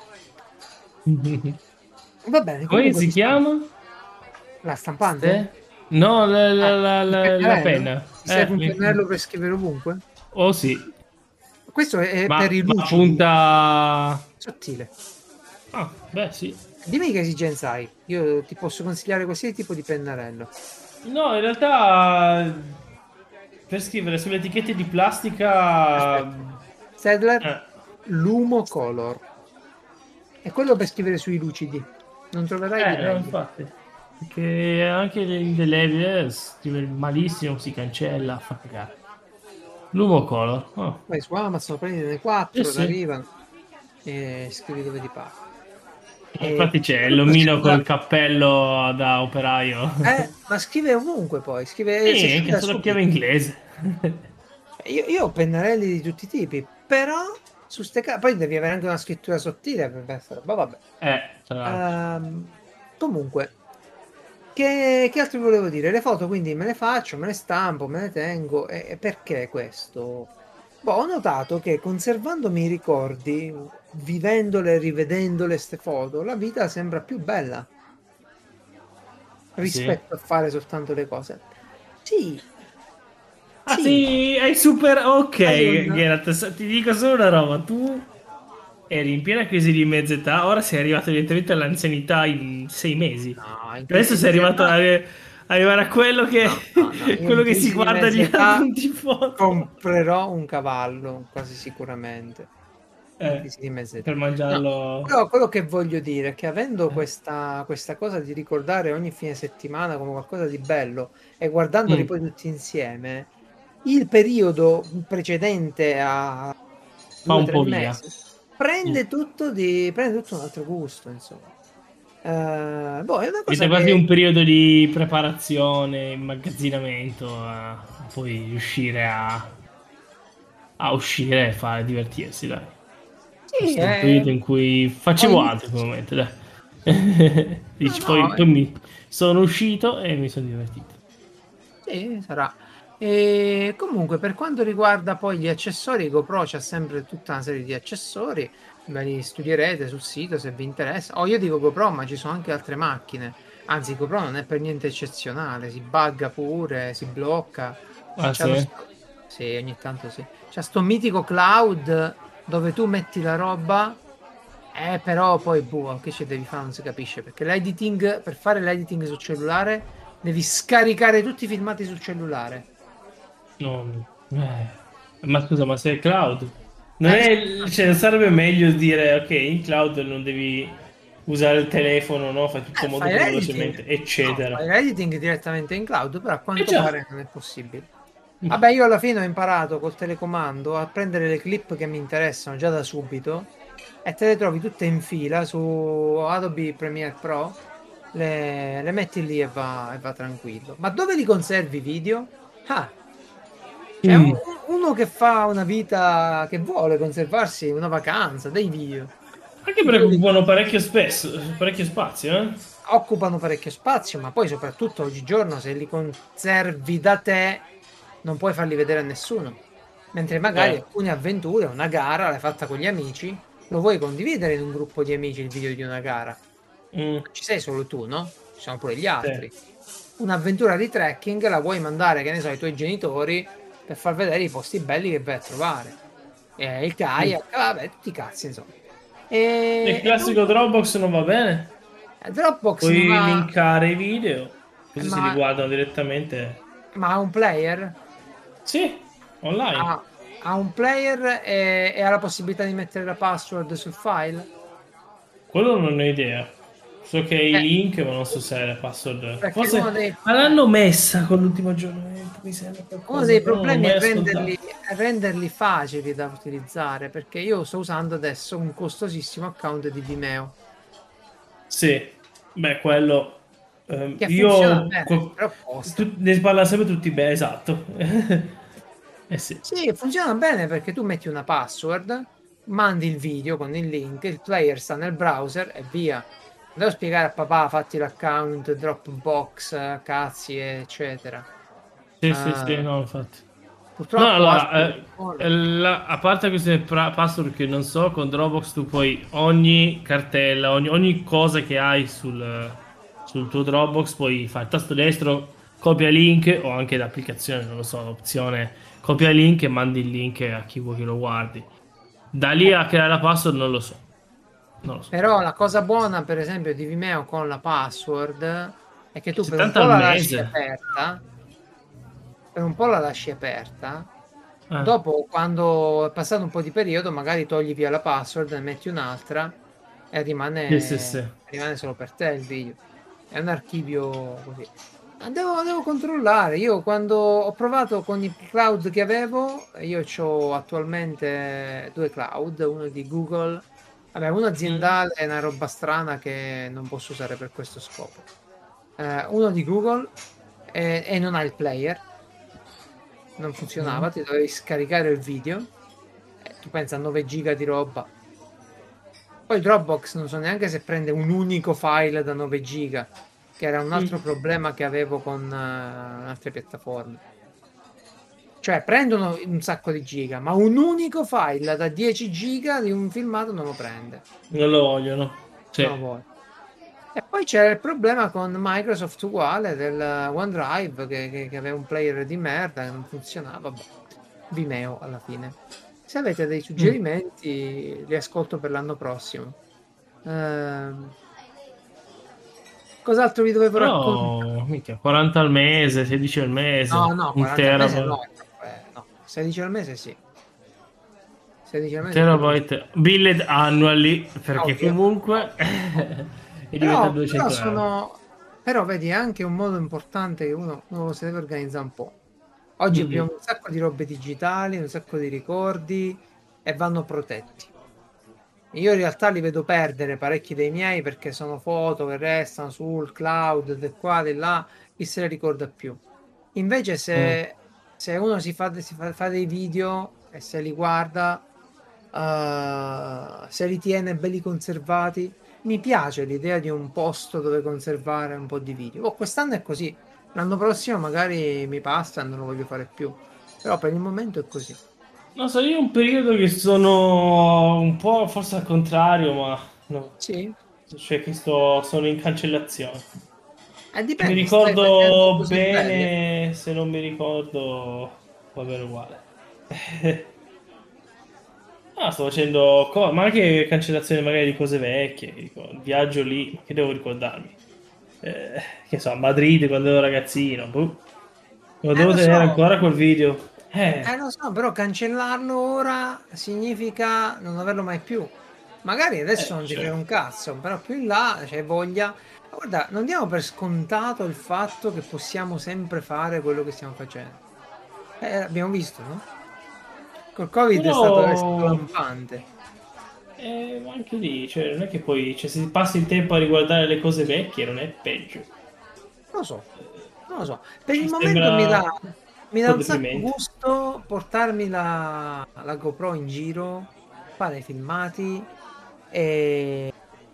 Va bene, come comunque si chiama? La stampante? Ste? No, Il la pennarello? penna. Ti serve un pennarello per scrivere ovunque? Oh sì, Questo è per i ma lucidi, punta... sottile. Ah, beh sì. Dimmi che esigenza hai. Io ti posso consigliare qualsiasi tipo di pennarello. No, in realtà per scrivere sulle etichette di plastica... Aspetta. Staedtler Eh, Lumocolor. È quello per scrivere sui lucidi. Non troverai di no, meglio. infatti. Perché anche l'indelebile scrive malissimo, si cancella, fa cagare. Lumocolor. Oh. Vai su Amazon, prendine Eh 4, ti sì. arrivano e scrivi dove ti pare. Infatti c'è Soprattutto l'omino sembra- col cappello da operaio. ma scrive ovunque poi, scrive, si Sì, asciuga cazzo lo chiama subito. inglese. Io ho pennarelli di tutti i tipi, però su ste poi devi avere anche una scrittura sottile per questa roba, vabbè. Tra l'altro. Comunque, che altro vi volevo dire? Le foto quindi me le faccio, me le stampo, me le tengo. E perché questo? Boh, ho notato che conservandomi i ricordi, vivendole, rivedendole ste foto, la vita sembra più bella Sì. rispetto a fare soltanto le cose. Sì, Ah sì, sì, hai super... Ok, hai un... Geralt, ti dico solo una roba. Tu eri in piena crisi di mezza età, ora sei arrivato direttamente all'anzianità in 6 mesi. No, in Adesso crisi di sei mezza arrivato età. arrivare a quello che, No, no, no, io quello in che si crisi di guarda mezza gli età album di foto. comprerò un cavallo, quasi sicuramente. In Eh, crisi di mezza età. per No, mangiarlo... però quello che voglio dire è che avendo eh. questa cosa di ricordare ogni fine settimana come qualcosa di bello e guardandoli Mm, poi tutti insieme, il periodo precedente a fa due o un tre po' via. mesi Mm. prende tutto un altro gusto, insomma. Boh, è una Diventa cosa quasi un che periodo di preparazione, immagazzinamento, a poi riuscire a uscire e fare divertirsi, dai. sì, Questo è un periodo in cui ho facevo altro in quel iniziato. momento, dai. No, Dici, no, poi mi sono uscito e mi sono divertito. sì, sarà. E comunque, per quanto riguarda poi gli accessori, GoPro c'ha sempre tutta una serie di accessori, ve li studierete sul sito se vi interessa. Oh, io dico GoPro, ma ci sono anche altre macchine. Anzi, GoPro non è per niente eccezionale, si bugga pure, si blocca. Ah, C'ha lo sì? Sì, ogni tanto sì. C'ha sto mitico cloud dove tu metti la roba, però poi, boh, che ci devi fare non si capisce, perché l'editing, per fare l'editing sul cellulare, devi scaricare tutti i filmati sul cellulare. No, ma scusa, ma se è cloud? Non Eh, è, cioè, non sarebbe meglio dire, ok, in cloud non devi usare il telefono, no? Fai tutto fai molto più l'editing. velocemente, No, fai eccetera. l'editing direttamente in cloud, però a Eh quanto già. pare non è possibile. Vabbè, io alla fine ho imparato col telecomando a prendere le clip che mi interessano già da subito e te le trovi tutte in fila su Adobe Premiere Pro, le metti lì e va tranquillo. Ma dove li conservi i video? Ah, c'è Mm. uno che fa una vita che vuole conservarsi una vacanza, dei video. Anche perché Dove li occupano parecchio spesso, parecchio spazio, eh? occupano parecchio spazio, ma poi soprattutto oggigiorno se li conservi da te non puoi farli vedere a nessuno. Mentre magari Eh. alcune avventure, una gara, l'hai fatta con gli amici, lo vuoi condividere in un gruppo di amici il video di una gara. Mm. Ci sei solo tu, no? ci sono pure gli altri. Un'avventura di trekking la vuoi mandare, che ne so, ai tuoi genitori per far vedere i posti belli che vai a trovare. Il kayak, vabbè, tutti i cazzi, insomma. Il classico Dropbox non va bene? Dropbox non Puoi ha, linkare i video, così si ma, riguardano direttamente. ma ha un player? Sì, online. Ha un player e ha la possibilità di mettere la password sul file? Quello non ho idea. So che hai i Eh, link, ma non so se è la password. perché uno Forse dei, ma l'hanno messa con l'ultimo aggiornamento, mi sembra uno qualcosa, dei però non l'ho problemi mai ascoltato. è renderli facili da utilizzare, perché io sto usando adesso un costosissimo account di Vimeo, Sì, beh, quello. che funziona Io bene, però costa. ne parla sempre tutti bene, esatto. Eh sì. Sì, funziona bene perché tu metti una password, mandi il video con il link, il player sta nel browser e via. Non devo spiegare a papà, fatti l'account, Dropbox, cazzi, eccetera. Sì, sì, sì, Eh, no, infatti. No, purtroppo allora, altri... a parte queste password che non so, con Dropbox tu puoi ogni cartella, ogni cosa che hai sul tuo Dropbox, puoi fare tasto destro, copia link o anche l'applicazione, non lo so, opzione copia link e mandi il link a chi vuoi che lo guardi. Da lì a creare la password non lo so, non lo so. Però la cosa buona, per esempio, di Vimeo con la password è che tu per un 70 po' al la lasci mese. aperta, per un po' la lasci aperta, Eh, dopo, quando è passato un po' di periodo, magari togli via la password, ne metti un'altra e sì, sì, sì. rimane solo per te il video. È un archivio così. Devo controllare. Io quando ho provato con i cloud che avevo, io ho attualmente due cloud, uno di Google, vabbè, uno Mm. aziendale è una roba strana che non posso usare per questo scopo. Uno di Google e non ha il player, non Mm. funzionava, ti dovevi scaricare il video. Tu pensa a 9 giga di roba. Poi Dropbox non so neanche se prende un unico file da 9 giga, che era un altro Mm. problema che avevo con altre piattaforme. Cioè prendono un sacco di giga, ma un unico file da 10 giga di un filmato non lo prende. Non lo vogliono. Sì. Non lo vuole. E poi c'era il problema con Microsoft uguale del OneDrive che aveva un player di merda che non funzionava. Boh. Vimeo alla fine. Se avete dei Mm. suggerimenti, li ascolto per l'anno prossimo. Ehm, Cos'altro vi dovevo raccontare? Però, mica, 40 al mese, 16 al No, mese, no, un 40 al mese no, terabyte, no, 16 al mese sì. 16 al un mese è più che giusto. terabyte billed annually, perché Ovvio, comunque ovvio, ovvio. è diventa 200 euro. Però vedi, è anche un modo importante che uno si deve organizzare un po'. Oggi Mm-mm. abbiamo un sacco di robe digitali, un sacco di ricordi e vanno protetti. Io in realtà li vedo perdere parecchi dei miei perché sono foto che restano sul cloud, di qua, di là, chi se le ricorda più. Invece Mm. se uno fa dei video e se li guarda, se li tiene belli conservati, mi piace l'idea di un posto dove conservare un po' di video. Oh, quest'anno è così, l'anno prossimo magari mi passa e non lo voglio fare più, però per il momento è così. Non so, io ho un periodo che sono un po' forse al contrario, ma no. Sì, Cioè che sono in cancellazione. Se mi dipende, stai facendo ricordo cose belle. bene, se non mi ricordo va bene uguale. Ah, sto facendo ma anche cancellazione magari di cose vecchie, dico, il viaggio lì, ma che devo ricordarmi? Che so, a Madrid quando ero ragazzino, boh. Lo devo Lo tenere so, ancora quel video. lo so, però cancellarlo ora significa non averlo mai più. Magari adesso non ti frega Cioè, un cazzo, però più in là c'è voglia. Ma guarda, non diamo per scontato il fatto che possiamo sempre fare quello che stiamo facendo. Abbiamo visto, no? Col Covid è stato però lampante. anche lì, cioè, non è che poi, cioè, se passi il tempo a riguardare le cose vecchie non è peggio. Non lo so, non lo so. Per il Mi momento sembra un mi dà po' un sacco deprimente. gusto portarmi la GoPro in giro, fare filmati e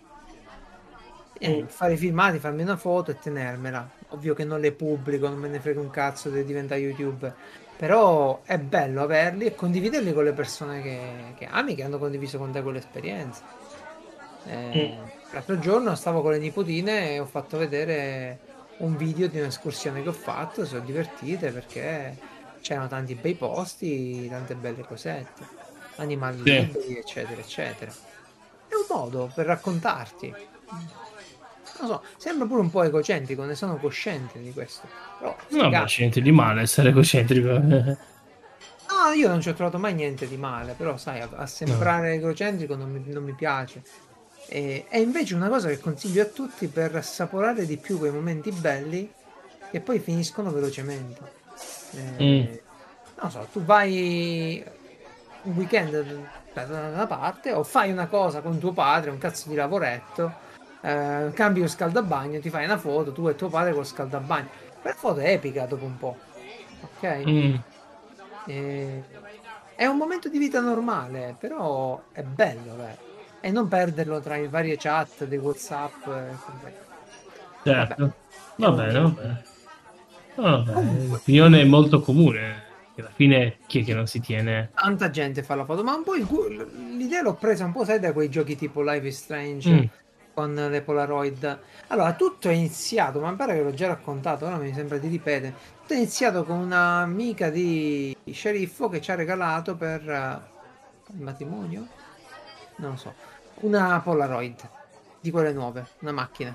Mm. fare filmati, farmi una foto e tenermela. Ovvio che non le pubblico, non me ne frega un cazzo di diventare YouTuber. Però è bello averli e condividerli con le persone che ami, che hanno condiviso con te quell'esperienza. Mm. Eh, L'altro giorno stavo con le nipotine e ho fatto vedere un video di un'escursione che ho fatto, si sono divertite perché c'erano tanti bei posti, tante belle cosette, animali Sì. liberi, eccetera, eccetera. È un modo per raccontarti. Non so, sembra pure un po' egocentrico, ne sono cosciente di questo. Però, sti Vabbè, c'è cazzi. niente di male essere egocentrico. No, io non ci ho trovato mai niente di male, però sai, a No. sembrare egocentrico non mi piace. E invece una cosa che consiglio a tutti per assaporare di più quei momenti belli, che poi finiscono velocemente. Mm. Non so, tu vai un weekend da una parte o fai una cosa con tuo padre, un cazzo di lavoretto, cambi lo scaldabagno, ti fai una foto, tu e tuo padre con lo scaldabagno. Quella foto è epica dopo un po', ok? Mm. E- È un momento di vita normale, però è bello, e non perderlo tra le varie chat dei WhatsApp. Vabbè, Certo. è Va un bene, va modo. bene. Vabbè, Comunque, l'opinione è molto comune. Che alla fine chi è che non si tiene? tanta gente fa la foto, ma un po' l'idea l'ho presa un po', sai, da quei giochi tipo Life is Strange Mm. con le Polaroid. Allora, tutto è iniziato, ma mi pare che l'ho già raccontato, ora mi sembra di ripetere. Tutto è iniziato con un'amica di sceriffo che ci ha regalato per il matrimonio? Non lo so, una Polaroid di quelle nuove, una macchina.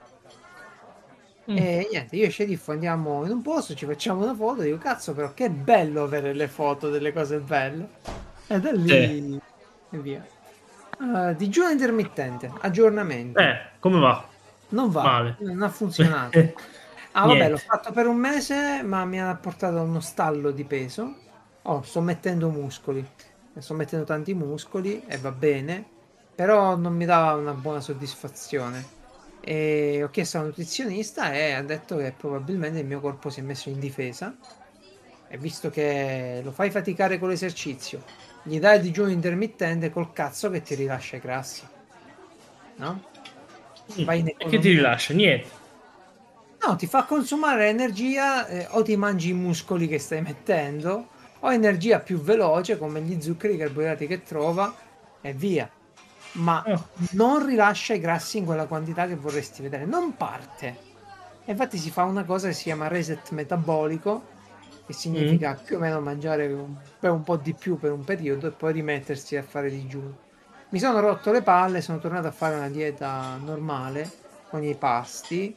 Mm. E niente, io e sceriffo andiamo in un posto, ci facciamo una foto, dico cazzo però che bello avere le foto delle cose belle. E da Sì. lì e via. Digiuno intermittente, aggiornamenti. Come va? Non va, Male. non ha funzionato. Ah, vabbè, l'ho Niente. fatto per un mese, ma mi ha portato a uno stallo di peso. Oh, sto mettendo muscoli. Sto mettendo tanti muscoli e va bene, però non mi dava una buona soddisfazione. E ho chiesto al nutrizionista e ha detto che probabilmente il mio corpo si è messo in difesa. E visto che lo fai faticare con l'esercizio, gli dai il digiuno intermittente col cazzo che ti rilascia i grassi, no? Mm. Vai in E che ti economia. rilascia? Niente. No, ti fa consumare energia, o ti mangi i muscoli che stai mettendo, o energia più veloce come gli zuccheri, i carboidrati che trova e via. Ma Oh. non rilascia i grassi in quella quantità che vorresti vedere, non parte. E infatti si fa una cosa che si chiama reset metabolico, che Mm. significa più o meno mangiare per un po' di più per un periodo e poi rimettersi a fare digiuno. Mi sono rotto le palle, sono tornato a fare una dieta normale con i pasti.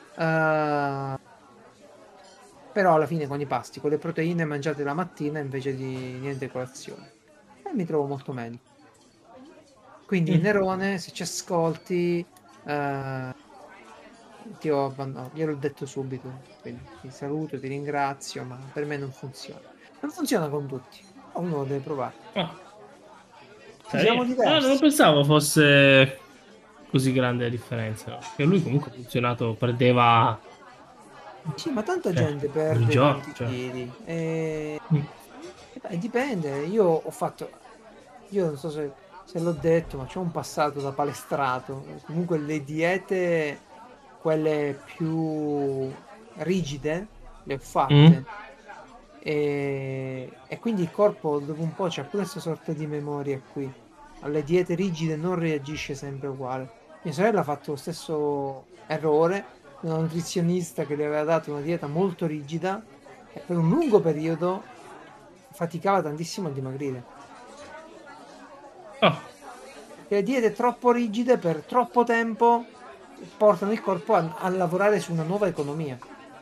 Però alla fine con i pasti, con le proteine mangiate la mattina invece di niente colazione. E mi trovo molto meglio. Quindi Mm. Nerone, se ci ascolti, ti ho abbandonato, gliel'ho detto subito. Quindi ti saluto, ti ringrazio, ma per me non funziona. Non funziona con tutti. Uno lo deve provare. Ah, Siamo carino. Ah, non diversi. pensavo fosse così grande la differenza. No? Che lui comunque ha funzionato, perdeva Sì, ma tanta cioè, gente ogni perde giorno. tanti Cioè. chili. Mm. Beh, dipende. Io ho fatto. Io non so se l'ho detto, ma c'ho un passato da palestrato. Comunque le diete, quelle più rigide, le ho Mm. fatte. E quindi il corpo dopo un po' c'ha pure questa sorta di memoria qui. Alle diete rigide non reagisce sempre uguale. Mia sorella ha fatto lo stesso errore, una nutrizionista che le aveva dato una dieta molto rigida e per un lungo periodo faticava tantissimo a dimagrire. Oh, Perché le diete troppo rigide per troppo tempo portano il corpo a lavorare su una nuova economia.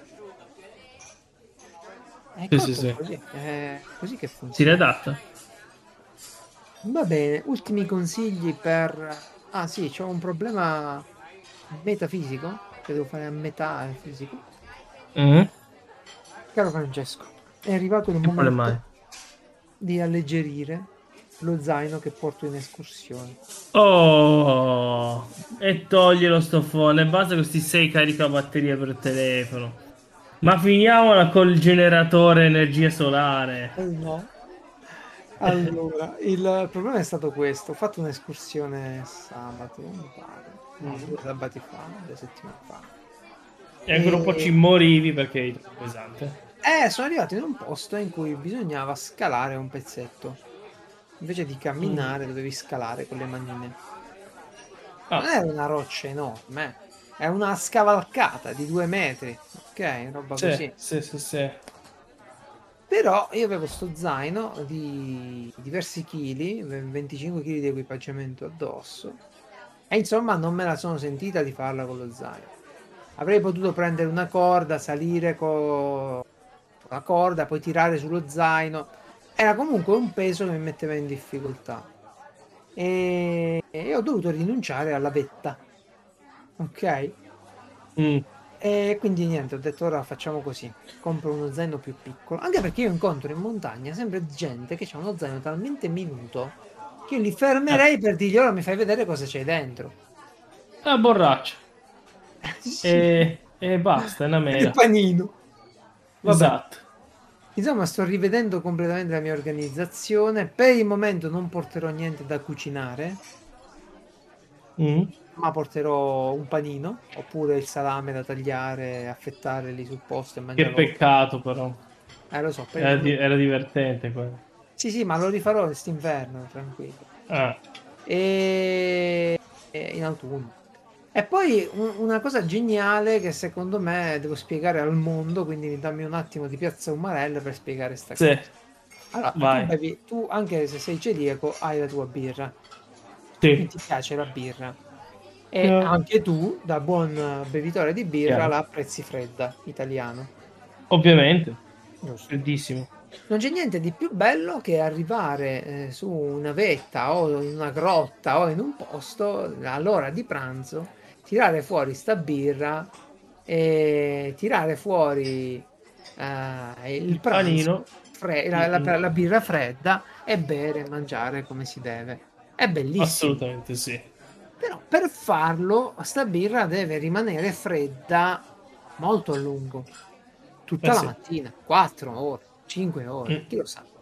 E il sì, sì, corpo sì. è così che Si funziona. riadatta. Va bene, ultimi consigli per. Ah sì, c'ho un problema metafisico, che devo fare a metà fisico. Mm. Caro Francesco, è arrivato il E quale mai? momento di alleggerire lo zaino che porto in escursione. Oh, e togli lo stofone. Basta questi 6 caricabatterie per telefono. Ma finiamola col generatore energia solare. No. Allora, il problema è stato questo. Ho fatto un'escursione sabato, mi pare. No, 2 sabati fa, 2 settimane fa. E ancora un po' ci E morivi perché è troppo pesante. sono arrivato in un posto in cui bisognava scalare un pezzetto. Invece di Mm. camminare, dovevi scalare con le manine. Non Ah, è una roccia enorme, è una scavalcata di 2 metri, ok? Roba sì, così. sì, sì, sì. Però io avevo sto zaino di diversi chili, 25 kg di equipaggiamento addosso, e insomma non me la sono sentita di farla con lo zaino. Avrei potuto prendere una corda, salire con la corda, poi tirare sullo zaino. Era comunque un peso che mi metteva in difficoltà. E ho dovuto rinunciare alla vetta, ok? Mm. E quindi niente, ho detto ora facciamo così, compro uno zaino più piccolo, anche perché io incontro in montagna sempre gente che ha uno zaino talmente minuto che io li Eh, fermerei per dirgli ora mi fai vedere cosa c'è dentro. borraccia. Sì, E basta, è una il mela. panino. Vabbè, Esatto. insomma sto rivedendo completamente la mia organizzazione, per il momento non porterò niente da cucinare, Mm. ma porterò un panino, oppure il salame da tagliare, affettare lì sul posto e Che mangiarlo. peccato, però. Lo so, per il momento. Era divertente quello. Sì, sì, ma lo rifarò quest'inverno, tranquillo. Ah, E in autunno. E poi una cosa geniale che secondo me devo spiegare al mondo, quindi dammi un attimo di Piazza Umarella per spiegare sta sì, cosa. Allora, tu vai. bevi, tu anche se sei celiaco, hai la tua birra, Sì. quindi ti piace la birra. E Eh, anche tu, da buon bevitore di birra, chiaro. la apprezzi fredda, italiano. Ovviamente. Giusto. Freddissimo. Non c'è niente di più bello che arrivare su una vetta o in una grotta o in un posto all'ora di pranzo, tirare fuori sta birra e tirare fuori il Il pranzo, panino. la birra fredda e bere e mangiare come si deve. È bellissimo. Assolutamente sì. Però per farlo, sta birra deve rimanere fredda molto a lungo, Eh tutta la sì. mattina, 4 ore, 5 ore, Mm. chi lo sa.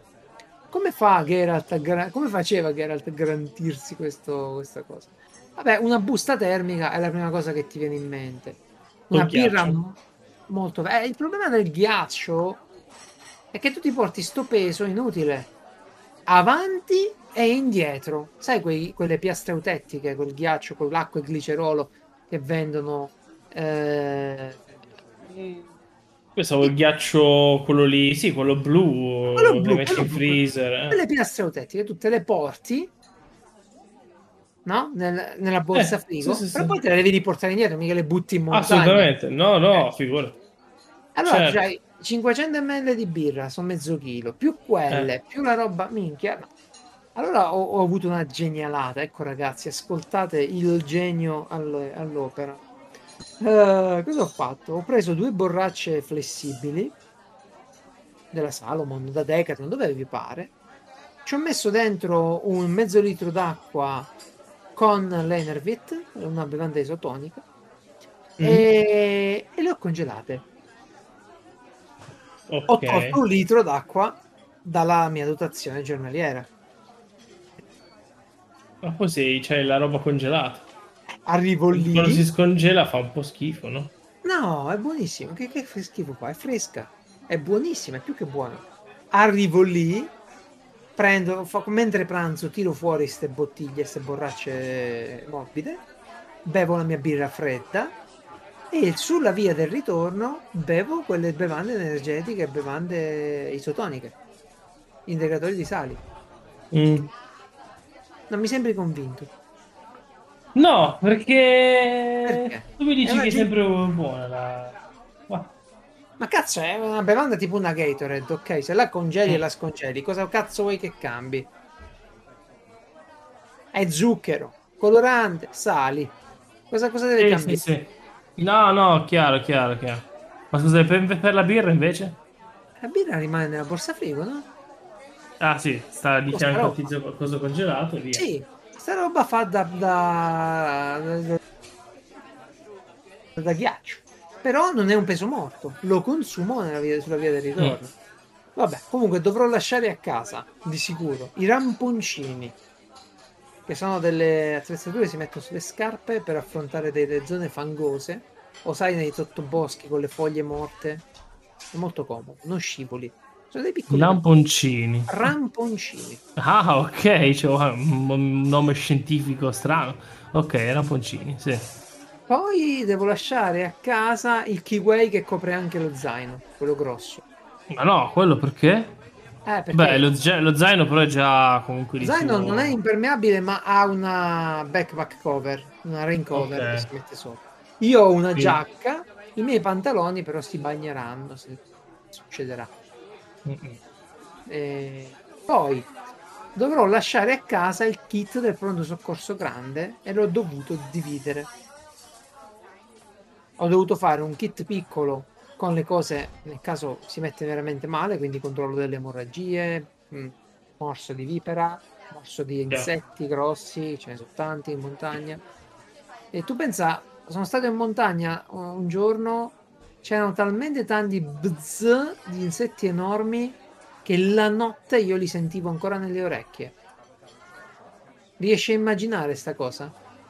Come faceva Geralt a garantirsi questa cosa? Vabbè, una busta termica è la prima cosa che ti viene in mente. Una Col birra ghiaccio. molto. Il problema del ghiaccio è che tu ti porti sto peso inutile avanti e indietro. Sai quelle piastre eutectiche, quel ghiaccio, con l'acqua e il glicerolo che vendono. eh, Mm. Pensavo il ghiaccio, quello lì, sì, quello Quello blu, le blu, metti quello in blu, freezer. quelle piastre eutectiche, tu te le porti, no? Nella borsa Sì, frigo, sì, però sì. poi te le devi riportare indietro, mica le butti in montagna. Assolutamente. No, Eh. no, figurati. Allora tu Certo. hai 500 ml di birra, sono mezzo chilo, più Eh. quelle, più la roba, minchia. No. Allora ho avuto una genialata, ecco ragazzi, ascoltate il genio all'opera. Cosa ho fatto? Ho preso 2 borracce flessibili della Salomon, da Decathlon, dove vi pare. Ci ho messo dentro un mezzo litro d'acqua con l'Enervit, una bevanda isotonica, Mm. e le ho congelate. Ho Ok. tolto 1 litro d'acqua dalla mia dotazione giornaliera. Ma così c'è la roba congelata. Arrivo Quando si lì. scongela fa un po' schifo, no? No, è buonissimo. Che schifo fa? È fresca. È buonissima, è più che buona. Arrivo lì, mentre pranzo, tiro fuori queste bottiglie, queste borracce morbide, bevo la mia birra fredda e sulla via del ritorno bevo quelle bevande energetiche, bevande isotoniche, integratori di sali. Mm. Non mi sembri convinto. No, perché Perché? tu mi È dici una che è gen- sempre buona la... Ma- Ma cazzo, è una bevanda tipo una Gatorade, ok? Se la congeli e Mm. la scongeli, cosa cazzo vuoi che cambi? È zucchero, colorante, sali. Cosa deve Sì, sì, cambiare? sì. No, no, chiaro, chiaro, chiaro. Ma scusa, per la birra invece? La birra rimane nella borsa frigo, no? Ah, sì, sta di Costa fianco al roba. tizio qualcosa congelato e via. Sì, sta roba fa da ghiaccio. Però non è un peso morto. Lo consumo sulla via del Mm. ritorno. Vabbè, comunque dovrò lasciare a casa, di sicuro, i ramponcini, che sono delle attrezzature che si mettono sulle scarpe per affrontare delle zone fangose, o sai, nei sottoboschi con le foglie morte. È molto comodo, non scivoli. Sono dei piccoli Lamponcini. ramponcini. Ah, ok, c'è un nome scientifico strano. Ok, lamponcini, sì. Poi devo lasciare a casa il kiwi che copre anche lo zaino, quello grosso. Ma no, quello perché? Beh, Perché lo zaino però è già comunque lo di zaino non è suo... impermeabile, ma ha una backpack cover, una rain Ok. cover che si mette sopra. Io ho una Quindi- giacca, i miei pantaloni però si bagneranno se succederà. Mm-mm. Poi dovrò lasciare a casa il kit del pronto soccorso grande e l'ho dovuto dividere. Ho dovuto fare un kit piccolo con le cose nel caso si mette veramente male, quindi controllo delle emorragie, morso di vipera, morso di Yeah. insetti grossi, ce ne sono tanti in montagna. E tu pensa, sono stato in montagna un giorno, c'erano talmente tanti bzz di insetti enormi che la notte io li sentivo ancora nelle orecchie. Riesci a immaginare sta cosa?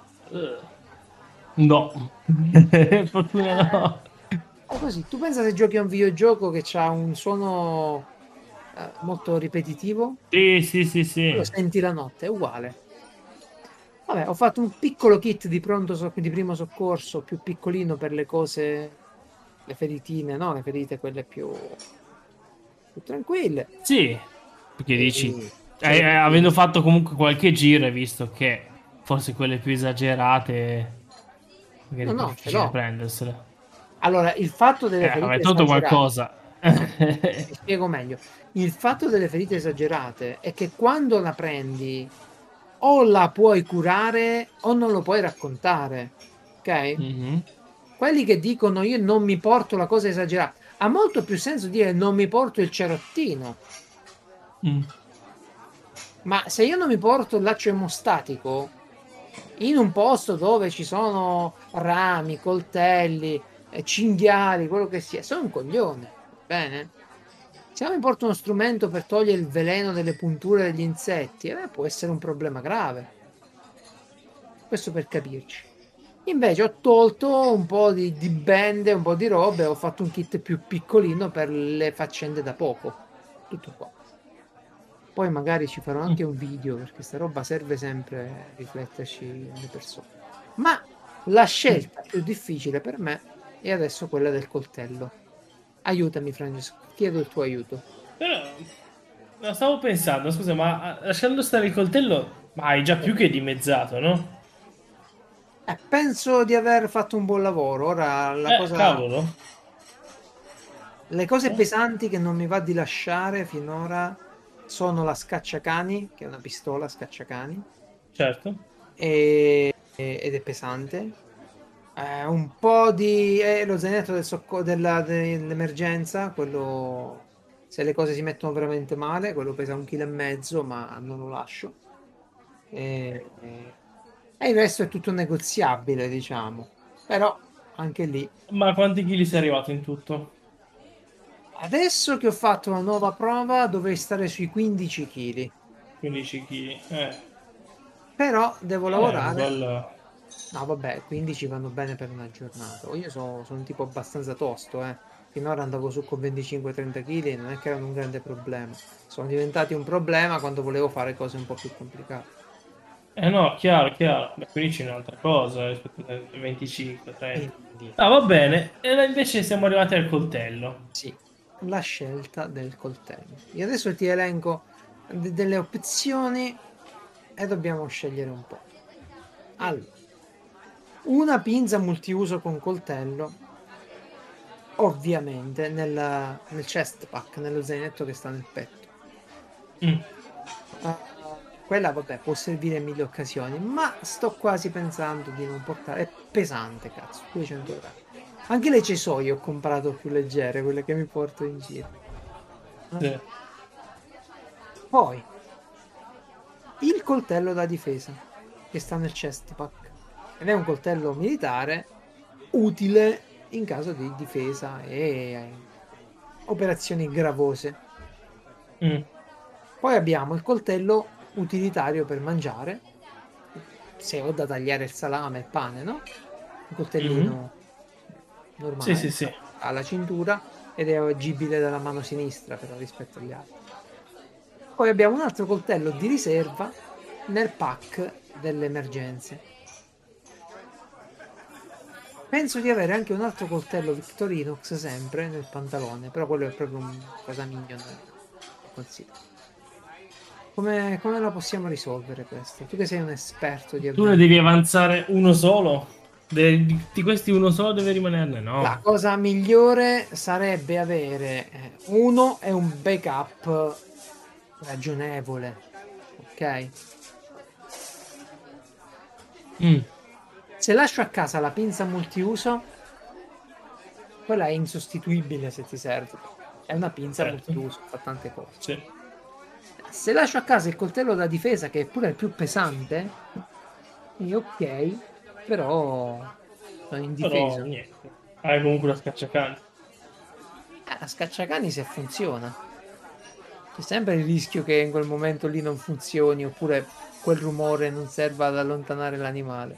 No. Fortuna Eh, no. È così. Tu pensa se giochi a un videogioco che ha un suono molto ripetitivo, Sì, sì, sì, lo sì. senti la notte, è uguale. Vabbè, ho fatto un piccolo kit di di primo soccorso, più piccolino per le cose, le feritine, no? Le ferite, quelle più tranquille. Sì, perché dici, E avendo cerebrino. fatto comunque qualche giro, hai visto che forse quelle più esagerate, magari No, è più no, ce difficile l'ho. prendersele. Allora, il fatto delle Avrai ferite tolto esagerate, qualcosa. ti spiego meglio. Il fatto delle ferite esagerate è che quando la prendi o la puoi curare o non lo puoi raccontare, ok? Mhm. Quelli che dicono io non mi porto la cosa esagerata, ha molto più senso dire non mi porto il cerottino, Mm. ma se io non mi porto il laccio emostatico in un posto dove ci sono rami, coltelli, cinghiali, quello che sia, sono un coglione, va bene? Se non mi porto uno strumento per togliere il veleno delle punture degli insetti, può essere un problema grave. Questo per capirci. Invece ho tolto un po' di bende, un po' di robe, ho fatto un kit più piccolino per le faccende da poco. Tutto qua. Poi magari ci farò Mm. anche un video perché sta roba serve sempre a rifletterci le persone. Ma la Mm. scelta più difficile per me è adesso quella del coltello. Aiutami, Francesco, chiedo il tuo aiuto. Però, no, stavo pensando, scusa, ma lasciando stare il coltello, ma hai già più che dimezzato, no? Penso di aver fatto un buon lavoro. Ora Cavolo. le cose Eh, pesanti che non mi va di lasciare finora sono la scacciacani, che è una pistola scacciacani, certo. ed è pesante. Un po' di lo zainetto dell'emergenza, quello se le cose si mettono veramente male, quello pesa 1,5 kg, ma non lo lascio. E il resto è tutto negoziabile, diciamo. Però anche lì, Ma quanti chili sei arrivato in tutto? adesso che ho fatto una nuova prova, dovrei stare sui 15 kg. 15 kg. Però devo Un lavorare. bel... No, vabbè, 15 vanno bene per una giornata. Io sono un tipo abbastanza tosto, eh. Finora andavo su con 25-30 kg e non è che erano un grande problema. Sono diventati un problema quando volevo fare cose un po' più complicate. Eh no, chiaro, chiaro. Beh, quindi c'è un'altra cosa rispetto ai 25, 30. Quindi, Ah, va bene. E invece siamo arrivati al coltello. sì, la scelta del coltello. Io adesso ti elenco delle opzioni e dobbiamo scegliere un po'. Allora, una pinza multiuso con coltello, ovviamente nel chest pack, nello zainetto che sta nel petto. Mm. Quella, vabbè, può servire in mille occasioni, ma sto quasi pensando di non portare. È pesante, cazzo, 200 grammi. Anche le cesoie ho comprato più leggere, quelle che mi porto in giro. Eh. Sì. Poi, il coltello da difesa, che sta nel chest pack. Ed è un coltello militare utile in caso di difesa e operazioni gravose. Mm. Poi abbiamo il coltello utilitario per mangiare, se ho da tagliare il salame e il pane, no? Un Mhm. coltellino Sì, normale, sì, sì. alla cintura. ed è agibile dalla mano sinistra però rispetto agli altri. Poi abbiamo un altro coltello di riserva nel pack delle emergenze. Penso di avere anche un altro coltello Victorinox sempre nel pantalone, però quello è proprio un cosa minion. Considero. Come la possiamo risolvere questa? Tu che sei un esperto di Tu ne devi avanzare uno solo? Di questi uno solo deve rimanerne? No. La cosa migliore sarebbe avere uno e un backup ragionevole, ok? Se lascio a casa la pinza multiuso, quella è insostituibile se ti serve. È una pinza Certo. multiuso, fa tante cose. Sì. Se lascio a casa il coltello da difesa, che è pure il più pesante, quindi ok, però sono indifeso. Però niente. Hai comunque una scacciacani. La scacciacani se funziona. C'è sempre il rischio che in quel momento lì non funzioni, oppure quel rumore non serva ad allontanare l'animale.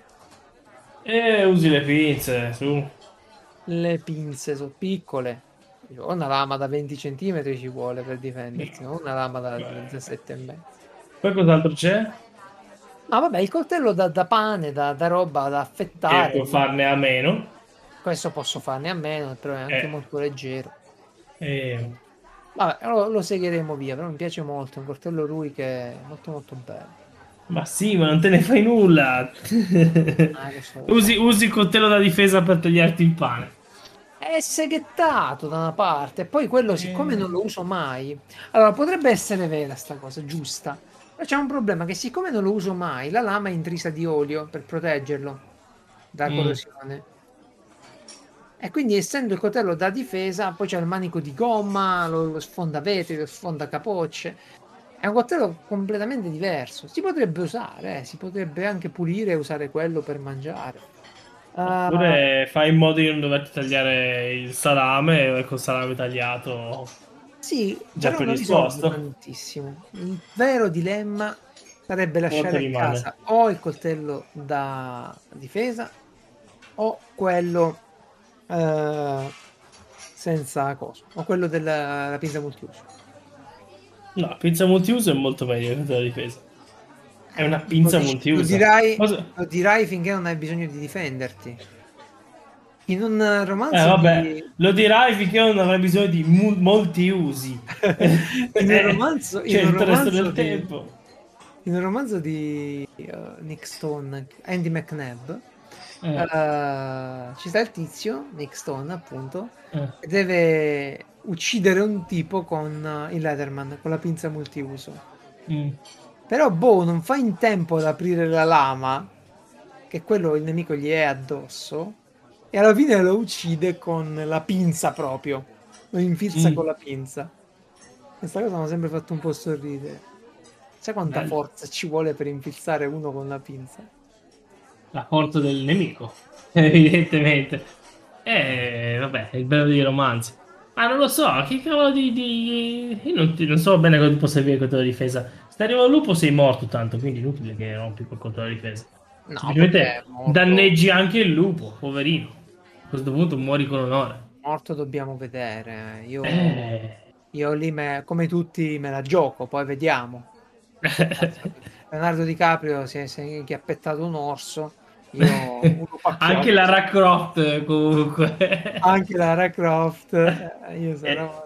E usi le pinze, su. Le pinze sono piccole. Una lama da 20 cm ci vuole per difendersi, non una lama da 17,5. Poi cos'altro c'è? No, vabbè, il coltello da pane, da roba da E affettare. puoi farne a meno. Questo posso farne a meno, però è anche molto leggero. E... Vabbè, lo segheremo via, però mi piace molto, è un coltello Rui che è molto molto bello. Ma sì, ma non te ne fai nulla. Lo so. Usi il coltello da difesa per tagliarti il pane. È seghettato da una parte, e poi quello, siccome non lo uso mai, allora potrebbe essere vera sta cosa, giusta. Però c'è un problema che siccome non lo uso mai, la lama è intrisa di olio per proteggerlo da corrosione. E quindi essendo il coltello da difesa, poi c'è il manico di gomma, lo sfonda vetri, lo sfonda capocce. È un coltello completamente diverso. Si potrebbe usare, si potrebbe anche pulire e usare quello per mangiare. Oppure fai in modo di non dover tagliare il salame col salame tagliato Sì, già però non risolve predisposto. tantissimo. Il vero dilemma sarebbe Quanto lasciare a rimane? casa o il coltello da difesa o quello senza coso, o quello della pinza multiuso. No, pinza multiuso è molto meglio che la difesa. È una pinza Lo multiuso. dirai, Cosa? lo dirai finché non hai bisogno di difenderti. In un romanzo Vabbè, lo dirai finché non avrai bisogno di molti usi. in un romanzo, Cioè, in un tutto il resto del romanzo di, tempo. in un romanzo di Nick Stone, Andy McNabb, ci sta il tizio, Nick Stone appunto, che deve uccidere un tipo con il Leatherman, con la pinza multiuso. Però non fa in tempo ad aprire la lama, che quello il nemico gli è addosso, e alla fine lo uccide con la pinza proprio. Lo infilza con la pinza. Questa cosa mi ha sempre fatto un po' sorridere. Sai quanta Bello. forza ci vuole per infilzare uno con la pinza? La forza del nemico, evidentemente. Vabbè, è il bello dei romanzi. Ah, non lo so, che cavolo Io non so bene cosa ti può servire il coltello di difesa. Se arriva un lupo sei morto tanto, quindi inutile che rompi col coltello di difesa. No, Semplicemente perché morto, danneggi anche il lupo, poverino. A questo punto muori con onore. morto dobbiamo vedere. Eh. Io lì, come tutti, me la gioco, poi vediamo. Leonardo DiCaprio si è inchiappettato un orso. Io un lupacchiotto. Anche Lara Croft comunque. Anche Lara Croft. Io sarò.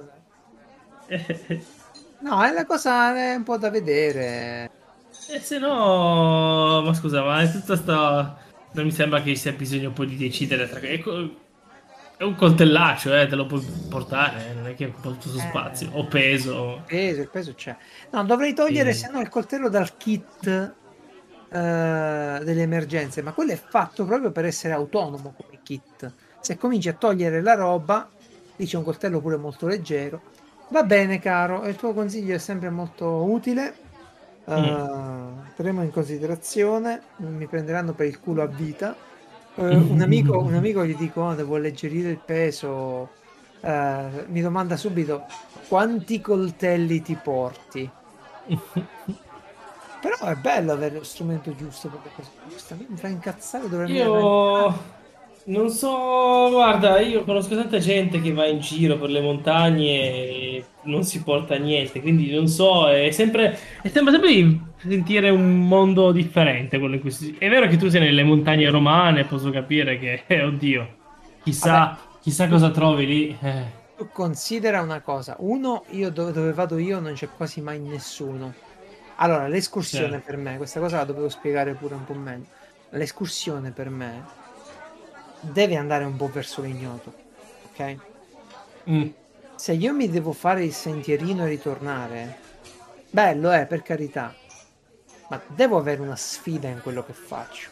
No, è la cosa è un po' da vedere. E se no, ma scusa, ma è tutta sta. Non mi sembra che ci sia bisogno poi di decidere tra. È un coltellaccio, te lo puoi portare, non è che occupa tutto questo spazio. O peso. Il peso c'è. No, dovrei togliere se no il coltello dal kit delle emergenze, ma quello è fatto proprio per essere autonomo come kit. Se cominci a togliere la roba, lì c'è un coltello pure molto leggero. Va bene, caro, il tuo consiglio è sempre molto utile. Terremo in considerazione, non mi prenderanno per il culo a vita. Un amico gli dico: "Oh, devo alleggerire il peso." Mi domanda subito quanti coltelli ti porti. Però è bello avere lo strumento giusto per le cose giuste. Mi fa incazzare dovremmo Io Non so, guarda, io conosco tanta gente che va in giro per le montagne e non si porta niente, quindi non so, sembra sempre di sentire un mondo differente quello in cui È vero che tu sei nelle montagne romane, posso capire che, oddio, Vabbè, chissà tu, cosa trovi lì. tu considera una cosa. Uno, io dove vado io non c'è quasi mai nessuno. Allora, l'escursione Cioè, per me, questa cosa la dovevo spiegare pure un po' meglio. L'escursione per me deve andare un po' verso l'ignoto, ok? mm, Se io mi devo fare il sentierino e ritornare, bello per carità, ma devo avere una sfida in quello che faccio.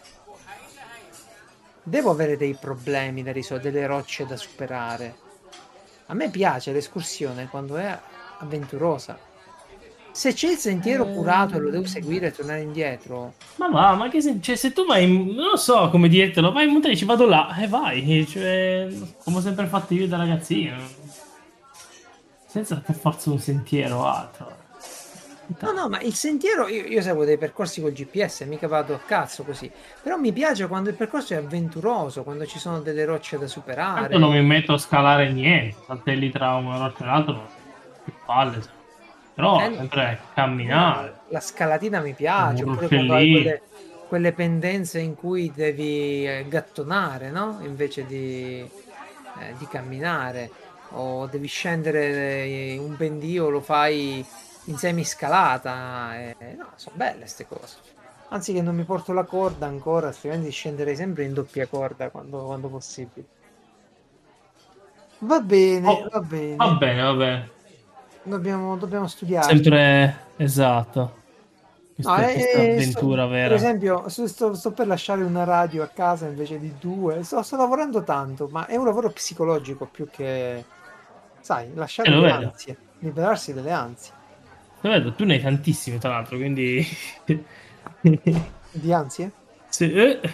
Devo avere dei problemi da risolvere, delle rocce da superare. A me piace l'escursione quando è avventurosa. Se c'è il sentiero curato e lo devo ehm, seguire e tornare indietro, ma va, ma che cioè, se tu vai, non lo so come dirtelo, vai in montagna, ci vado là e vai, cioè, come ho sempre fatto io da ragazzino, senza per forza un sentiero o altro. no, no, ma il sentiero, io seguo dei percorsi col GPS, mica vado a cazzo così. Però mi piace quando il percorso è avventuroso, quando ci sono delle rocce da Tanto non superare. mi metto a scalare niente, saltelli tra una roccia e l'altro, che palle, però No, sempre a me camminare, la scalatina mi un piace, oppure quando hai ruscellino. quelle pendenze in cui devi gattonare, no? Invece di camminare, o devi scendere un pendio, lo fai in semiscalata. No, sono belle queste cose. Anzi che non mi porto la corda ancora, altrimenti scenderei sempre in doppia corda quando possibile. Va bene, Oh, va va bene. bene, va bene, Dobbiamo studiarci. sempre esatto, No, questa avventura per vera. esempio, sto per lasciare una radio a casa invece di due. Sto lavorando tanto, ma è un lavoro psicologico più che, sai, E lasciare le lo ansie, liberarsi delle ansie. vedo, tu ne hai tantissimi tra l'altro, quindi... Di ansie? Sì,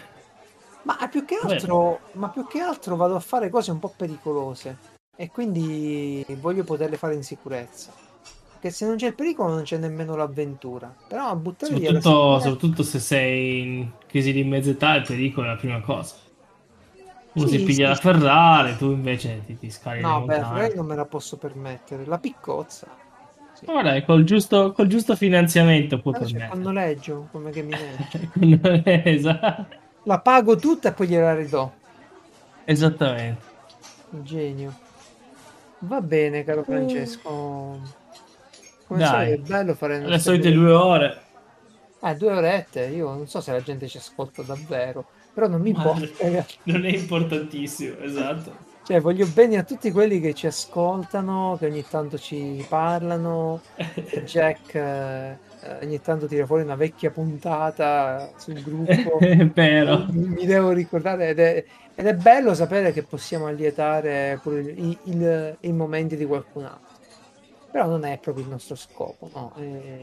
vero. Ma più che altro vado a fare cose un po' pericolose e quindi voglio poterle fare in sicurezza. Perché se non c'è il pericolo non c'è nemmeno l'avventura. Però a buttare via la sicurezza. Soprattutto se sei in crisi di mezza età, il pericolo è la prima cosa. Uno si Sì, piglia sì, la sì. Ferrari, tu invece ti scali le No, beh, Ferrari montagne. non me la posso permettere. La piccozza. Sì. Ma guarda, col giusto finanziamento puoi C'è col permettere. noleggio, come che mi noleggia. Esatto. La pago tutta e poi gliela ridò. Esattamente. Genio. Va bene, caro Mm. Francesco. Come al solito è Dai, bello fare le le nostre solite 2 ore. 2 orette. Io non so se la gente ci ascolta davvero, però non mi Ma importa, in realtà. non è importantissimo, esatto. Cioè, voglio bene a tutti quelli che ci ascoltano, che ogni tanto ci parlano. Jack ogni tanto tira fuori una vecchia puntata sul gruppo. È vero. Mi devo ricordare ed è bello sapere che possiamo allietare pure i momenti di qualcun altro. Però non è proprio il nostro scopo, no?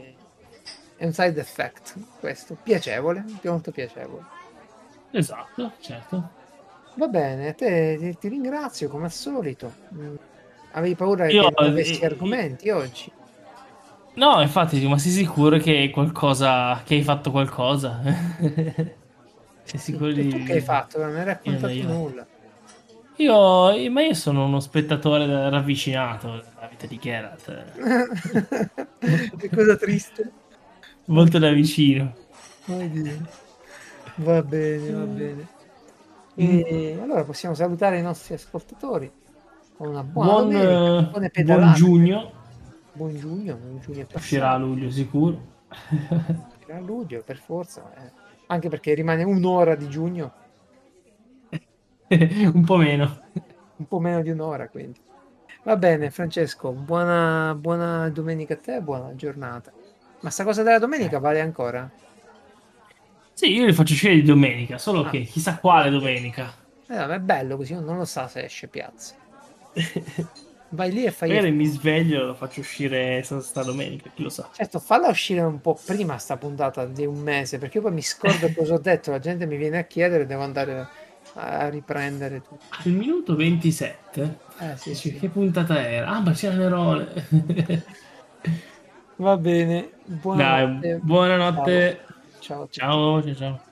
È un side effect questo, piacevole, molto piacevole. Esatto, certo. Va bene, a te ti ringrazio come al solito. Avevi paura Io, che non avessi argomenti oggi? no, infatti, ma sei sicuro che hai qualcosa, che hai fatto qualcosa? Sei sicuro Tu che hai fatto? Non mi hai di non raccontato aiutare? nulla. Ma io sono uno spettatore ravvicinato della vita di Geralt, Che cosa triste. molto da vicino. Oddio. Va bene, va Mm. bene. E allora possiamo salutare i nostri ascoltatori con una buona Buon, domenica, buone buon pedalate. giugno, Buon giugno è uscirà a passato, luglio sicuro. a luglio per forza, anche perché rimane un'ora di giugno, Un po' meno. un po' meno di un'ora, quindi. Va bene, Francesco, buona domenica a te, buona giornata. Ma sta cosa della domenica vale ancora? Sì, io li faccio uscire di domenica, solo Ah, che chissà va quale bene. domenica. Ma è bello così, uno non lo sa se esce piazza. Vai lì e fai Magari mi effetto. sveglio e lo faccio uscire sta domenica, chi lo sa. Certo, falla uscire un po' prima sta puntata di un mese, perché io poi mi scordo cosa ho detto, la gente mi viene a chiedere, devo andare a riprendere tutto. Al minuto 27? Sì, Dici, sì. che puntata era? Ah, ma c'era Nerone. Va bene, Dai, buonanotte. Ciao. buonanotte. Ciao a tutti. Ciao, ciao, ciao.